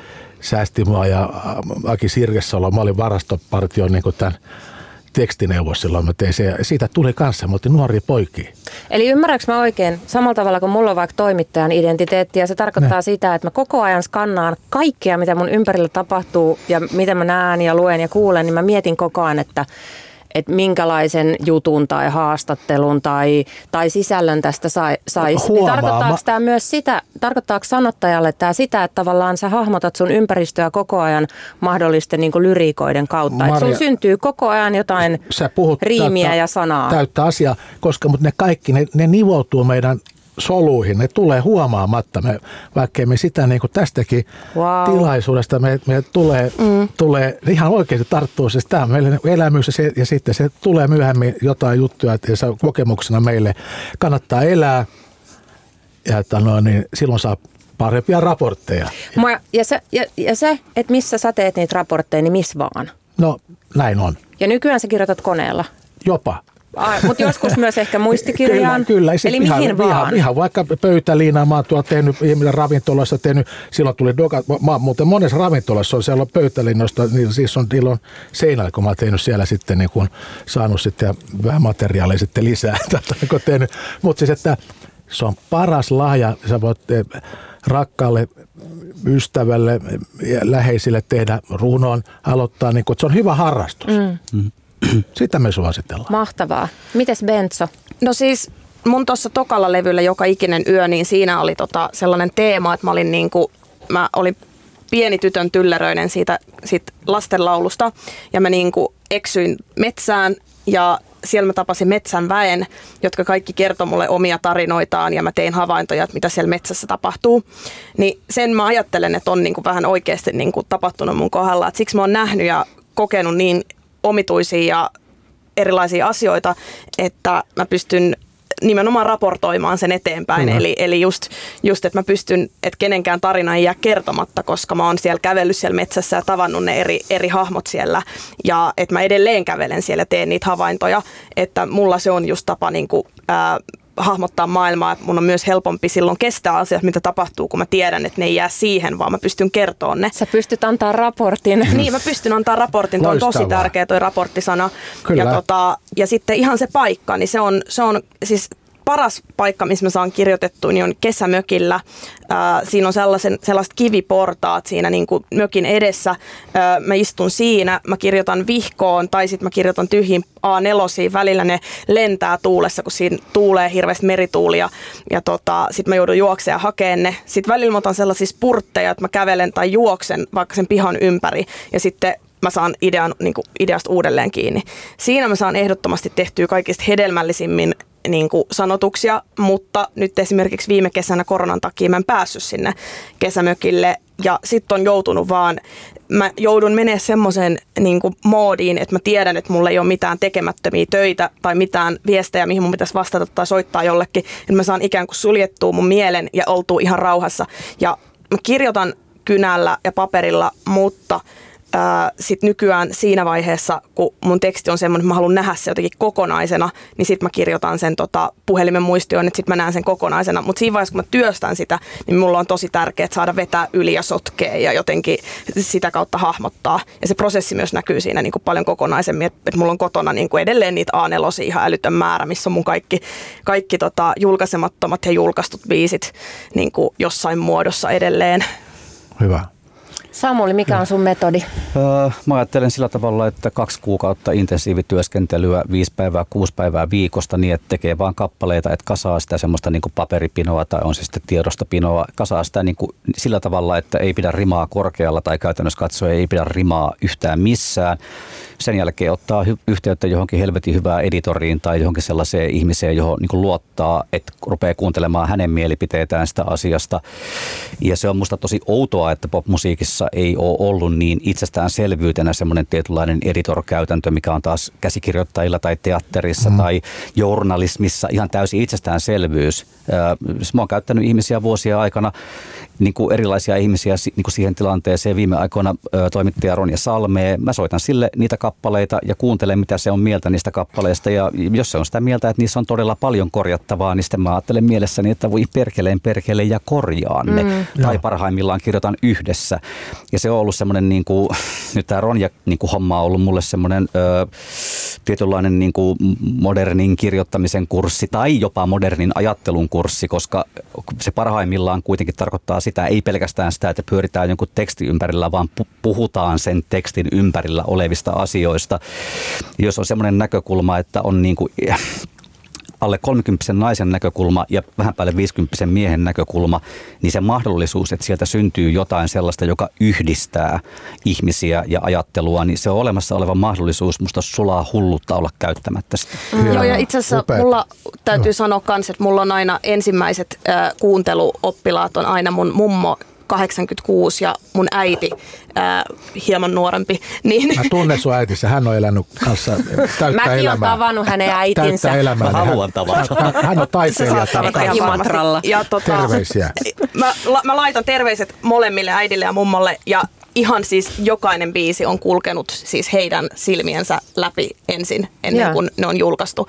säästi mua ja Aki Sirkesalo. Mä olin varastopartion niin kuin tämän tekstineuvos silloin. Mä tein se, ja siitä tuli kanssa, mä oltiin nuoria poikia. Eli ymmärrätkö mä oikein, samalla tavalla kuin mulla on vaikka toimittajan identiteetti, ja se tarkoittaa sitä, että mä koko ajan skannaan kaikkea, mitä mun ympärillä tapahtuu ja mitä mä näen ja luen ja kuulen, niin mä mietin koko ajan, että minkälaisen jutun tai haastattelun tai sisällön tästä saisi. Niin tarkoittaako tämä myös sitä, tarkoittaako sanottajalle tämä sitä, että tavallaan sä hahmotat sun ympäristöä koko ajan mahdollisten niin kuin lyriikoiden kautta. Että sun syntyy koko ajan jotain riimiä ja sanaa. Täyttä asiaa, koska mutta ne kaikki, ne nivoutuu meidän soluihin, ne tulee huomaamatta, vaikkei me sitä niin kuin tästäkin tilaisuudesta me tulee ihan oikeasti tarttuu, siis tämä on meille elämys ja sitten se tulee myöhemmin jotain juttuja, että se kokemuksena meille kannattaa elää ja niin silloin saa parempia raportteja. Ja se, että missä sä teet niitä raportteja, niin missä vaan? No näin on. Ja nykyään sä kirjoitat koneella? Jopa. Mutta joskus myös ehkä muistikirjaan. Kyllä. Eli mihin vaan? Ihan vaikka pöytäliinaa mä oon tuolla tehnyt, ravintolassa tehnyt, silloin tuli muuten monessa ravintolassa on siellä pöytälinnoista, niin siis niillä on seinällä, kun mä oon tehnyt siellä sitten niin kun saanut sitten vähän materiaalia sitten lisää. Mutta siis, että se on paras lahja, sä voit rakkaalle ystävälle ja läheisille tehdä runon, aloittaa, niin kun, se on hyvä harrastus. Sitä me suositellaan. Mahtavaa. Mites Bentso? No siis mun tuossa tokalla levyllä Joka ikinen yö, niin siinä oli sellainen teema, että mä olin pieni tytön tylleröinen siitä lastenlaulusta ja mä eksyin metsään ja siellä mä tapasin metsän väen, jotka kaikki kertoi mulle omia tarinoitaan ja mä tein havaintoja, että mitä siellä metsässä tapahtuu. Niin sen mä ajattelen, että on vähän oikeasti tapahtunut mun kohdalla. Et siksi mä oon nähnyt ja kokenut niin omituisia ja erilaisia asioita, että mä pystyn nimenomaan raportoimaan sen eteenpäin. Eli just, että mä pystyn, että kenenkään tarina ei jää kertomatta, koska mä oon siellä kävellyt siellä metsässä ja tavannut ne eri hahmot siellä. Ja että mä edelleen kävelen siellä ja teen niitä havaintoja, että mulla se on just tapa hahmottaa maailmaa. Mun on myös helpompi silloin kestää asiat, mitä tapahtuu, kun mä tiedän, että ne ei jää siihen, vaan mä pystyn kertomaan ne. Sä pystyt antaa raportin. Niin, mä pystyn antaa raportin. Tuo on tosi tärkeä toi raporttisana. Kyllä. Ja sitten ihan se paikka, niin se on siis paras paikka, missä mä saan kirjoitettua, niin on kesämökillä. Siinä on sellaiset kiviportaat siinä niin kuin mökin edessä. Mä istun siinä, mä kirjoitan vihkoon tai sitten mä kirjoitan tyhjiin A4. Välillä ne lentää tuulessa, kun siinä tuulee hirveästi merituulia. Ja sitten mä joudun juoksemaan ja hakeen ne. Sitten välillä mä otan sellaisia spurtteja, että mä kävelen tai juoksen vaikka sen pihan ympäri. Ja sitten mä saan ideasta uudelleen kiinni. Siinä mä saan ehdottomasti tehtyä kaikista hedelmällisimmin sanotuksia, mutta nyt esimerkiksi viime kesänä koronan takia mä en päässyt sinne kesämökille ja sitten on joutunut mä joudun menemään semmoiseen moodiin, että mä tiedän, että mulla ei ole mitään tekemättömiä töitä tai mitään viestejä, mihin mun pitäisi vastata tai soittaa jollekin, että mä saan ikään kuin suljettua mun mielen ja oltua ihan rauhassa ja mä kirjoitan kynällä ja paperilla, mutta sitten nykyään siinä vaiheessa, kun mun teksti on semmoinen, että mä haluan nähdä se jotenkin kokonaisena, niin sitten mä kirjoitan sen puhelimen muistioon, että sitten mä näen sen kokonaisena. Mutta siinä vaiheessa, kun mä työstän sitä, niin mulla on tosi tärkeää saada vetää yli ja sotkea ja jotenkin sitä kautta hahmottaa. Ja se prosessi myös näkyy siinä paljon kokonaisemmin, että mulla on kotona edelleen niitä A4 ihan älytön määrä, missä on mun kaikki julkaisemattomat ja julkaistut biisit jossain muodossa edelleen. Hyvä. Samuli, mikä on sun metodi? Mä ajattelen sillä tavalla, että 2 kuukautta intensiivityöskentelyä, 5 päivää, 6 päivää viikosta niin, että tekee vaan kappaleita, että kasaa sitä semmoista paperipinoa tai on se sitten tiedostopinoa, kasaa sitä sillä tavalla, että ei pidä rimaa korkealla tai käytännössä katsoen ei pidä rimaa yhtään missään. Sen jälkeen ottaa yhteyttä johonkin helvetin hyvään editoriin tai johonkin sellaiseen ihmiseen, johon luottaa, että rupeaa kuuntelemaan hänen mielipiteitään sitä asiasta. Ja se on musta tosi outoa, että popmusiikissa ei ole ollut niin itsestäänselvyytenä semmoinen tietynlainen editor-käytäntö, mikä on taas käsikirjoittajilla tai teatterissa tai journalismissa ihan täysin itsestäänselvyys. Mä oon käyttänyt ihmisiä vuosia aikana niin kuin erilaisia ihmisiä niin kuin siihen tilanteeseen. Viime aikoina toimittaja Ronja Salmee, mä soitan sille niitä kappaleita ja kuuntelen, mitä se on mieltä niistä kappaleista. Ja jos se on sitä mieltä, että niissä on todella paljon korjattavaa, niin sitten mä ajattelen mielessäni, että voi perkele ja korjaan ne. Tai parhaimmillaan kirjoitan yhdessä. Ja se on ollut semmoinen, niin kuin, nyt tämä Ronja niin kuin homma on ollut mulle semmoinen tietynlainen niin kuin modernin kirjoittamisen kurssi tai jopa modernin ajattelun kurssi, koska se parhaimmillaan kuitenkin tarkoittaa sitä, ei pelkästään sitä, että pyöritään jonkun tekstin ympärillä, vaan puhutaan sen tekstin ympärillä olevista asioista. Jos on semmoinen näkökulma, että on niin kuin alle 30 naisen näkökulma ja vähän päälle 50 miehen näkökulma, niin se mahdollisuus, että sieltä syntyy jotain sellaista, joka yhdistää ihmisiä ja ajattelua, niin se on olemassa oleva mahdollisuus. Musta sulaa hullutta olla käyttämättä sitä. Joo, ja itse asiassa mulla täytyy sanoa myös, että mulla on aina ensimmäiset kuunteluoppilaat on aina mun mummo 86 ja mun äiti hieman nuorempi. Niin. Mä tunnen sun äitissä, hän on elänyt kanssa täyttä elämää. Mäkin olen tavannut hänen äitinsä. Täyttä elämää. Mä haluan tavata. Hän on taiteilija. Terveisiä. Mä laitan terveiset molemmille äidille ja mummolle ja ihan siis jokainen biisi on kulkenut siis heidän silmiensä läpi ensin ennen kuin ne on julkaistu.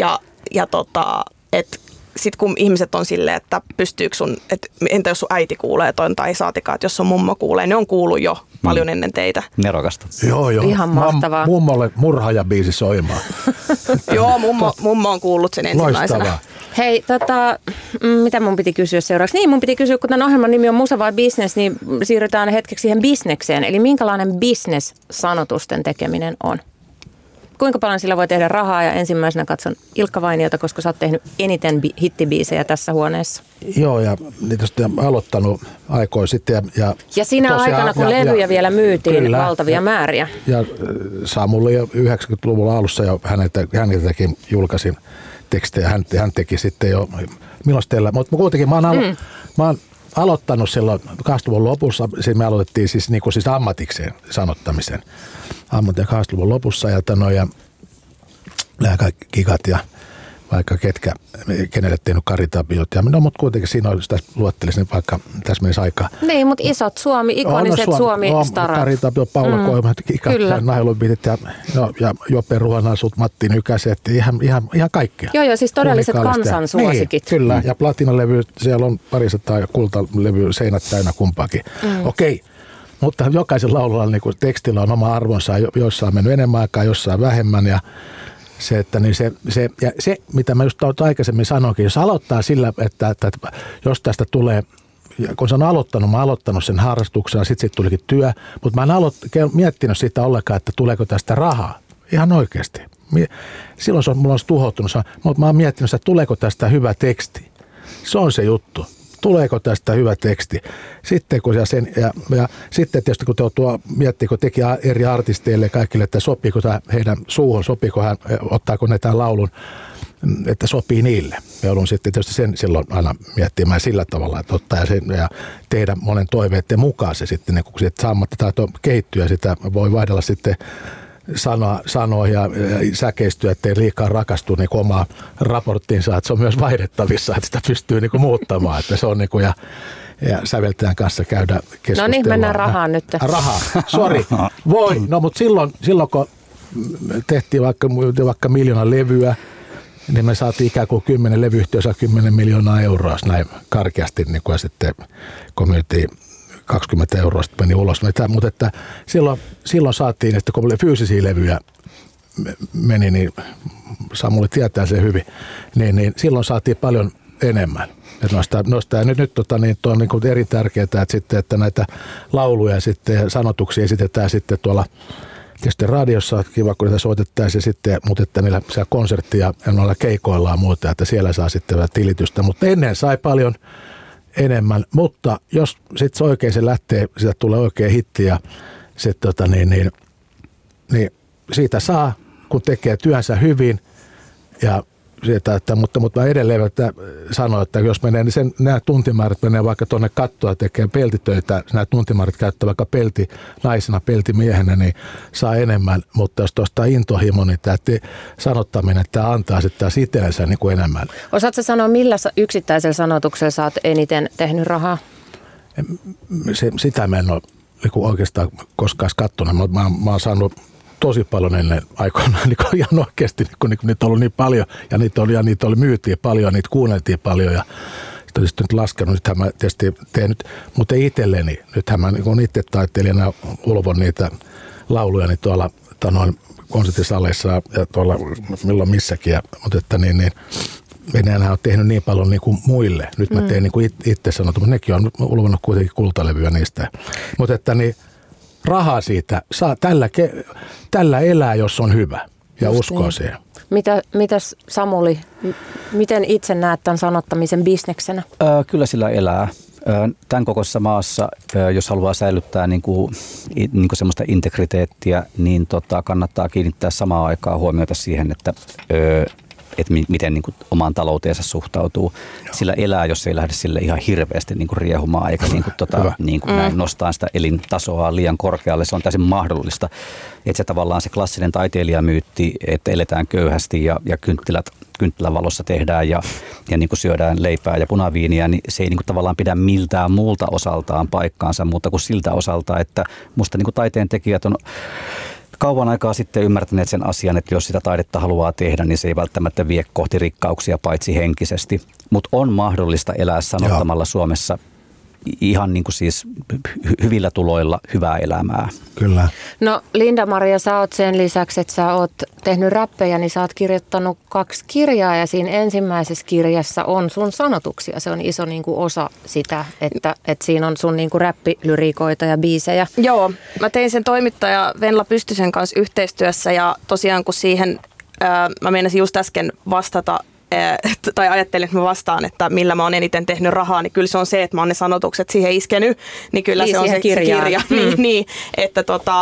Sitten kun ihmiset on silleen, että pystyykö sun, että entä jos sun äiti kuulee ton tai saatikaan, että jos sun mummo kuulee, ne on kuullut jo paljon ennen teitä. Nerokasta. Joo. Ihan mahtavaa. Mummolle murhaajabiisi soimaan. Joo, mummo on kuullut sen ensimmäisenä. Loistavaa. Hei, mitä mun piti kysyä seuraavaksi? Niin, mun piti kysyä, kun tämän ohjelman nimi on Musa vai Business, niin siirrytään hetkeksi siihen bisnekseen. Eli minkälainen business sanotusten tekeminen on? Kuinka paljon sillä voi tehdä rahaa? Ja ensimmäisenä katson Ilkka Vainiota, koska sä oot tehnyt eniten hittibiisejä tässä huoneessa. Joo, ja niitä aloittanut aikoin sitten. Ja siinä aikana, kun levyjä vielä myytiin kyllä, valtavia määriä. Ja Samulle jo 90-luvulla alussa jo häneltäkin julkaisin tekstejä. Hän teki sitten jo, milloin teillä, mutta kuitenkin mä oon aloittanut silloin 20-luvun lopussa, me aloitettiin siis ammatikseen sanottamisen. Ammatin 80-luvun lopussa ja nämä kaikki gigat ja vaikka kenelle tehnyt karitapiot. No, mutta kuitenkin siinä olisi, tässä luettelisin vaikka, tässä menisi aikaa. Niin, mutta isot ikoniset Suomi-starat. Karitapiot, Paula Koimat, gigat ja Nailubitit ja Jope Ruonansut, Matti Nykäset, ihan kaikkea. Joo, siis todelliset kansansuosikit. Niin, kyllä, ja platinalevy, siellä on parisataa ja kultalevy, seinät täynnä kumpaakin. Okei. Mutta jokaisella laululla niin tekstillä on oma arvonsa, jossain on mennyt enemmän aikaa, jossain vähemmän. Ja se, mitä mä just aikaisemmin sanoinkin, jos aloittaa sillä, että jos tästä tulee, kun mä oon aloittanut sen harrastuksen, sitten tulikin työ, mutta mä en miettinyt sitä ollenkaan, että tuleeko tästä rahaa. Ihan oikeasti. Silloin mulla on tuhoutunut, mutta mä oon miettinyt, että tuleeko tästä hyvä teksti. Se on se juttu. Tuleeko tästä hyvä teksti? Sitten kun sitten tietysti kun miettii, kun teki eri artisteille kaikille, että sopiiko heidän suuhun, sopiiko hän, ottaako ne tämän laulun, että sopii niille. Me joudun sitten tietysti sen silloin aina miettimään sillä tavalla, että ottaa ja tehdä monen toiveiden mukaan se sitten, kun se ammattitaito kehittyy ja sitä voi vaihdella sitten sanoa ja säkeistyä, ettei liikaa rakastu niin omaa raporttiinsa, että se on myös vaihdettavissa, että sitä pystyy niin muuttamaan, että se on niin ja säveltäjän kanssa käydä keskustelua. No niin, mennään rahaan nyt. Rahaa, sori. Voi, no mutta silloin kun tehtiin vaikka 1 miljoona levyä, niin me saatiin ikään kuin 10 levyyhtiöä saa 10 miljoonaa euroa näin karkeasti, niin kuin, ja sitten kun myytiin 20 euroa sitten meni ulos. Mutta että silloin saatiin, että kun fyysisiä levyjä meni, niin Samuli tietää se hyvin, niin silloin saatiin paljon enemmän. Noista, ja nyt tuo on niin eri tärkeää, että, sitten, että näitä lauluja sitten, sanotuksia esitetään sitten tuolla tietysti radiossa, kiva kun niitä soitettaisiin sitten, mutta että niillä siellä konserttia ja noilla keikoillaan muuta, että siellä saa sitten vähän tilitystä, mutta ennen sai paljon enemmän, mutta jos sitten se oikein se lähtee, siitä tulee oikein hitti ja sitten niin siitä kun tekee työnsä hyvin ja siitä, mutta edelleen sanoa, että jos menee, niin nämä tuntimäärät menee vaikka tuonne kattoa tekee peltitöitä, nämä tuntimäärät käyttää vaikka naisena, peltimiehenä, niin saa enemmän, mutta jos tuosta intohimo, niin tämä sanottaminen, tämä antaa sitten itsellensä niin kuin enemmän. Osaatko sanoa, millä yksittäisellä sanotuksella sä oot eniten tehnyt rahaa? sitä mä en ole oikeastaan koskaan katsonut. Mä oon saanut tosi paljon ennen aikoinaan ihan oikeasti, niin niitä on ollut niin paljon ja niitä oli myytiin paljon ja niitä kuunneltiin paljon ja sitä olisi nyt laskenut. Nythän mä tietysti teen nyt, mutta ei itselleni. Nythän mä niin itse taiteilijana ulvon niitä lauluja niin tuolla konserttisaleissa ja tuolla milloin missäkin. Mutta että niin en enää ole tehnyt niin paljon niin kuin muille. Nyt mä teen niin kuin itse sanottu, mutta nekin on ulvonnut kuitenkin kultalevyä niistä. Mutta että niin rahaa siitä saa tällä elää, jos on hyvä ja just uskoo niin siihen. Mitäs Samuli, miten itse näet tämän sanottamisen bisneksenä? Kyllä sillä elää. Tämän kokoisessa maassa, jos haluaa säilyttää niin kuin semmoista integriteettiä, niin kannattaa kiinnittää samaan aikaan huomiota siihen, että miten niin kuin omaan talouteensa suhtautuu. Sillä elää, jos ei lähde sille ihan hirveästi niin kuin riehumaan, eikä niin kuin näin nostaa sitä elintasoa liian korkealle. Se on täysin mahdollista. Että se tavallaan se klassinen taiteilijamyytti, että eletään köyhästi ja kynttilän valossa tehdään ja niin kuin syödään leipää ja punaviiniä, niin se ei niin kuin tavallaan pidä miltään muulta osaltaan paikkaansa, mutta kuin siltä osalta, että musta niin kuin taiteen tekijät on kauan aikaa sitten ymmärtäneet sen asian, että jos sitä taidetta haluaa tehdä, niin se ei välttämättä vie kohti rikkauksia paitsi henkisesti. Mutta on mahdollista elää sanottamalla Suomessa ihan niin kuin siis hyvillä tuloilla hyvää elämää. Kyllä. No Linda-Maria, sä oot sen lisäksi, että sä oot tehnyt räppejä, niin sä oot kirjoittanut 2 kirjaa ja siinä ensimmäisessä kirjassa on sun sanotuksia. Se on iso niin kuin osa sitä, että siinä on sun niin kuin räppilyriikoita ja biisejä. Joo, mä tein sen toimittaja Venla Pystysen kanssa yhteistyössä ja tosiaan kun siihen mä meinasin just äsken vastata tai ajattelin, että mä vastaan, että millä mä oon eniten tehnyt rahaa, niin kyllä se on se, että mä oon ne sanotukset siihen iskenyt, niin kyllä niin, se on se kirja. Niin, että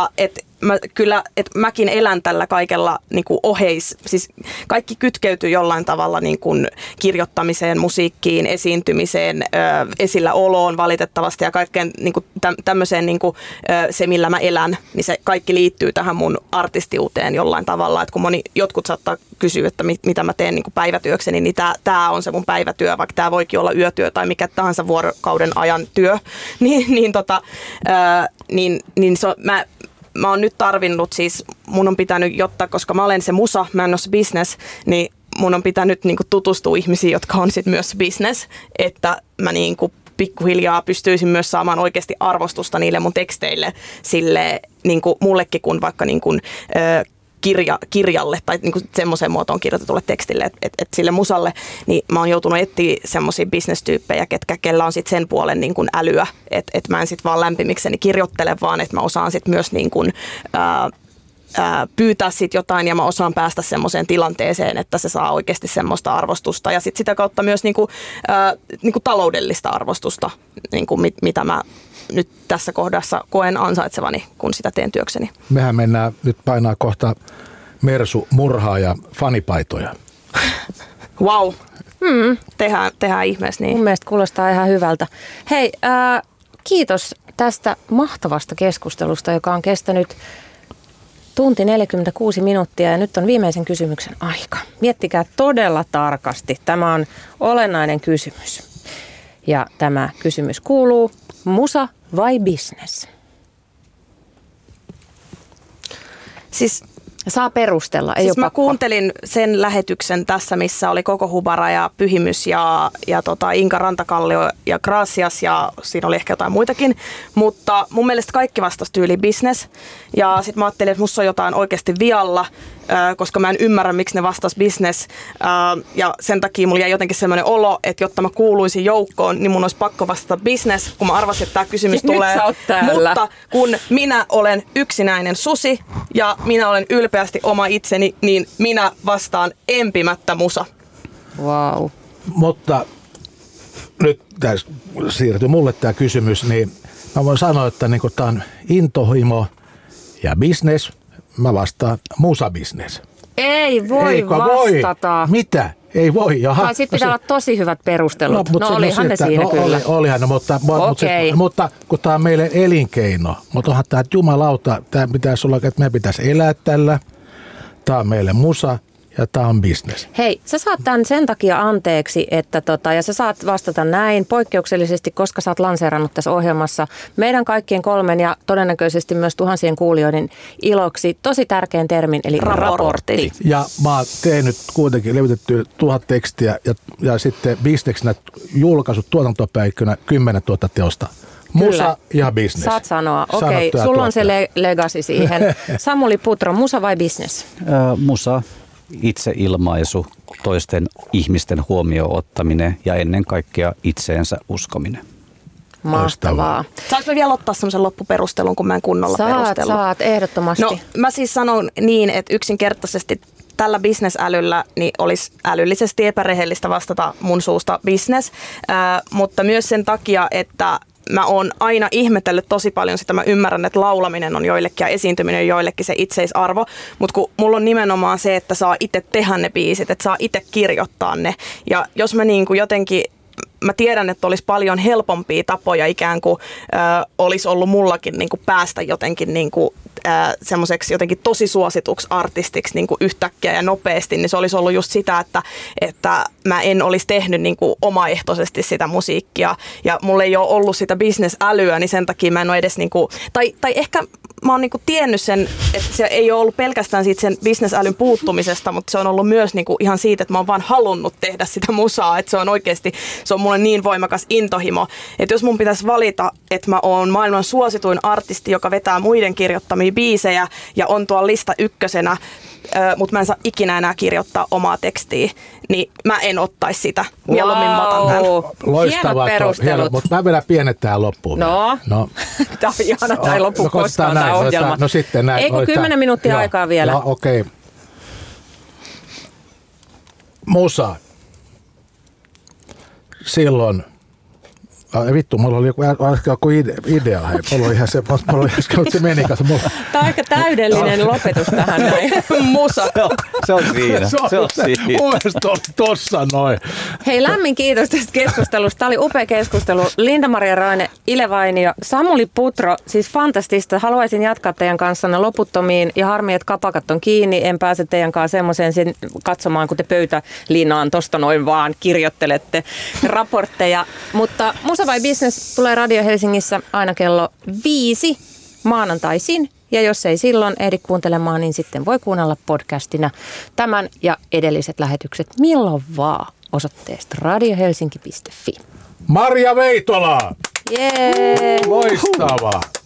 mäkin elän tällä kaikella niin kuin siis kaikki kytkeytyy jollain tavalla niin kuin kirjoittamiseen, musiikkiin, esiintymiseen, esilläoloon valitettavasti ja kaikkeen niin kuin tämmöiseen niin kuin, se, millä mä elän, niin se kaikki liittyy tähän mun artistiuteen jollain tavalla, että kun jotkut saattaa kysyä, että mitä mä teen niin kuin päivätyökseni, niin tää on se mun päivätyö, vaikka tää voikin olla yötyö tai mikä tahansa vuorokauden ajan työ, niin se on, mä oon nyt tarvinnut, siis mun on pitänyt, koska mä olen se musa, mä en ole se business, niin mun on pitänyt niinku tutustua ihmisiin, jotka on sit myös business, että mä niinku pikkuhiljaa pystyisin myös saamaan oikeasti arvostusta niille mun teksteille sille niinku mullekin kuin vaikka niinku, kirjalle tai niinku semmoiseen muotoon kirjoitetulle tekstille, että sille musalle, niin mä oon joutunut etsiä semmoisia business-tyyppejä, kellä on sit sen puolen niinku älyä, että mä en sit vaan lämpimikseni kirjoittele, vaan että mä osaan sit myös niinku, pyytää sit jotain ja mä osaan päästä semmoiseen tilanteeseen, että se saa oikeasti semmoista arvostusta ja sit sitä kautta myös niinku taloudellista arvostusta, niinku mitä mä nyt tässä kohdassa koen ansaitsevani, kun sitä teen työkseni. Mehän mennään nyt painaa kohta Mersu murhaa ja fanipaitoja. Wow. Tehdään ihmeessä niin. Mun mielestä kuulostaa ihan hyvältä. Hei, kiitos tästä mahtavasta keskustelusta, joka on kestänyt 1 tunti 46 minuuttia ja nyt on viimeisen kysymyksen aika. Miettikää todella tarkasti. Tämä on olennainen kysymys. Ja tämä kysymys kuuluu, musa vai business? Siis saa perustella, ei siis ole mä kuuntelin sen lähetyksen tässä, missä oli Koko Hubara ja Pyhimys ja Inka Rantakallio ja Gracias ja siinä oli ehkä jotain muitakin, mutta mun mielestä kaikki vastasi tyyli business ja sit mä ajattelin, että musta on jotain oikeasti vialla, koska mä en ymmärrä, miksi ne vastas business ja sen takia mulla jäi jotenkin semmoinen olo, että jotta mä kuuluisin joukkoon, niin mun olisi pakko vastata business, kun mä arvasin, että tämä kysymys tulee. Mutta kun minä olen yksinäinen susi ja minä olen ylpeästi oma itseni, niin minä vastaan empimättä musa. Wow. Mutta nyt tässä siirtyy mulle tämä kysymys, niin mä voin sanoa, että niin tämä on intohimo ja business. Mä vastaan musa-business. Ei voi vastata. Voi. Mitä? Ei voi. Jaha. Tai sitten pitää olla tosi hyvät perustelut. No olihan ne siinä kyllä. Olihan, mutta kun tämä on meille elinkeino, mutta onhan tämä jumalauta, tämä pitäisi olla, että meidän pitäisi elää tällä. Tämä on meille musa ja tämä on business. Hei, sä saat tämän sen takia anteeksi, että ja sä saat vastata näin poikkeuksellisesti, koska sä oot lanseerannut tässä ohjelmassa meidän kaikkien 3 ja todennäköisesti myös tuhansien kuulijoiden iloksi tosi tärkeän termin, eli raportti. Ja mä oon tehnyt kuitenkin levitetty 1000 tekstiä ja sitten bisneksenä julkaisut tuotantopäikkönä 10 000 teosta. Musa Kyllä. ja business. Saat sanoa. Okei, sulla on se legacy siihen. Samuli Putro, musa vai business? Musa, itseilmaisu, toisten ihmisten huomioon ottaminen ja ennen kaikkea itseensä uskominen. Mahtavaa. Saanko mä vielä ottaa semmoisen loppuperustelun, kun mä en kunnolla perustelu? Saat, ehdottomasti. No, mä siis sanon niin, että yksinkertaisesti tällä bisnesälyllä niin olisi älyllisesti epärehellistä vastata mun suusta business, mutta myös sen takia, että mä oon aina ihmetellyt tosi paljon sitä. Mä ymmärrän, että laulaminen on joillekin ja esiintyminen on joillekin se itseisarvo, mutta kun mulla on nimenomaan se, että saa itse tehdä ne biisit, että saa itse kirjoittaa ne. Ja jos mä niin kuin jotenkin, mä tiedän, että olisi paljon helpompia tapoja ikään kuin olisi ollut mullakin niin kuin päästä jotenkin niin kuin semmoiseksi jotenkin tosi suosituksi artistiksi niin kuin yhtäkkiä ja nopeasti, niin se olisi ollut just sitä, että mä en olisi tehnyt niin kuin omaehtoisesti sitä musiikkia ja mulla ei ole ollut sitä business-älyä, niin sen takia mä en ole edes niin kuin, tai ehkä mä oon niin kuin tiennyt sen, että se ei ole ollut pelkästään siitä sen business-älyn puuttumisesta, mutta se on ollut myös niin kuin ihan siitä, että mä oon vaan halunnut tehdä sitä musaa, että se on oikeasti, se on mulle niin voimakas intohimo, että jos mun pitäisi valita, että mä oon maailman suosituin artisti, joka vetää muiden kirjoittamia biisejä ja on tuolla lista ykkösenä, mutta mä en saa ikinä enää kirjoittaa omaa tekstiä, niin mä en ottaisi sitä. Mieluummin mä otan tämän. Loistavaa, hienot, mutta mä vielä pienet tähän loppuun. No. Tämä on ihana, tämä ei lopu koskaan tämä ohjelma. No sitten näin. Ei kun 10 minuuttia aikaa vielä. No okei. Musa. Silloin. Vittu, mulla oli joku idea. Hei. Mulla oli ihan se meni kanssa. Tämä on aika täydellinen lopetus tähän näin. Musa. Se on siinä. Se on siinä. Mielestäni oli tossa noin. Hei, lämmin kiitos tästä keskustelusta. Tämä oli upea keskustelu. Linda-Maria Raine, Ile Vainio, Samuli Putro, siis fantastista. Haluaisin jatkaa teidän kanssanne loputtomiin ja harmi, että kapakat on kiinni. En pääse teidän kanssa semmoiseen katsomaan, kun te pöytälinaan tosta noin vaan kirjoittelette raportteja. Mutta Musa vai Business tulee Radio Helsingissä aina kello 5 maanantaisin. Ja jos ei silloin ehdi kuuntelemaan, niin sitten voi kuunnella podcastina tämän ja edelliset lähetykset milloin vaan osoitteesta radiohelsinki.fi. Marja Veitola! Jee! Loistavaa!